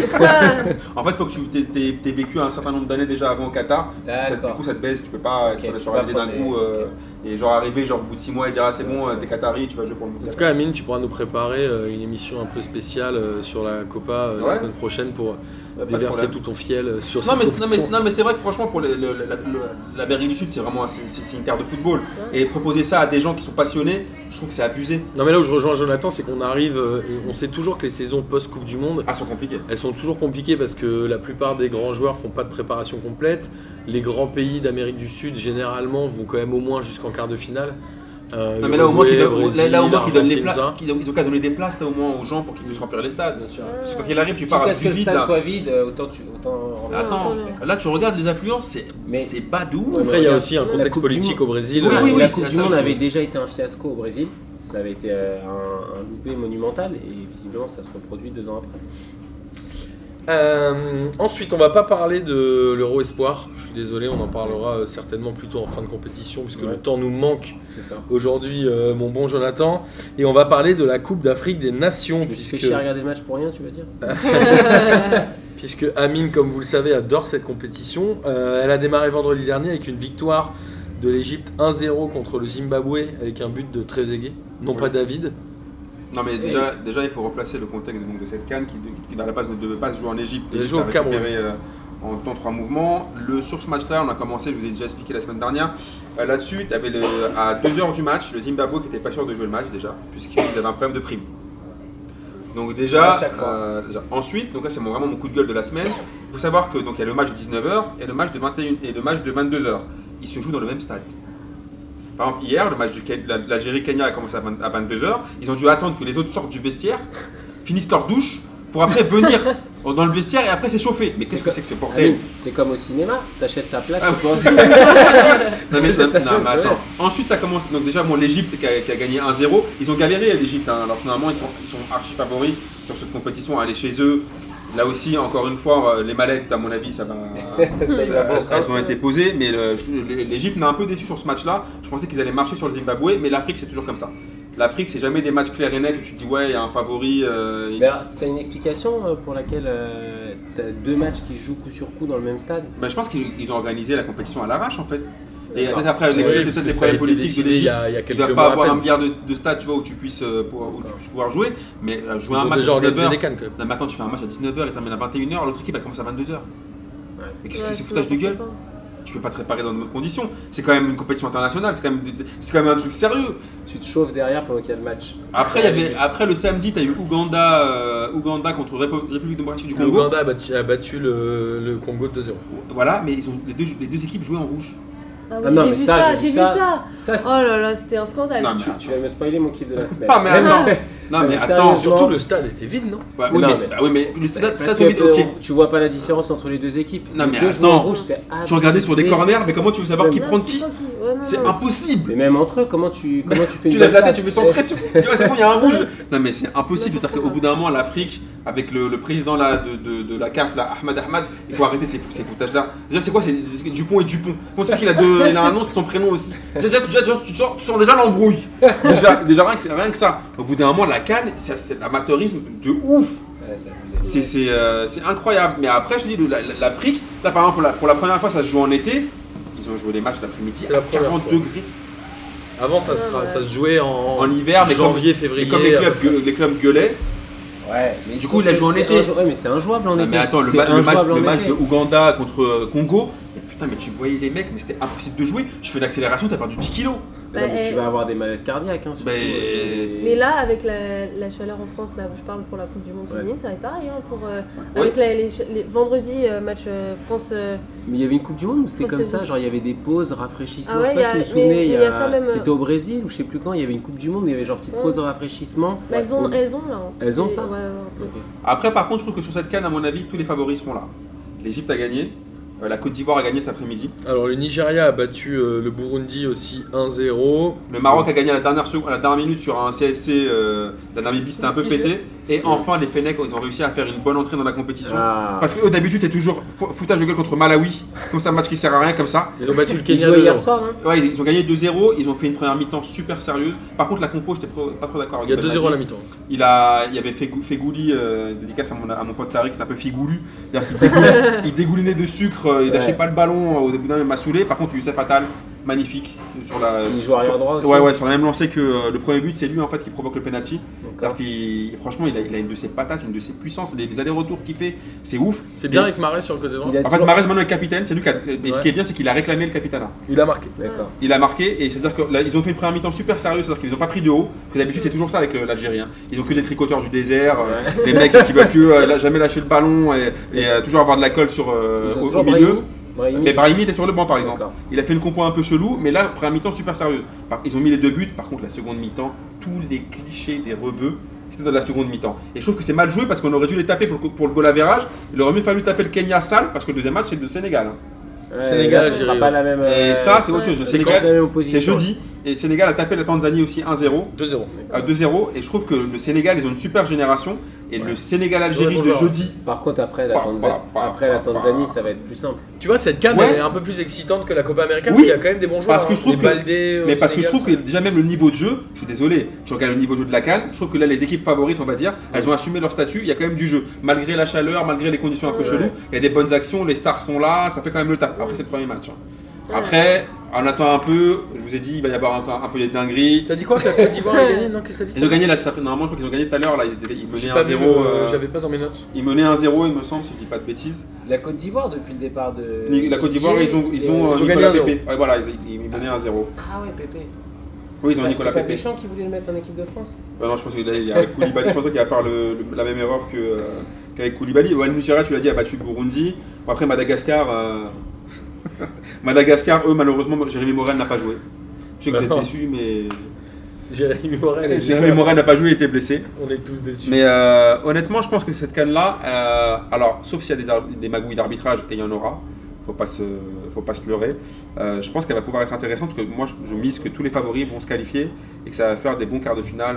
En fait, il faut que tu aies vécu un certain nombre d'années déjà avant au Qatar. Ça- Du D'accord. coup, ça te baisse, tu peux pas Ok, tu peux tu naturaliser peux d'un pas coup prendre euh, et genre arriver genre au bout de six mois et dire ah c'est bon, euh, t'es Qatari, tu vas jouer pour le En Qatar. tout cas, Amine, tu pourras nous préparer euh, une émission un peu spéciale euh, sur la Copa euh, la Ouais. semaine prochaine pour Pas de déverser problème. tout ton fiel euh, sur Non cette mais, non, mais, compétition. non mais c'est vrai que franchement pour le- le- le- la- le- l'Amérique du Sud c'est vraiment c'est, c'est- c'est une terre de football et proposer ça à des gens qui sont passionnés, je trouve que c'est abusé. Non mais là où je rejoins Jonathan, c'est qu'on arrive, euh, on sait toujours que les saisons post-Coupe du Monde, Ah c'est compliqué. elles sont toujours compliquées parce que la plupart des grands joueurs font pas de préparation complète. Les grands pays d'Amérique du Sud généralement vont quand même au moins jusqu'en quart de finale. Euh, Non mais là au moins qu'ils Uruguay, donnent, là, là, au moins qu'ils donnent les Argentine, places, ça. qu'ils- ils ont qu'à donner des places là au moins aux gens pour qu'ils puissent remplir les stades. Bien sûr. Parce que quoi qu'il arrive tu Quitte pars à à ce du que le vide stade là. soit vide, euh, autant tu. Autant... Attends, Ouais, là tu regardes les affluences, c'est Mais- c'est badou. Ouais, Après il y a regarde, aussi un la contexte Coupe du politique Monde. au Brésil. Oui, Oui, euh, oui, la c'est Coupe ça du Monde aussi. avait déjà été un fiasco au Brésil. Ça avait été euh, un, un loupé monumental et visiblement ça se reproduit deux ans après. Euh, ensuite, on va pas parler de l'Euro Espoir. Je suis désolé, on en parlera euh, certainement plutôt en fin de compétition puisque Ouais. le temps nous manque C'est ça. aujourd'hui, euh, mon bon Jonathan. Et on va parler de la Coupe d'Afrique des Nations Je me suis fait puisque, chier à regarder le match pour rien, tu vas dire puisque Amine, comme vous le savez, adore cette compétition. Euh, elle a démarré vendredi dernier avec une victoire de l'Égypte un zéro contre le Zimbabwe avec un but de Trezeguet, non Oui. pas David. Non mais déjà, déjà il faut replacer le contexte donc, de cette CAN qui, qui à la base ne devait pas se jouer en Égypte. Il a L'Égypte joué au a Cameroun. récupéré, euh, en temps trois mouvements. Le, sur ce match-là, on a commencé, je vous ai déjà expliqué la semaine dernière. Euh, Là-dessus, tu avais le, à deux heures du match, le Zimbabwe qui n'était pas sûr de jouer le match déjà, puisqu'ils avaient un problème de prime. Donc déjà, À chaque fois. euh, déjà, ensuite, donc là c'est mon- vraiment mon coup de gueule de la semaine. Il faut savoir que donc il y a le match de dix-neuf heures et le match de vingt et une et le match de vingt-deux heures. Ils se jouent dans le même stade. Par exemple, hier, le match du Ken- la- l'Algérie-Kenya a commencé à vingt- à vingt-deux heures. Ils ont dû attendre que les autres sortent du vestiaire, finissent leur douche, pour après venir dans le vestiaire et après s'échauffer. Mais C'est qu'est-ce que quoi- c'est que ce bordel? Amine, c'est comme au cinéma, t'achètes ta place Ah, et toi- Non, mais, T'achètes ta non, place, mais attends. ouais. Ensuite, ça commence. Donc, déjà, bon, l'Égypte qui a, qui a gagné un zéro. Ils ont galéré, l'Égypte. Hein, alors, finalement, ils sont, ils sont archi favoris sur cette compétition à aller chez eux. Là aussi, encore une fois, euh, les mallettes, à mon avis, ça va. Ça y va elles, bon. elles ont été posées, mais le- je- l'Égypte m'a un peu déçu sur ce match-là. Je pensais qu'ils allaient marcher sur le Zimbabwe, mais l'Afrique, c'est toujours comme ça. L'Afrique, c'est jamais des matchs clairs et nets où tu te dis, ouais, il y a un favori. euh, il- Mais alors, t'as une explication euh, pour laquelle euh, t'as deux matchs qui se jouent coup sur coup dans le même stade? Ben, je pense qu'ils ils ont organisé la compétition à l'arrache, en fait. Et D'accord. peut-être après, les, Oui, peut-être parce que les ça a problèmes été politiques de décidé il y l'Égypte. a, il y a Tu quelques dois mois pas à avoir un peine. milliard de, de stades tu vois, où, tu puisses, euh, pour- où tu puisses pouvoir jouer, mais euh, jouer Ils un ont match déjà à organisé dix-neuf des heures. cannes quand même. Non, mais attends, tu fais un match à dix-neuf heures, il termine à vingt et une heures, l'autre équipe elle commence à vingt-deux heures. Ouais, c'est Et qu'est-ce que Ouais, c'est foutage de n'importe gueule? quoi. Tu peux pas te préparer dans de bonnes conditions. C'est quand même une compétition internationale, c'est quand, même des- c'est quand même un truc sérieux. Tu te chauffes derrière pendant qu'il y a le match. Après, il y avait, après le samedi, tu as eu Ouganda, euh, Ouganda contre Répo- République démocratique du Congo. L'Ouganda a battu, a battu le, le Congo de deux zéro. Voilà, mais ils ont, les, deux, les deux équipes jouaient en rouge. Ah oui, Ah non, j'ai mais vu ça, ça, j'ai j'ai vu vu ça. ça. Ça, c'est- Oh là là, c'était un scandale. Non, mais tu, tu vas me spoiler mon kiff de la semaine. Ah, mais attends! Non, mais, Mais attends! sérieusement, Surtout le stade était vide, non? Ouais, oui, Non, mais, mais- ah oui, mais le stade, Parce stade que vide, ok. euh, tu vois pas la différence entre les deux équipes. Non, Les mais deux joueurs en attends. rouge, c'est Tu regardais sur des abusé. corners, mais comment tu veux savoir qui Non, prend qui? Ouais, non, C'est non, impossible. Mais même entre eux, comment tu, comment tu fais Tu une lèves la bonne tête, tu passe veux centrer, tu tu vois, c'est bon, il y a un rouge. Ouais. Non, mais c'est impossible. C'est-à-dire qu'au bout d'un moment, l'Afrique, avec le, le président là, de, de, de la C A F, là, Ahmad Ahmad, il faut arrêter ces, ces foutages-là. Déjà, c'est quoi c'est, c'est Dupont et Dupont. Comment ça fait qu'il a, deux, il a un nom, c'est son prénom aussi. Déjà, déjà, déjà, tu, sens, tu sens déjà l'embrouille. Déjà, déjà rien, que, rien que ça. Au bout d'un moment, la CAN, c'est, c'est l'amateurisme de ouf. Ouais, c'est abusé. C'est, c'est, euh, c'est incroyable. Mais après, je dis, le- la- l'Afrique, là par exemple, pour la, pour la première fois, ça se joue en été. Ils ont joué les matchs l'après-midi C'est la à première quarante fois. degrés Avant, ça, Ouais, sera, ouais. ça se jouait en, en hiver, mais janvier, comme, février. mais comme les clubs, à peu gueule- les clubs gueulaient. Ouais, mais Du coup, il a joué en c'est été. injou- Ouais, mais c'est injouable en Ah, été. mais attends, le, C'est ma- le match, injouable en le match été. de Ouganda contre euh, Congo, mais putain, mais tu voyais les mecs, mais c'était impossible de jouer. Tu fais l'accélération, t'as perdu dix kilos. Mais non, mais Bah, tu eh, vas avoir des malaises cardiaques. Hein, surtout. Mais- C'est- Mais là, avec la, la chaleur en France, là, je parle pour la Coupe du Monde Ouais. féminine, ça va être pareil. Hein, pour, euh, Ouais. avec la- les, les- vendredi, euh, match euh, France. euh, Mais il y avait une Coupe du Monde où c'était Oh, comme c'était- ça, genre il y avait des pauses, rafraîchissement. Ah ouais, je sais pas il y si a- vous vous souvenez, mais- il y mais il y a- a ça même, c'était euh, au Brésil ou je sais plus quand, il y avait une Coupe du Monde, il y avait genre petite Ouais. pause de rafraîchissement. Elles ont, Ouais. elles ont là. hein. Elles ont Et- ça Ouais, ouais, un peu. Ok. Après, par contre, je trouve que sur cette canne, à mon avis, tous les favoris seront là. L'Égypte a gagné, euh, la Côte d'Ivoire a gagné cet après-midi. Alors, le Nigeria a battu euh, le Burundi aussi un zéro. Le Maroc a gagné à la dernière, seconde- à la dernière minute sur un C S C. Euh, la Namibie c'était un peu Petit jeu. pété. Et enfin, les Fennecs, ils ont réussi à faire une bonne entrée dans la compétition. Ah. Parce que eux, d'habitude, c'est toujours fou- foutage de gueule contre Malawi. Comme ça, un match qui sert à rien, comme ça. Ils ont battu le Ils Kenya jouaient hier deux zéro. soir, hein. Ouais, ils ont gagné deux zéro. Ils ont fait une première mi-temps super sérieuse. Par contre, la compo, j'étais pro- pas trop d'accord avec Il y a Ben deux zéro à la Madi. mi-temps. Il, a, il y avait Fegou- Fegouli, euh, dédicace à mon, à mon pote Tariq, c'est un peu Figoulu. C'est-à-dire qu'il dégoulinait, il dégoulinait de sucre, euh, il lâchait Ouais. pas le ballon, euh, au début d'un il m'a saoulé. Par contre, Youssef Attal, magnifique. Sur la, Il joue arrière sur- droit aussi. Ouais, ouais, sur la même lancée que euh, le premier but, c'est lui en fait qui provoque le penalty. D'accord. Alors qu'il, franchement, il a, il a une de ses patates, une de ses puissances, les, les allers-retours qu'il fait, c'est ouf. C'est bien Et- avec Marais sur le côté droit. Il a En fait, toujours- Mahrez maintenant est capitaine, c'est lui qui a. Et ce Ouais. qui est bien, c'est qu'il a réclamé le capitanat. Il a marqué. D'accord. Il a marqué, et c'est-à-dire qu'ils ont fait une première mi-temps super sérieuse, c'est-à-dire qu'ils n'ont pas pris de haut, parce que d'habitude c'est toujours ça avec euh, l'Algérie. hein. Ils ont que des tricoteurs du désert, euh, des mecs qui veulent que euh, là, jamais lâcher le ballon et, et, euh, toujours avoir de la colle sur, euh, Ils ont au, toujours au milieu. Brahimi. Brahimi. Mais Brahimi était sur le banc par exemple. D'accord. Il a fait une compo un peu chelou, mais là, première mi-temps super sérieuse. Par- Ils ont mis les deux buts, par contre la seconde mi-temps, tous les clichés des rebeux. C'était dans la seconde mi-temps. Et je trouve que c'est mal joué parce qu'on aurait dû les taper pour le, pour le goal average. Il aurait mieux fallu taper le Kenya sale parce que le deuxième match c'est le Sénégal. hein. Ouais, Sénégal, là, ce sera Algérie, pas ouais. la même. Et euh, ça, c'est autre chose. Le c'est quand Sénégal, même c'est opposition. jeudi. Et le Sénégal a tapé la Tanzanie aussi un zéro. deux zéro. à deux zéro. Et je trouve que le Sénégal, ils ont une super génération. Et le Sénégal-Algérie Ouais, de bon jeudi. Par contre, après la, Bah, Tanzanie, bah, bah, après la bah, Tanzanie, bah. ça va être plus simple. Tu vois, cette canne, Ouais. elle est un peu plus excitante que la Copa Américaine Oui. parce qu'il y a quand même des bons joueurs. Parce que hein. je trouve Les que- Baldé, au Mais parce que je Sénégal, trouve que déjà même le niveau de jeu, je suis désolé, tu regardes le niveau de jeu de la CAN, je trouve que là les équipes favorites on va dire, elles ont assumé leur statut, il y a quand même du jeu. Malgré la chaleur, malgré les conditions un peu Ouais. cheloues, il y a des bonnes actions, les stars sont là, ça fait quand même le taf. Après c'est le premier match. hein. Ouais. Après, on attend un peu, je vous ai dit il va y avoir encore un peu de dingueries. T'as dit quoi que la Côte d'Ivoire a gagné? Non, qu'est-ce que t'as dit? Ils ont gagné là, ça fait- normalement je crois qu'ils ont gagné tout à l'heure, là ils, étaient, ils J'ai menaient pas un vu zéro. le- euh, J'avais pas dans mes notes. Ils menaient un zéro il me semble, si je dis pas de bêtises. La Côte d'Ivoire, depuis le départ de. Ni- la Côte d'Ivoire ils ont, ils ont, et- euh, ils ont Nicolas gagné un zéro. Pépé. Ouais voilà, ils, ils menaient un zéro. Ah ouais, Pépé. Oui ils C'est ont pas- Nicolas C'est pas Pépé. Péchamp qui voulait le mettre en équipe de France. Euh, non, je pense qu'il y a avec Koulibaly, je pense qu'il va faire le- le- la même erreur que, euh, qu'avec Koulibaly. Ouais, le Nigeria, tu l'as dit, a battu le Burundi. Bon, après, Madagascar, euh, Madagascar, eux, malheureusement, Jérémy Morel n'a pas joué. Je sais que vous Bah non. êtes déçus, mais Jérémy Morel. est- Jérémy Morel n'a pas joué, il était blessé. On est tous déçus. Mais euh, honnêtement, je pense que cette canne-là, euh, alors, sauf s'il y a des, ar- des magouilles d'arbitrage, et il y en aura, faut pas se, faut pas se leurrer, euh, je pense qu'elle va pouvoir être intéressante parce que moi, je, je mise que tous les favoris vont se qualifier et que ça va faire des bons quarts de finale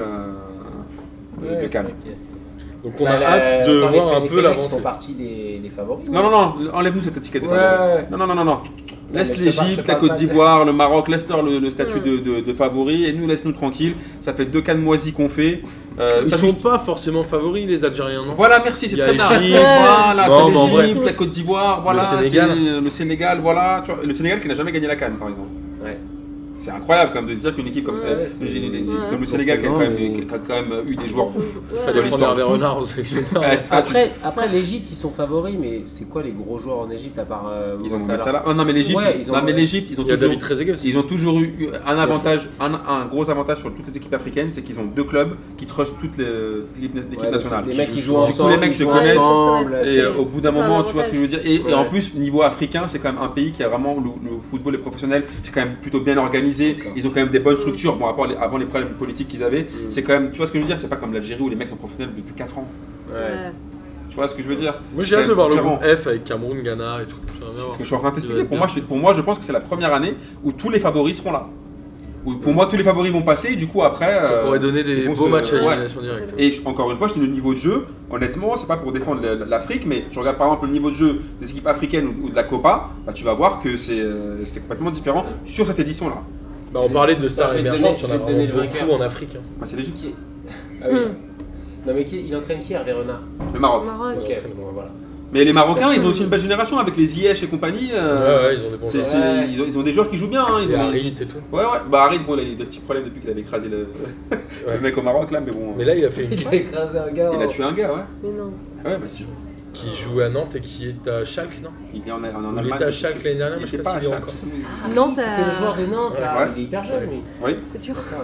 euh, de- Ouais, de c'est canne. vrai que- Donc on Bah, a la- hâte de attends, les voir un Fennecs, peu Ils l'avancée. font partie des, des favoris. Non, non, non, enlève-nous cette étiquette de Ouais, favori. ouais. Non, non, non, non, non. mais Laisse je te parle- je te l'Égypte, la parle Côte pas de- d'Ivoire, le Maroc, laisse-leur le, le statut Ouais. de, de, de favori et nous, laisse-nous tranquilles. Ça fait deux cannes moisies qu'on fait. Euh, Ils t'as sont vu- pas forcément favoris, les Algériens, non? Voilà, merci, c'est Il y a très bien. Égypte. Voilà, Non, c'est mais en vrai- l'Égypte, la Côte d'Ivoire, voilà, Sénégal. c'est le Sénégal, voilà. Tu vois, le Sénégal qui n'a jamais gagné la canne, par exemple. Ouais. C'est incroyable quand même de se dire qu'une équipe comme Ouais, ça, ouais, le, c'est- le- ouais. c'est le Sénégal qui a, quand même, Mais- qui a quand même eu des joueurs ouf. Il Ouais. fallait Ouais. prendre Hervé Foot. Renard, c'est ce que je veux dire. Ouais, Après, après l'Égypte, ils sont favoris, mais c'est quoi les gros joueurs en Égypte à part. euh, Ils ont Mo Mohamed Salah Salah. Oh, non mais l'Égypte, Ouais, ils ont- non, mais l'Égypte, ils ont Il y a toujours, David Trezeguet aussi. ils ont toujours eu un avantage, un, un gros avantage sur toutes les équipes africaines, c'est qu'ils ont deux clubs qui trustent toutes les l'équipe l'équipe Ouais, nationale. Des mecs qui jouent Du coup, ensemble. les mecs ils se jouent connaissent. ensemble. Ouais, Et c'est- euh, au bout d'un c'est un moment, tu vois ce avantage. que je veux dire. Et, et Ouais. en plus, niveau africain, c'est quand même un pays qui a vraiment le, le football et professionnel, c'est quand même plutôt bien organisé. D'accord. Ils ont quand même des bonnes structures. Bon, à part les- avant les problèmes politiques qu'ils avaient, Mm. c'est quand même, tu vois ce que je veux dire, c'est pas comme l'Algérie où les mecs sont professionnels depuis quatre ans. Ouais. Ouais. Tu vois ce que je veux dire? Moi j'ai hâte de voir différent. le groupe F avec Cameroun, Ghana et tout. C'est ce que je suis en train de t'expliquer. Pour moi, je, pour moi, je pense que c'est la première année où tous les favoris seront là. Où, pour moi, tous les favoris vont passer et du coup après. Ça euh, pourrait donner des ils vont beaux se- matchs à ouais. élimination directe. Et je- encore une fois, je dis le niveau de jeu, honnêtement, c'est pas pour défendre le- l'Afrique, mais tu regardes par exemple le niveau de jeu des équipes africaines ou, ou de la Copa, bah, tu vas voir que c'est euh, c'est complètement différent sur cette édition-là. Bah, on parlait de stars je vais te émergentes, donner- il y en je a vais te donner vraiment le beaucoup vainqueur. en Afrique. hein. Bah, c'est l'Égypte. Qui est- Ah oui. Hmm. Non mais qui, il entraîne qui Hervé Renard? Le Maroc. Maroc. Ok, bon, voilà. Mais les Marocains, ils ont aussi une belle génération avec les Ziyech et compagnie. euh, Ouais, ouais, ils ont des bons c'est- joueurs. c'est- Ouais. ils, ont, ils ont des joueurs qui jouent bien. Hein, ils Et ont, Harit et tout. Ouais, ouais. Bah, Harit, bon, il a eu des petits problèmes depuis qu'il avait écrasé le, le mec au Maroc, là, mais bon. Mais là, il a fait une Il a écrasé un gars. il a en- tué un gars, ouais. Mais non. Ouais, bah si. qui joue à Nantes et qui est à Schalke, non Il est en, en, en Il Allemagne. était à Schalke l'année dernière, mais Il je sais était pas pas à s'il est Schalke. encore. Nantes, C'était le joueur de Nantes là, Ouais. il est hyper jeune lui. Oui. c'est dur. D'accord.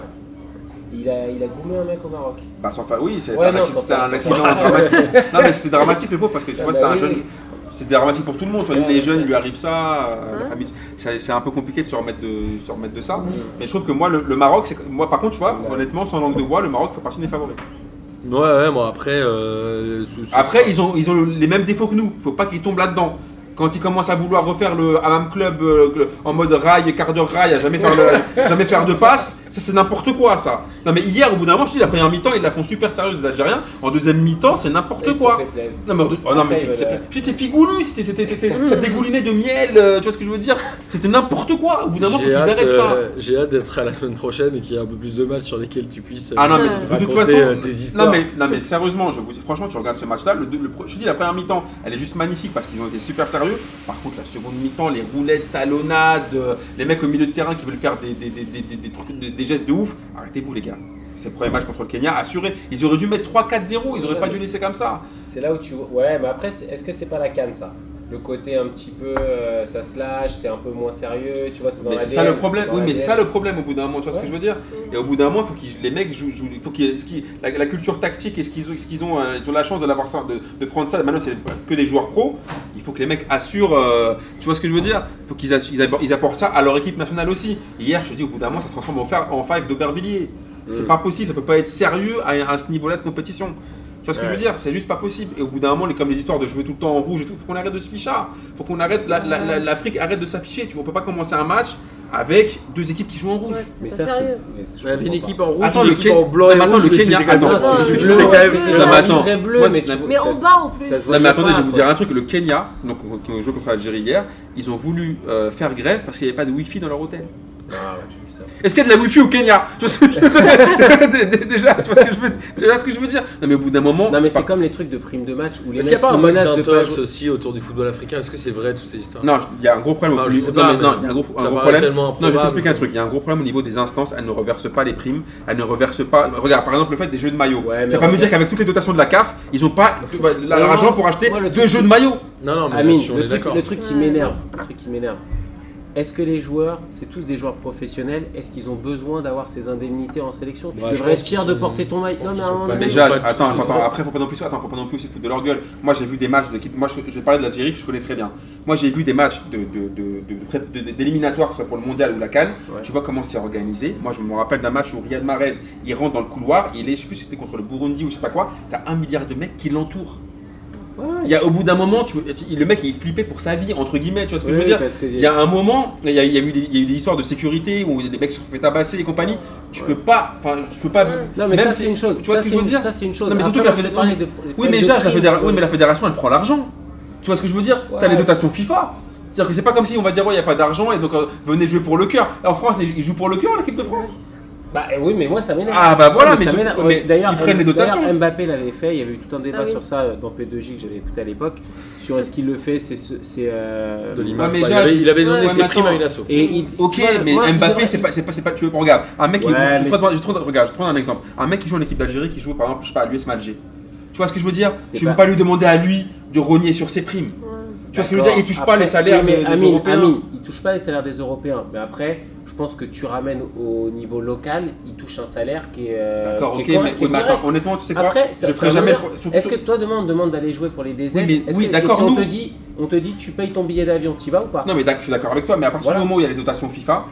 Il a, il a goumé un mec au Maroc. Bah, sans fa... oui, c'est Ouais, un, non, accident, sans c'était fa- un sans accident fa- dramatique. Non, mais c'était dramatique le pauvre parce que tu Ah vois, bah c'était un oui, jeune. oui. C'était dramatique pour tout le monde. Tu vois, Ouais, les ouais, jeunes, c'est- il lui arrive ça. euh, la Ouais. famille, c'est c'est un peu compliqué de se remettre de, se remettre de ça. Mhm. Mais je trouve que moi, le, le Maroc, c'est que- moi, par contre, tu vois, Ouais. honnêtement, sans langue de bois, le Maroc fait partie de mes favoris. Ouais, ouais, bon après. euh, ce- ce Après, sera- ils ont, ils ont les mêmes défauts que nous. Faut pas qu'ils tombent là-dedans. Quand ils commencent à vouloir refaire le Hammam Club euh, le- en mode rail, quart d'heure rail, à jamais faire, le- jamais faire de passe, ça c'est n'importe quoi ça. Non mais hier, au bout d'un moment, je te dis, la première mi-temps, ils la font super sérieuse les Algériens. En deuxième mi-temps, c'est n'importe Ils se quoi. fait plaisir. Non mais, oh, non, mais Après, c'est- ils c'est veulent, je dis, c'est figoulu, c'était, c'était, c'était, ça dégoulinait de miel, euh, tu vois ce que je veux dire? C'était n'importe quoi. Au bout d'un moment, faut J'ai qu'ils hâte, arrêtent ça. euh, j'ai hâte d'être à la semaine prochaine et qu'il y ait un peu plus de matchs sur lesquels tu puisses. euh, Ah non mais Euh, de, de toute raconter, façon, euh, tes histoires. non mais, non mais sérieusement, je vous dis, franchement, tu regardes ce match-là, le, le, je te dis la première mi-temps, elle est juste magnifique parce qu'ils ont été super sérieux. Par contre, la seconde mi-temps, les roulettes, talonnades, euh, les mecs au milieu de terrain qui veulent faire des, des, des, des, des, des trucs, des, des gestes de ouf, arrêtez-vous les gars. C'est le premier match contre le Kenya, assuré. Ils auraient dû mettre trois quatre zéro, ils auraient Ouais, pas mais dû laisser comme ça. C'est là où tu vois. Ouais, mais après, c'est- est-ce que c'est pas la canne ça? Le côté un petit peu, euh, ça se lâche, c'est un peu moins sérieux, tu vois, c'est dans Mais la c'est ça le problème. Oui, mais c'est ça le le problème au bout d'un moment, tu vois ce que Ouais. je veux dire? Et au bout d'un moment, il faut que les mecs jouent, jouent- il faut qu'ils, ce qui- la, la culture tactique et ce qu'ils ont, ce qu'ils ont, euh, ils ont la chance de l'avoir ça, de, de prendre ça. Maintenant, c'est que des joueurs pros. Il faut que les mecs assurent, euh, tu vois ce que je veux dire? Il faut qu'ils assu- ils apportent, ils apportent ça à leur équipe nationale aussi. Hier, je te dis, au bout d'un moment, ça se transforme en, fa- en five d'Aubervilliers. C'est Mm. pas possible, ça peut pas être sérieux à, à ce niveau-là de compétition. Tu vois ce que je veux Ouais. dire? C'est juste pas possible. Et au bout d'un moment, les, comme les histoires de jouer tout le temps en rouge et tout, faut qu'on arrête de se fichard. Faut qu'on arrête, la- la- la- l'Afrique arrête de s'afficher. Tu vois, on peut pas commencer un match avec deux équipes qui jouent en rouge. Ouais, c'était Mais pas ça, sérieux. Il y avait une équipe en rouge, Attends, une le équipe Ken- en blanc Non, et mais attends, rouge, le mais Kenya- c'était quand même- attends, parce que tu je fais bleu, quand même- c'était Non, genre mais attends. liseré bleu, Moi, mais c'est- tu- Mais en ça- bas en plus. ça se Non mais voyait attendez, pas, je vais vous quoi. dire un truc, le Kenya, donc, qui ont joué contre l'Algérie hier, ils ont voulu euh, faire grève parce qu'il n'y avait pas de wifi dans leur hôtel. Ah ouais, j'ai vu ça. Est-ce qu'il y a de la wifi au Kenya? Tu vois ce que je veux dire? Déjà, tu vois ce que je veux, déjà ce que je veux dire? Non mais au bout d'un moment, Non mais c'est c'est pas- comme les trucs de prime de match où les Est-ce qu'il n'y mecs a pas ils un max menacent de pas d'intox jouer. aussi autour du football africain? Est-ce que c'est vrai toutes ces histoires? Non, il y a un gros problème Non, au je niveau. sais Non, pas, mais non, mais il y a un gros, un ça gros paraît problème. tellement Non, je vais improbable. t'expliquer un truc. Il y a un gros problème au niveau des instances. Elles ne reversent pas les primes. Elles ne reversent pas. Regarde, par exemple, le fait des jeux de maillot. Ouais, tu mais vas pas me regarde. dire qu'avec toutes les dotations de la C A F, ils n'ont pas l'argent pour acheter Moi, le deux truc jeux qui- de maillot. Non, non, mais Amine, là-dessus, on le est truc, d'accord. le truc qui Ouais, m'énerve, non. le truc qui m'énerve. Est-ce que les joueurs, c'est tous des joueurs professionnels, est-ce qu'ils ont besoin d'avoir ces indemnités en sélection? Tu Ouais, je devrais pense être fier qu'ils de sont- porter ton maillot. je pense Non mais qu'ils à un sont moment pas donné- Mais Déjà, déjà, pas attends, tous, attends, ouais. après faut pas non plus, attends, faut pas non plus aussi se foutre de leur gueule. Moi j'ai vu des matchs de, moi je, je vais parler de l'Algérie que je connais très bien. Moi j'ai vu des matchs de, de, de, de, pré- de- d'éliminatoires, que ce soit pour le mondial ou la CAN. Ouais. Tu vois comment c'est organisé. Moi je me rappelle d'un match où Riyad Mahrez, il rentre dans le couloir, il est, je sais plus si c'était contre le Burundi ou je sais pas quoi, t'as un milliard de mecs qui l'entourent. Ouais, Il y a au bout d'un moment, tu, le mec il est flippé pour sa vie entre guillemets, tu vois ce que je veux oui, dire. parce que Il y a un moment, il y a, il y a eu des, il y a eu des histoires de sécurité où les mecs se sont fait tabasser et compagnie. Tu peux pas, enfin, tu peux pas. Non mais même ça si- c'est une chose. Tu vois Ça, ce que je c'est veux une- dire? Ça c'est une chose. Non, mais surtout Après, que la moi, je te fédé- parlais de- des Oui, problèmes mais de déjà, la, prime, fédéra- tu vois. oui, mais la fédération, elle prend l'argent. Tu vois ce que je veux dire? T'as Ouais. les dotations FIFA. C'est-à-dire que c'est pas comme si on va dire, ouais, il n'y a pas d'argent et donc euh, venez jouer pour le cœur. En France, ils jouent pour le cœur, l'équipe de France. Bah eh oui, mais moi ça m'énerve. Ah, bah voilà, Ouais, mais ça sur- m'énerve. mais Ouais, d'ailleurs, ils prennent les dotations. d'ailleurs, Mbappé l'avait fait, il y avait eu tout un débat Ah oui. sur ça euh, dans P deux J que j'avais écouté à l'époque, sur est-ce qu'il le fait, c'est ce- c'est euh, De l'image. Ouais, mais Bah, il, déjà, avait, il avait donné ouais, ses mais primes à attends. une asso. Et il, Ok, tu vois, mais moi, il Mbappé, devrait- c'est pas, c'est pas, c'est pas, tu veux, regarde, un mec qui, Ouais, je mais te prends- c'est- je te prends- regarde, je te prends un exemple, un mec qui joue en équipe d'Algérie, qui joue par exemple, je sais pas, à l'U S M Alger. Tu vois ce que je veux dire? C'est Tu veux pas- pas lui demander à lui de rogner sur ses primes. Ouais. Tu vois ce que je veux dire? Il touche pas Après, les salaires oui, mais des, des Amine, Européens. Amine, il touche pas les salaires des Européens. Mais après, je pense que tu ramènes au niveau local, il touche un salaire qui est. euh, D'accord, qui ok, est correct, mais, qui est oui, mais attends, correct. honnêtement, tu sais quoi? Après, ça- je ça ferai jamais. m'énerve. surtout- Est-ce que toi demain on te demande d'aller jouer pour les D Z? Oui, mais- Est-ce oui, que- d'accord, et si on nous- te dit, on te dit, tu payes ton billet d'avion, tu y vas ou pas? Non, mais d'accord, je suis d'accord avec toi, mais à partir Voilà. du moment où il y a les dotations FIFA,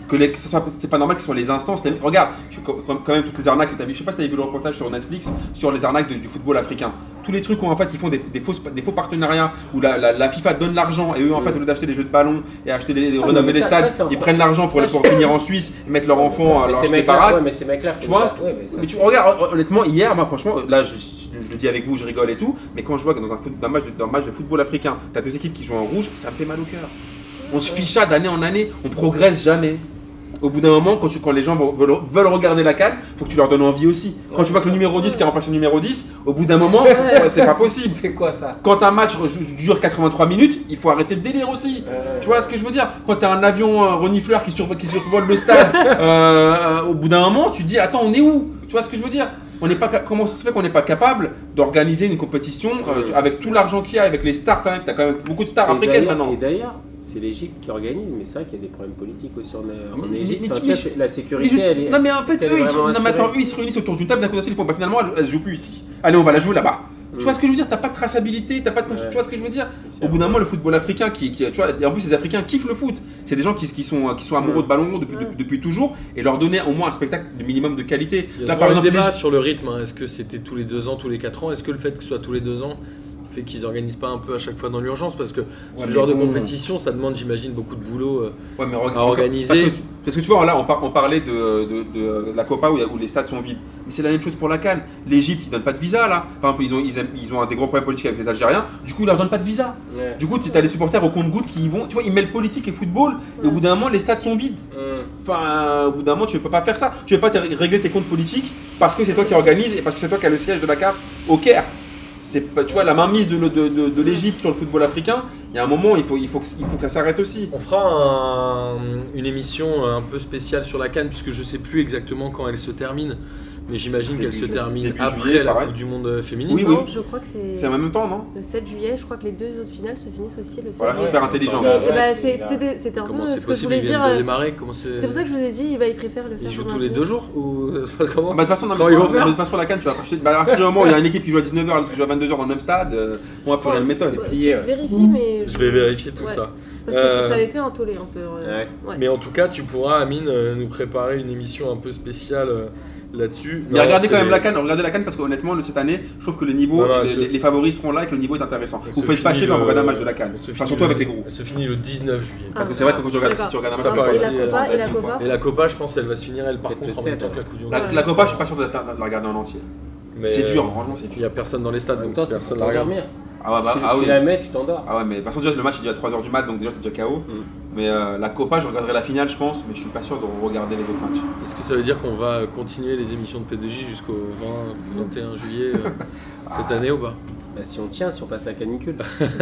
que, les, que ce soit, c'est pas normal que ce soit les instances. Les, regarde, je, quand même toutes les arnaques que tu as vu, je sais pas si tu as vu le reportage sur Netflix sur les arnaques de, du football africain. Tous les trucs où en fait ils font des, des, fausses, des faux partenariats, où la, la, la FIFA donne l'argent et eux en fait au lieu d'acheter des jeux de ballon et acheter des, des ah, rénover les stades, ça, ils prennent l'argent pour, pour finir en Suisse et mettre leur enfant à leur acheter des parades. Ouais, mais ces mecs-là, tu vois, ouais, mais, mais tu regardes honnêtement hier, moi franchement, là je, je, je le dis avec vous, je rigole et tout, mais quand je vois que dans un, foot, dans un, match, de, dans un match de football africain, tu as deux équipes qui jouent en rouge, ça me fait mal au cœur. On se ficha d'année en année, on progresse jamais. Au bout d'un moment, quand, tu, quand les gens veulent, veulent regarder la CAN, il faut que tu leur donnes envie aussi. Quand ouais, tu vois que le numéro dix qui a remplacé le numéro dix, au bout d'un moment, c'est pas possible. C'est quoi ça? Quand un match dure quatre-vingt-trois minutes, il faut arrêter le délire aussi. Euh... Tu vois ce que je veux dire? Quand tu as un avion euh, renifleur qui, survole, qui survole le stade, euh, euh, au bout d'un moment, tu te dis attends, on est où? Tu vois ce que je veux dire? On n'est pas, comment ça se fait qu'on n'est pas capable d'organiser une compétition euh, mmh. avec tout l'argent qu'il y a, avec les stars quand même? Tu as quand même beaucoup de stars et africaines maintenant. Et d'ailleurs, c'est l'Égypte qui organise, mais c'est vrai qu'il y a des problèmes politiques aussi en, en Égypte. Enfin, tu vois, la sécurité, je, elle est. Non, mais en fait, eux ils, sont, non, mais attends, eux, ils se réunissent autour d'une table, d'un coup d'un seul, ils font bah, finalement, elle, elle se joue plus ici. Allez, on va la jouer là-bas. Mmh. Tu vois ce que je veux dire? T'as pas de traçabilité, t'as pas de. Ouais. Tu vois ce que je veux dire? Au bout d'un moment, le football africain, qui, qui, tu vois, et en plus, les Africains kiffent le foot. C'est des gens qui, qui, sont, qui sont amoureux mmh. de ballon rond depuis, ouais. depuis, depuis toujours, et leur donner au moins un spectacle de minimum de qualité. Il y a un débat les... sur le rythme. Hein. Est-ce que c'était tous les deux ans, tous les quatre ans? Est-ce que le fait que ce soit tous les deux ans fait qu'ils organisent pas un peu à chaque fois dans l'urgence? Parce que ouais, ce genre bon, de compétition, ça demande, j'imagine, beaucoup de boulot euh, ouais, mais à organiser. Parce que, parce que tu vois, là, on, par, on parlait de, de, de, de la Copa où, où les stades sont vides. Mais c'est la même chose pour la CAN. L'Égypte, ils donnent pas de visa là. Par exemple, ils ont, ils, aiment, ils ont des gros problèmes politiques avec les Algériens. Du coup, ils leur donnent pas de visa. Ouais. Du coup, tu as les supporters au compte-gouttes qui y vont. Tu vois, ils mêlent politique et football. Ouais. Et au bout d'un moment, les stades sont vides. Ouais. Enfin, au bout d'un moment, tu ne peux pas faire ça. Tu ne peux pas régler tes comptes politiques parce que c'est toi qui organise et parce que c'est toi qui as le siège de la C A F au Caire. C'est, tu vois, la mainmise de, de, de, de l'Égypte sur le football africain, il y a un moment, il faut, il faut, que, il faut que ça s'arrête aussi. On fera un, une émission un peu spéciale sur la CAN, puisque je ne sais plus exactement quand elle se termine. Mais j'imagine début qu'elle se termine après juillet, la Coupe du Monde féminine. Oui, oui. Non, je crois que c'est. C'est en même temps, non? Le sept juillet, je crois que les deux autres finales se finissent aussi le sept voilà, juillet. Super intelligent. C'est, ouais, bah, c'est, c'était, c'était un comment peu c'est ce que je voulais ils dire. De démarrer, comment c'est... c'est pour ça que je vous ai dit, bah, ils préfèrent le faire. Ils jouent tous les deux jours ou comment? Bah, de toute façon, non, mais de toute façon, la CAN, tu vas acheter. Bah, à partir du moment où il y a une équipe qui joue à dix-neuf heures et l'autre qui joue à vingt-deux heures dans le même stade, on va prendre la méthode. Je vérifie, mais. Je vais vérifier tout ça. Parce que ça avait fait un tollé un peu. Mais en tout cas, tu pourras, Amine, nous préparer une émission un peu spéciale là-dessus. Mais non, regardez quand même la CAN, regardez la CAN parce qu'honnêtement cette année, je trouve que le niveau, non, non, les, se... les favoris seront là et que le niveau est intéressant. Vous faites pas chier quand vous regardez un match de la CAN, enfin surtout le... avec les gros. Elle se finit le dix-neuf juillet. Parce que c'est vrai que quand tu regardes, si tu regardes un match, et la Copa et la Copa. Et la Copa, je pense qu'elle va se finir elle par contre en même temps que la Coupe du Monde. La Copa, je suis pas sûr de la regarder en entier. C'est dur, franchement c'est dur. Il y a personne dans les stades donc personne la regarde. Ah ouais, bah, tu, ah tu oui. la mets, tu t'endors. Ah ouais, mais de toute façon, déjà, le match il est à trois heures du mat, donc déjà, t'es déjà K O. Mm. Mais euh, la Copa, je regarderai la finale, je pense, mais je suis pas sûr de regarder les autres matchs. Est-ce que ça veut dire qu'on va continuer les émissions de P deux J jusqu'au vingt, vingt et un juillet euh, cette ah. année ou pas? Bah, si on tient, si on passe la canicule.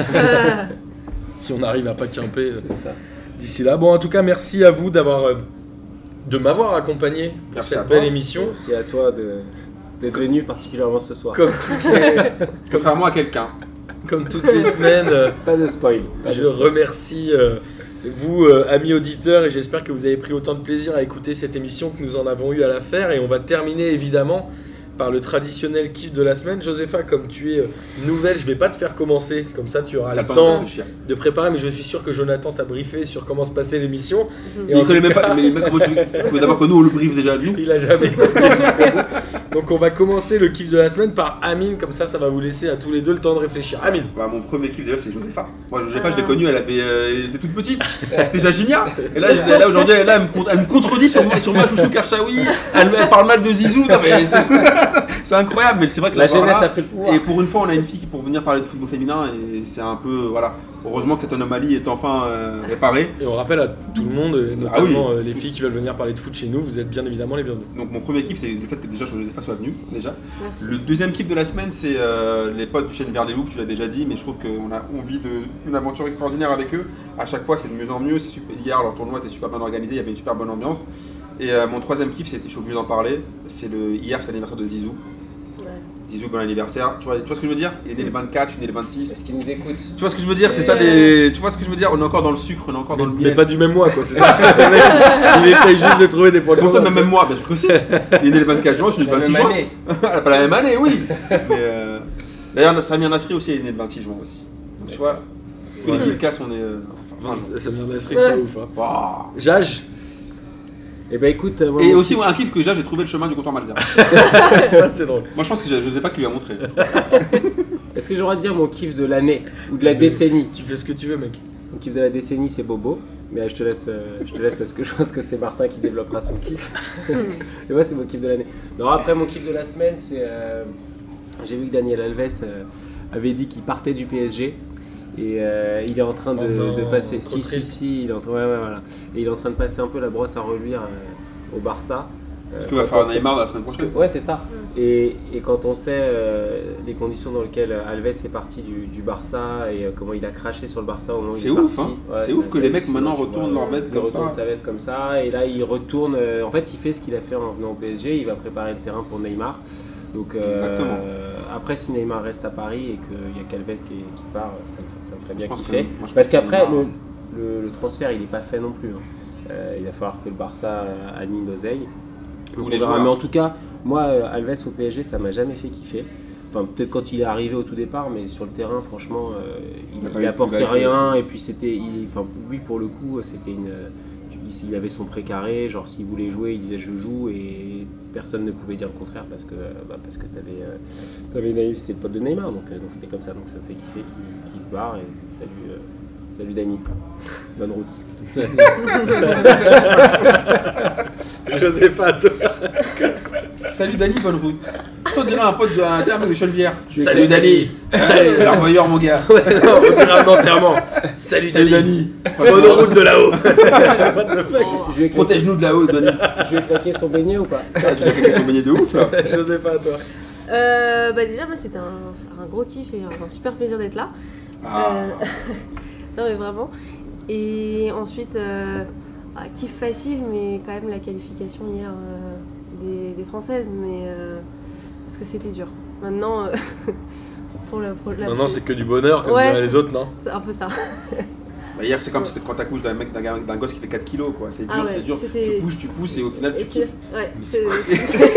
Si on arrive à pas camper euh, d'ici là. Bon, en tout cas, merci à vous d'avoir, euh, de m'avoir accompagné pour merci cette belle émission. Merci à toi de, d'être venu particulièrement ce soir. Comme toutes les... Contrairement à quelqu'un. Comme toutes les semaines, euh, pas de spoil. Pas je de spoil. remercie euh, vous, euh, amis auditeurs, et j'espère que vous avez pris autant de plaisir à écouter cette émission que nous en avons eu à la faire. Et on va terminer évidemment par le traditionnel kiff de la semaine. Josepha, comme tu es euh, nouvelle, je vais pas te faire commencer, comme ça tu auras T'as le temps de, de préparer, mais je suis sûr que Jonathan t'a briefé sur comment se passait l'émission. Et il connaît même pas, mais comment tu... il faut d'abord que nous on le briefe déjà nous. Il a jamais écouté jusqu'au bout. Donc on va commencer le kiff de la semaine par Amine, comme ça ça va vous laisser à tous les deux le temps de réfléchir. Amine. Bah, mon premier kiff déjà c'est Josepha. Moi Josepha ah. je l'ai connue, elle, avait, euh, elle était toute petite, c'était Jaginia. Et là, je, là aujourd'hui elle, elle, elle me contredit sur, sur ma chouchou Karchaoui, elle, elle parle mal de Zizou. Non, mais c'est, c'est incroyable, mais c'est vrai que la jeunesse a pris le pouvoir. Et pour une fois on a une fille pour venir parler de football féminin et c'est un peu voilà. Heureusement que cette anomalie est enfin euh, réparée. Et on rappelle à tout le monde, et notamment ah oui. les filles qui veulent venir parler de foot chez nous, vous êtes bien évidemment les bienvenus. Donc mon premier kiff c'est le fait que déjà Josepha soit venue déjà. Merci. Le deuxième kiff de la semaine c'est euh, les potes du chêne vers les loups, tu l'as déjà dit, mais je trouve qu'on a on vit de, une aventure extraordinaire avec eux. À chaque fois c'est de mieux en mieux. C'est super. Hier leur tournoi était super bien organisé, il y avait une super bonne ambiance. Et euh, mon troisième kiff c'était, je suis obligé d'en parler, c'est le hier c'est l'anniversaire de Zizou. Zizou, bon anniversaire. Tu vois, tu vois ce que je veux dire? Il est né le vingt-quatre, je suis né le vingt-six. Est-ce qu'il nous écoute? Tu vois ce que je veux dire? C'est ça les. Tu vois ce que je veux dire? On est encore dans le sucre, on est encore mais, dans le miel. Mais pas du même mois, quoi, c'est ça. Il essaye juste de trouver des points communs. Comment ça, le même mois? Bien sûr que c'est. Il est né le vingt-quatre juin, je suis né le vingt-six juin. Pas la même année, oui. Mais euh... d'ailleurs, Samir Nasri aussi est né le vingt-six juin aussi. Donc tu vois, tous les Milkas, on est. Enfin, Samir Nasri, c'est pas ouf. Hein. Wow. Jage. Et bah écoute, moi, Et mon aussi, kiff- moi, un kiff que j'ai, j'ai trouvé le chemin du comptoir Malzerbe. Ça, c'est drôle. Moi, je pense que je sais pas qui lui a montré. est-ce que j'aurais à dire mon kiff de l'année ou de la décennie? Tu fais ce que tu veux, mec. Mon kiff de la décennie, c'est Bobo. Mais je te laisse, euh, je te laisse parce que je pense que c'est Martin qui développera son kiff. Et moi, c'est mon kiff de l'année. Non, après, mon kiff de la semaine, c'est. euh, J'ai vu que Daniel Alves euh, avait dit qu'il partait du P S G. Et euh, il est en train de, Oh non, de passer. trop Si, si, triste. si, il est en train, ouais, ouais, voilà. Et il est en train de passer un peu la brosse à reluire euh, au Barça. Ce Euh, que va quand faire on sait- Neymar la semaine parce que- prochaine. Ouais, c'est ça. Et, et quand on sait euh, les conditions dans lesquelles Alves est parti du, du Barça et euh, comment il a craché sur le Barça au moment où il C'est est ouf, parti. hein. Ouais, C'est ça- ouf que ça- les mecs ça- maintenant tu retournent vois, leur veste ils comme retournent ça. sa veste comme ça. Et là, il retourne. euh, en fait, il fait ce qu'il a fait en venant au P S G. Il va préparer le terrain pour Neymar. Donc, euh, Exactement. après, si Neymar reste à Paris et qu'il y a Calves qui, qui part, ça, le- ça me ferait bien Je pense kiffer. que- moi, je Parce pense que qu'après, Neymar- le, le, le transfert, il n'est pas fait non plus. hein. Euh, il va falloir que le Barça euh, aligne l'oseille. Donc, Ou on les verra. joueurs. Mais en tout cas, moi, euh, Alves au P S G, ça m'a jamais fait kiffer. Enfin, peut-être quand il est arrivé au tout départ, mais sur le terrain, franchement, euh, il, Il a pas il eu apportait de plus-value. rien. Et puis, c'était, il- enfin, lui, pour le coup, c'était une. tu- Il avait son précaré, genre s'il voulait jouer, il disait je joue et personne ne pouvait dire le contraire parce que bah, parce que t'avais euh, t'avais Naïf, c'était le pote de Neymar, donc euh, donc c'était comme ça, donc ça me fait kiffer qu'il qu'il se barre et salut euh, salut Dany, bonne route. Joseph, à toi. Salut Dany, bonne route. On dirait un pote de un terme de Chenevière. Salut Dany. Salut l'envoyeur, mon gars. Non, on dirait un enterrement. Salut, Salut Dany. Dany. Bonne route de là-haut. Je lui ai claqué, Protège-nous de là-haut, Dany. je lui ai claqué son beignet ou pas? Ah, tu vas quelqu'un son beignet de ouf là. Joseph, à toi. Euh, bah déjà, moi, c'était un, un gros kiff et un, un super plaisir d'être là. Ah. Euh, non, mais vraiment. Et ensuite, euh, ah, kiff facile, mais quand même la qualification hier euh, des, des Françaises, mais euh, parce que c'était dur. Maintenant, euh, pour la, pour la Maintenant, c'est que du bonheur, comme Ouais, diraient les c'est- autres, non? c'est un peu ça. Bah, hier, c'est comme si quand t'accouches d'un mec, d'un gars- d'un gosse qui fait quatre kilos, quoi. C'est dur, Ah ouais, c'est dur. c'était- Tu pousses, tu pousses et au final, Et tu puis, kiffes. ouais, Mais c'est- c'est- c'est-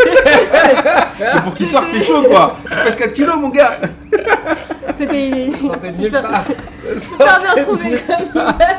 Mais pour qu'il sorte, c'est chaud, quoi. Tu passes quatre kilos, mon gars. c'était sortait de nulle super, part. super bien trouvé comme image.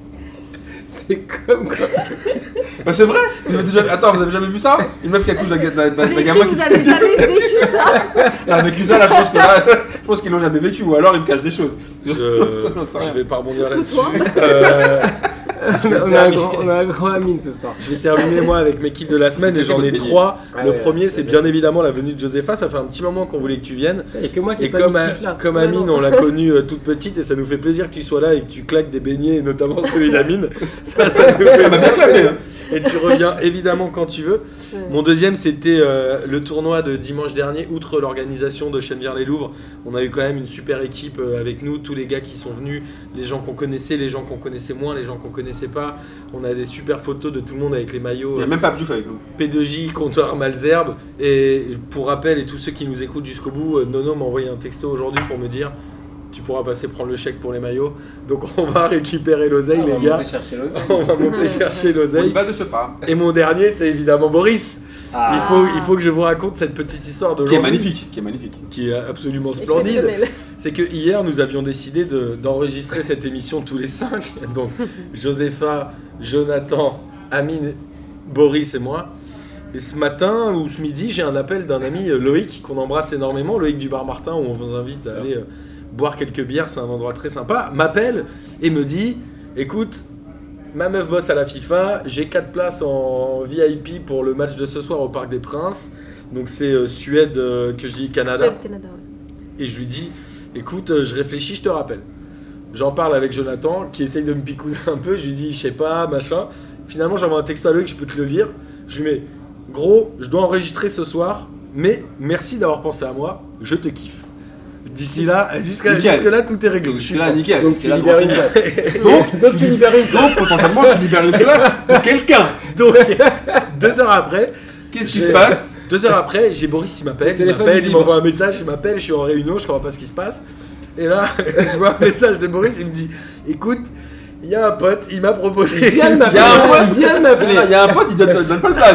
C'est comme quoi. Bah, c'est vrai. Vous avez déjà... Attends, vous avez jamais vu ça? Une meuf qui accouche d'un d'un- d'un- d'un J'ai gamin écrit, qui. vous avez jamais vécu ça? Ah, avec ça, là, je pense que là, je pense qu'ils l'ont jamais vécu, ou alors ils me cachent des choses. Je, Ça, ça, ça. je vais pas rebondir là-dessus. Toi Euh, On a, un grand, on a un grand Amine ce soir. je vais terminer moi avec mes kiffs de la semaine et j'en ai trois. Ah Le ouais, premier, ouais, c'est ouais. bien évidemment la venue de Josepha. Ça fait un petit moment qu'on voulait que tu viennes. Il n'y a que moi qui Et ai pas comme, mis ce à- kiff là. comme Ouais, Amine, non. on l'a connue euh, toute petite et ça nous fait plaisir que tu sois là et que tu claques des beignets, et notamment celui d'Amine. Ça, ça nous fait Elle m'a bien claqué, hein. Et tu reviens évidemment quand tu veux. Ouais. Mon deuxième, c'était euh, le tournoi de dimanche dernier. Outre l'organisation de Chenevière-les-Louvres, on a eu quand même une super équipe euh, avec nous. Tous les gars qui sont venus, les gens qu'on connaissait, les gens qu'on connaissait moins, les gens qu'on connaissait pas. On a des super photos de tout le monde avec les maillots. Il y a même pas Abdouf avec nous. P deux J, comptoir Malzerbe. Et pour rappel, et tous ceux qui nous écoutent jusqu'au bout, euh, Nono m'a envoyé un texto aujourd'hui pour me dire tu pourras passer prendre le chèque pour les maillots. Donc on va récupérer l'oseille, Ah, on va les gars. monter chercher l'oseille. On va monter chercher On y l'oseille. va de ce pas. Et mon dernier, c'est évidemment Boris. Ah. Il, faut, il faut que je vous raconte cette petite histoire de Qui est Landry, magnifique. Qui est magnifique. qui est absolument splendide. Exceptionnel. C'est que hier, nous avions décidé de- d'enregistrer cette émission tous les cinq. Donc, Josepha, Jonathan, Amine, Boris et moi. Et ce matin ou ce midi, j'ai un appel d'un ami, euh, Loïc, qu'on embrasse énormément, Loïc du Bar Martin, où on vous invite à aller euh, boire quelques bières, c'est un endroit très sympa, m'appelle et me dit écoute, ma meuf bosse à la FIFA, j'ai quatre places en V I P pour le match de ce soir au Parc des Princes. Donc, c'est euh, Suède, euh, que je dis Canada. Suède, Canada, ouais. Et je lui dis, écoute, euh, je réfléchis, je te rappelle. J'en parle avec Jonathan, qui essaye de me picouser un peu. Je lui dis, je sais pas, machin. Finalement, j'envoie un texto à Loïc, je peux te le lire. Je lui mets, gros, je dois enregistrer ce soir, mais merci d'avoir pensé à moi, je te kiffe. D'ici là, jusqu'à Nickel. jusque là, tout est réglé. Je suis là, nickel. Donc Parce tu que là, libères bon, une c'est- place. Donc, Donc tu libères une donc, potentiellement, tu libères une place pour quelqu'un. Donc, deux heures après, Qu'est-ce qui J'ai- se passe? deux heures après, j'ai Boris, il m'appelle, Ton il téléphone, m'appelle, il il vibre. m'envoie un message, il m'appelle, je suis en réunion, je comprends pas ce qui se passe. Et là, je vois un message de Boris, il me dit, écoute, il y a un pote, il m'a proposé. Viens de Il y m'appeler. a un pote, Viens de m'appeler. il y a un pote, il donne, il donne pas de place.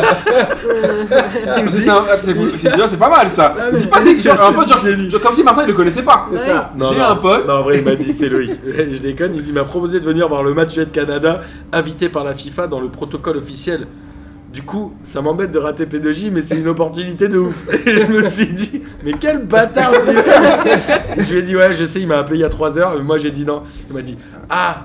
Il me dit, c'est un- c'est c'est- déjà, c'est pas mal ça. Ah, mais Il dit pas, c'est c'est genre, un pote, genre, génie. genre, comme si Martin il le connaissait pas. C'est ça. Non, J'ai non. un pote. Non, en vrai, il m'a dit c'est Loïc. Je déconne. Il dit, il m'a proposé de venir voir le match Suède-Canada, invité par la FIFA dans le protocole officiel Du coup, ça m'embête de rater P deux J, mais c'est une opportunité de ouf. Et je me suis dit, mais quel bâtard celui-là. Je lui ai dit, ouais, je sais, il m'a appelé il y a trois heures, mais moi j'ai dit non. Il m'a dit, ah.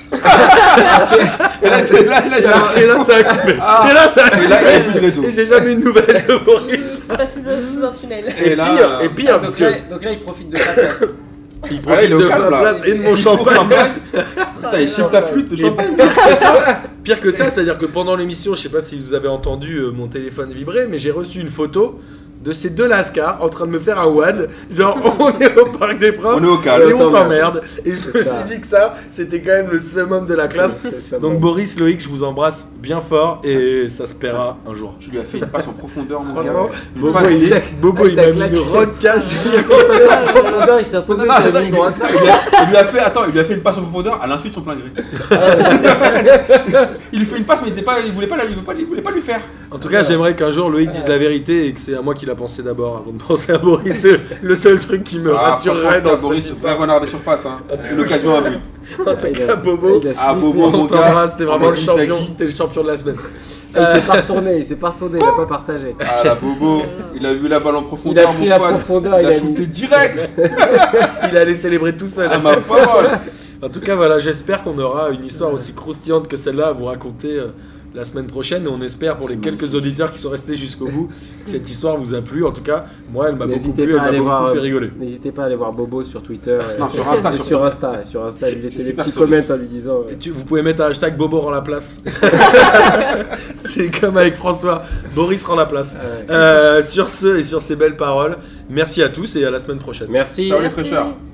Et là, c'est, là, là, Ça a- et là, ça a coupé. Ah. Et là, ça a Et là, il n'y a plus de coupé. réseau. Et j'ai jamais eu de nouvelles de Boris. C'est pas sous un, sous un tunnel. Et, Et là, pire, euh, et pire, parce donc, que là, donc là, il profite de ta place. il Ouais, profite il est au de calme, ma là. place et de mon Il faut champagne. champagne. Oh Putain, il chiffre ta flûte de Et champagne. pire que ça, pire que ça, c'est-à-dire que pendant l'émission, je sais pas si vous avez entendu euh, mon téléphone vibrer, mais j'ai reçu une photo de ces deux lascars en train de me faire un wad. Genre, on est au Parc des Princes On est au calme. et on On t'emmerde. Et je C'est me ça. suis dit que ça, c'était quand même le summum de la classe. C'est- c'est ça, Donc bon. Boris, Loïc, je vous embrasse bien fort et ça se paiera un jour. Tu lui as fait une passe en profondeur, mon Franchement, gars. Une Bobo, passe- il, est- Bobo, Avec il ta m'a mis claque. une rocasse. Il a fait passer à profondeur, il s'est retourné, Non, il a attends, mis il, droite. il lui a, il lui a fait, attends, il lui a fait une passe en profondeur à l'insu de son plein gré. Il lui fait une passe, mais il, était pas, il voulait pas, la- il voulait pas, il voulait pas lui faire. En tout cas, j'aimerais qu'un jour Loïc dise la vérité et que c'est à moi qu'il a pensé d'abord avant de penser à Boris. C'est le seul truc qui me Ah, rassurerait franchement, dans cette Boris, c'est histoire. un renard des surfaces. Hein. C'est l'occasion à but. En tout Il a- cas, Bobo, il a Ah, sniffé. Bobo, on mon gars. t'embrasse, t'es vraiment On le dit champion, Zaki. t'es le champion de la semaine. Il s'est pas retourné, il s'est pas retourné, il a pas partagé. Ah, la Bobo, il a vu la balle en Il profondeur. a pris mon la pote. profondeur, Il il a a shooté mis. direct. Il allait célébrer tout seul. Ah, ma parole. En tout cas, voilà, j'espère qu'on aura une histoire aussi croustillante que celle-là à vous raconter euh, la semaine prochaine. Et on espère pour les C'est quelques auditeurs qui sont restés jusqu'au bout que cette histoire vous a plu. En tout cas, moi, elle m'a beaucoup N'hésitez plu, pas à elle aller m'a beaucoup voir. fait rigoler. N'hésitez pas à aller voir Bobo sur Twitter. et- Non, sur Insta, et surtout. sur Insta, sur Insta, lui laisser C'est des super petits story. comments en lui disant. Et euh, tu- vous pouvez mettre un hashtag Bobo rend la place. C'est comme avec François, Boris rend la place. ouais. Euh, sur ce et sur ces belles paroles, merci à tous et à la semaine prochaine. Merci. Ciao les Merci. fraîcheurs.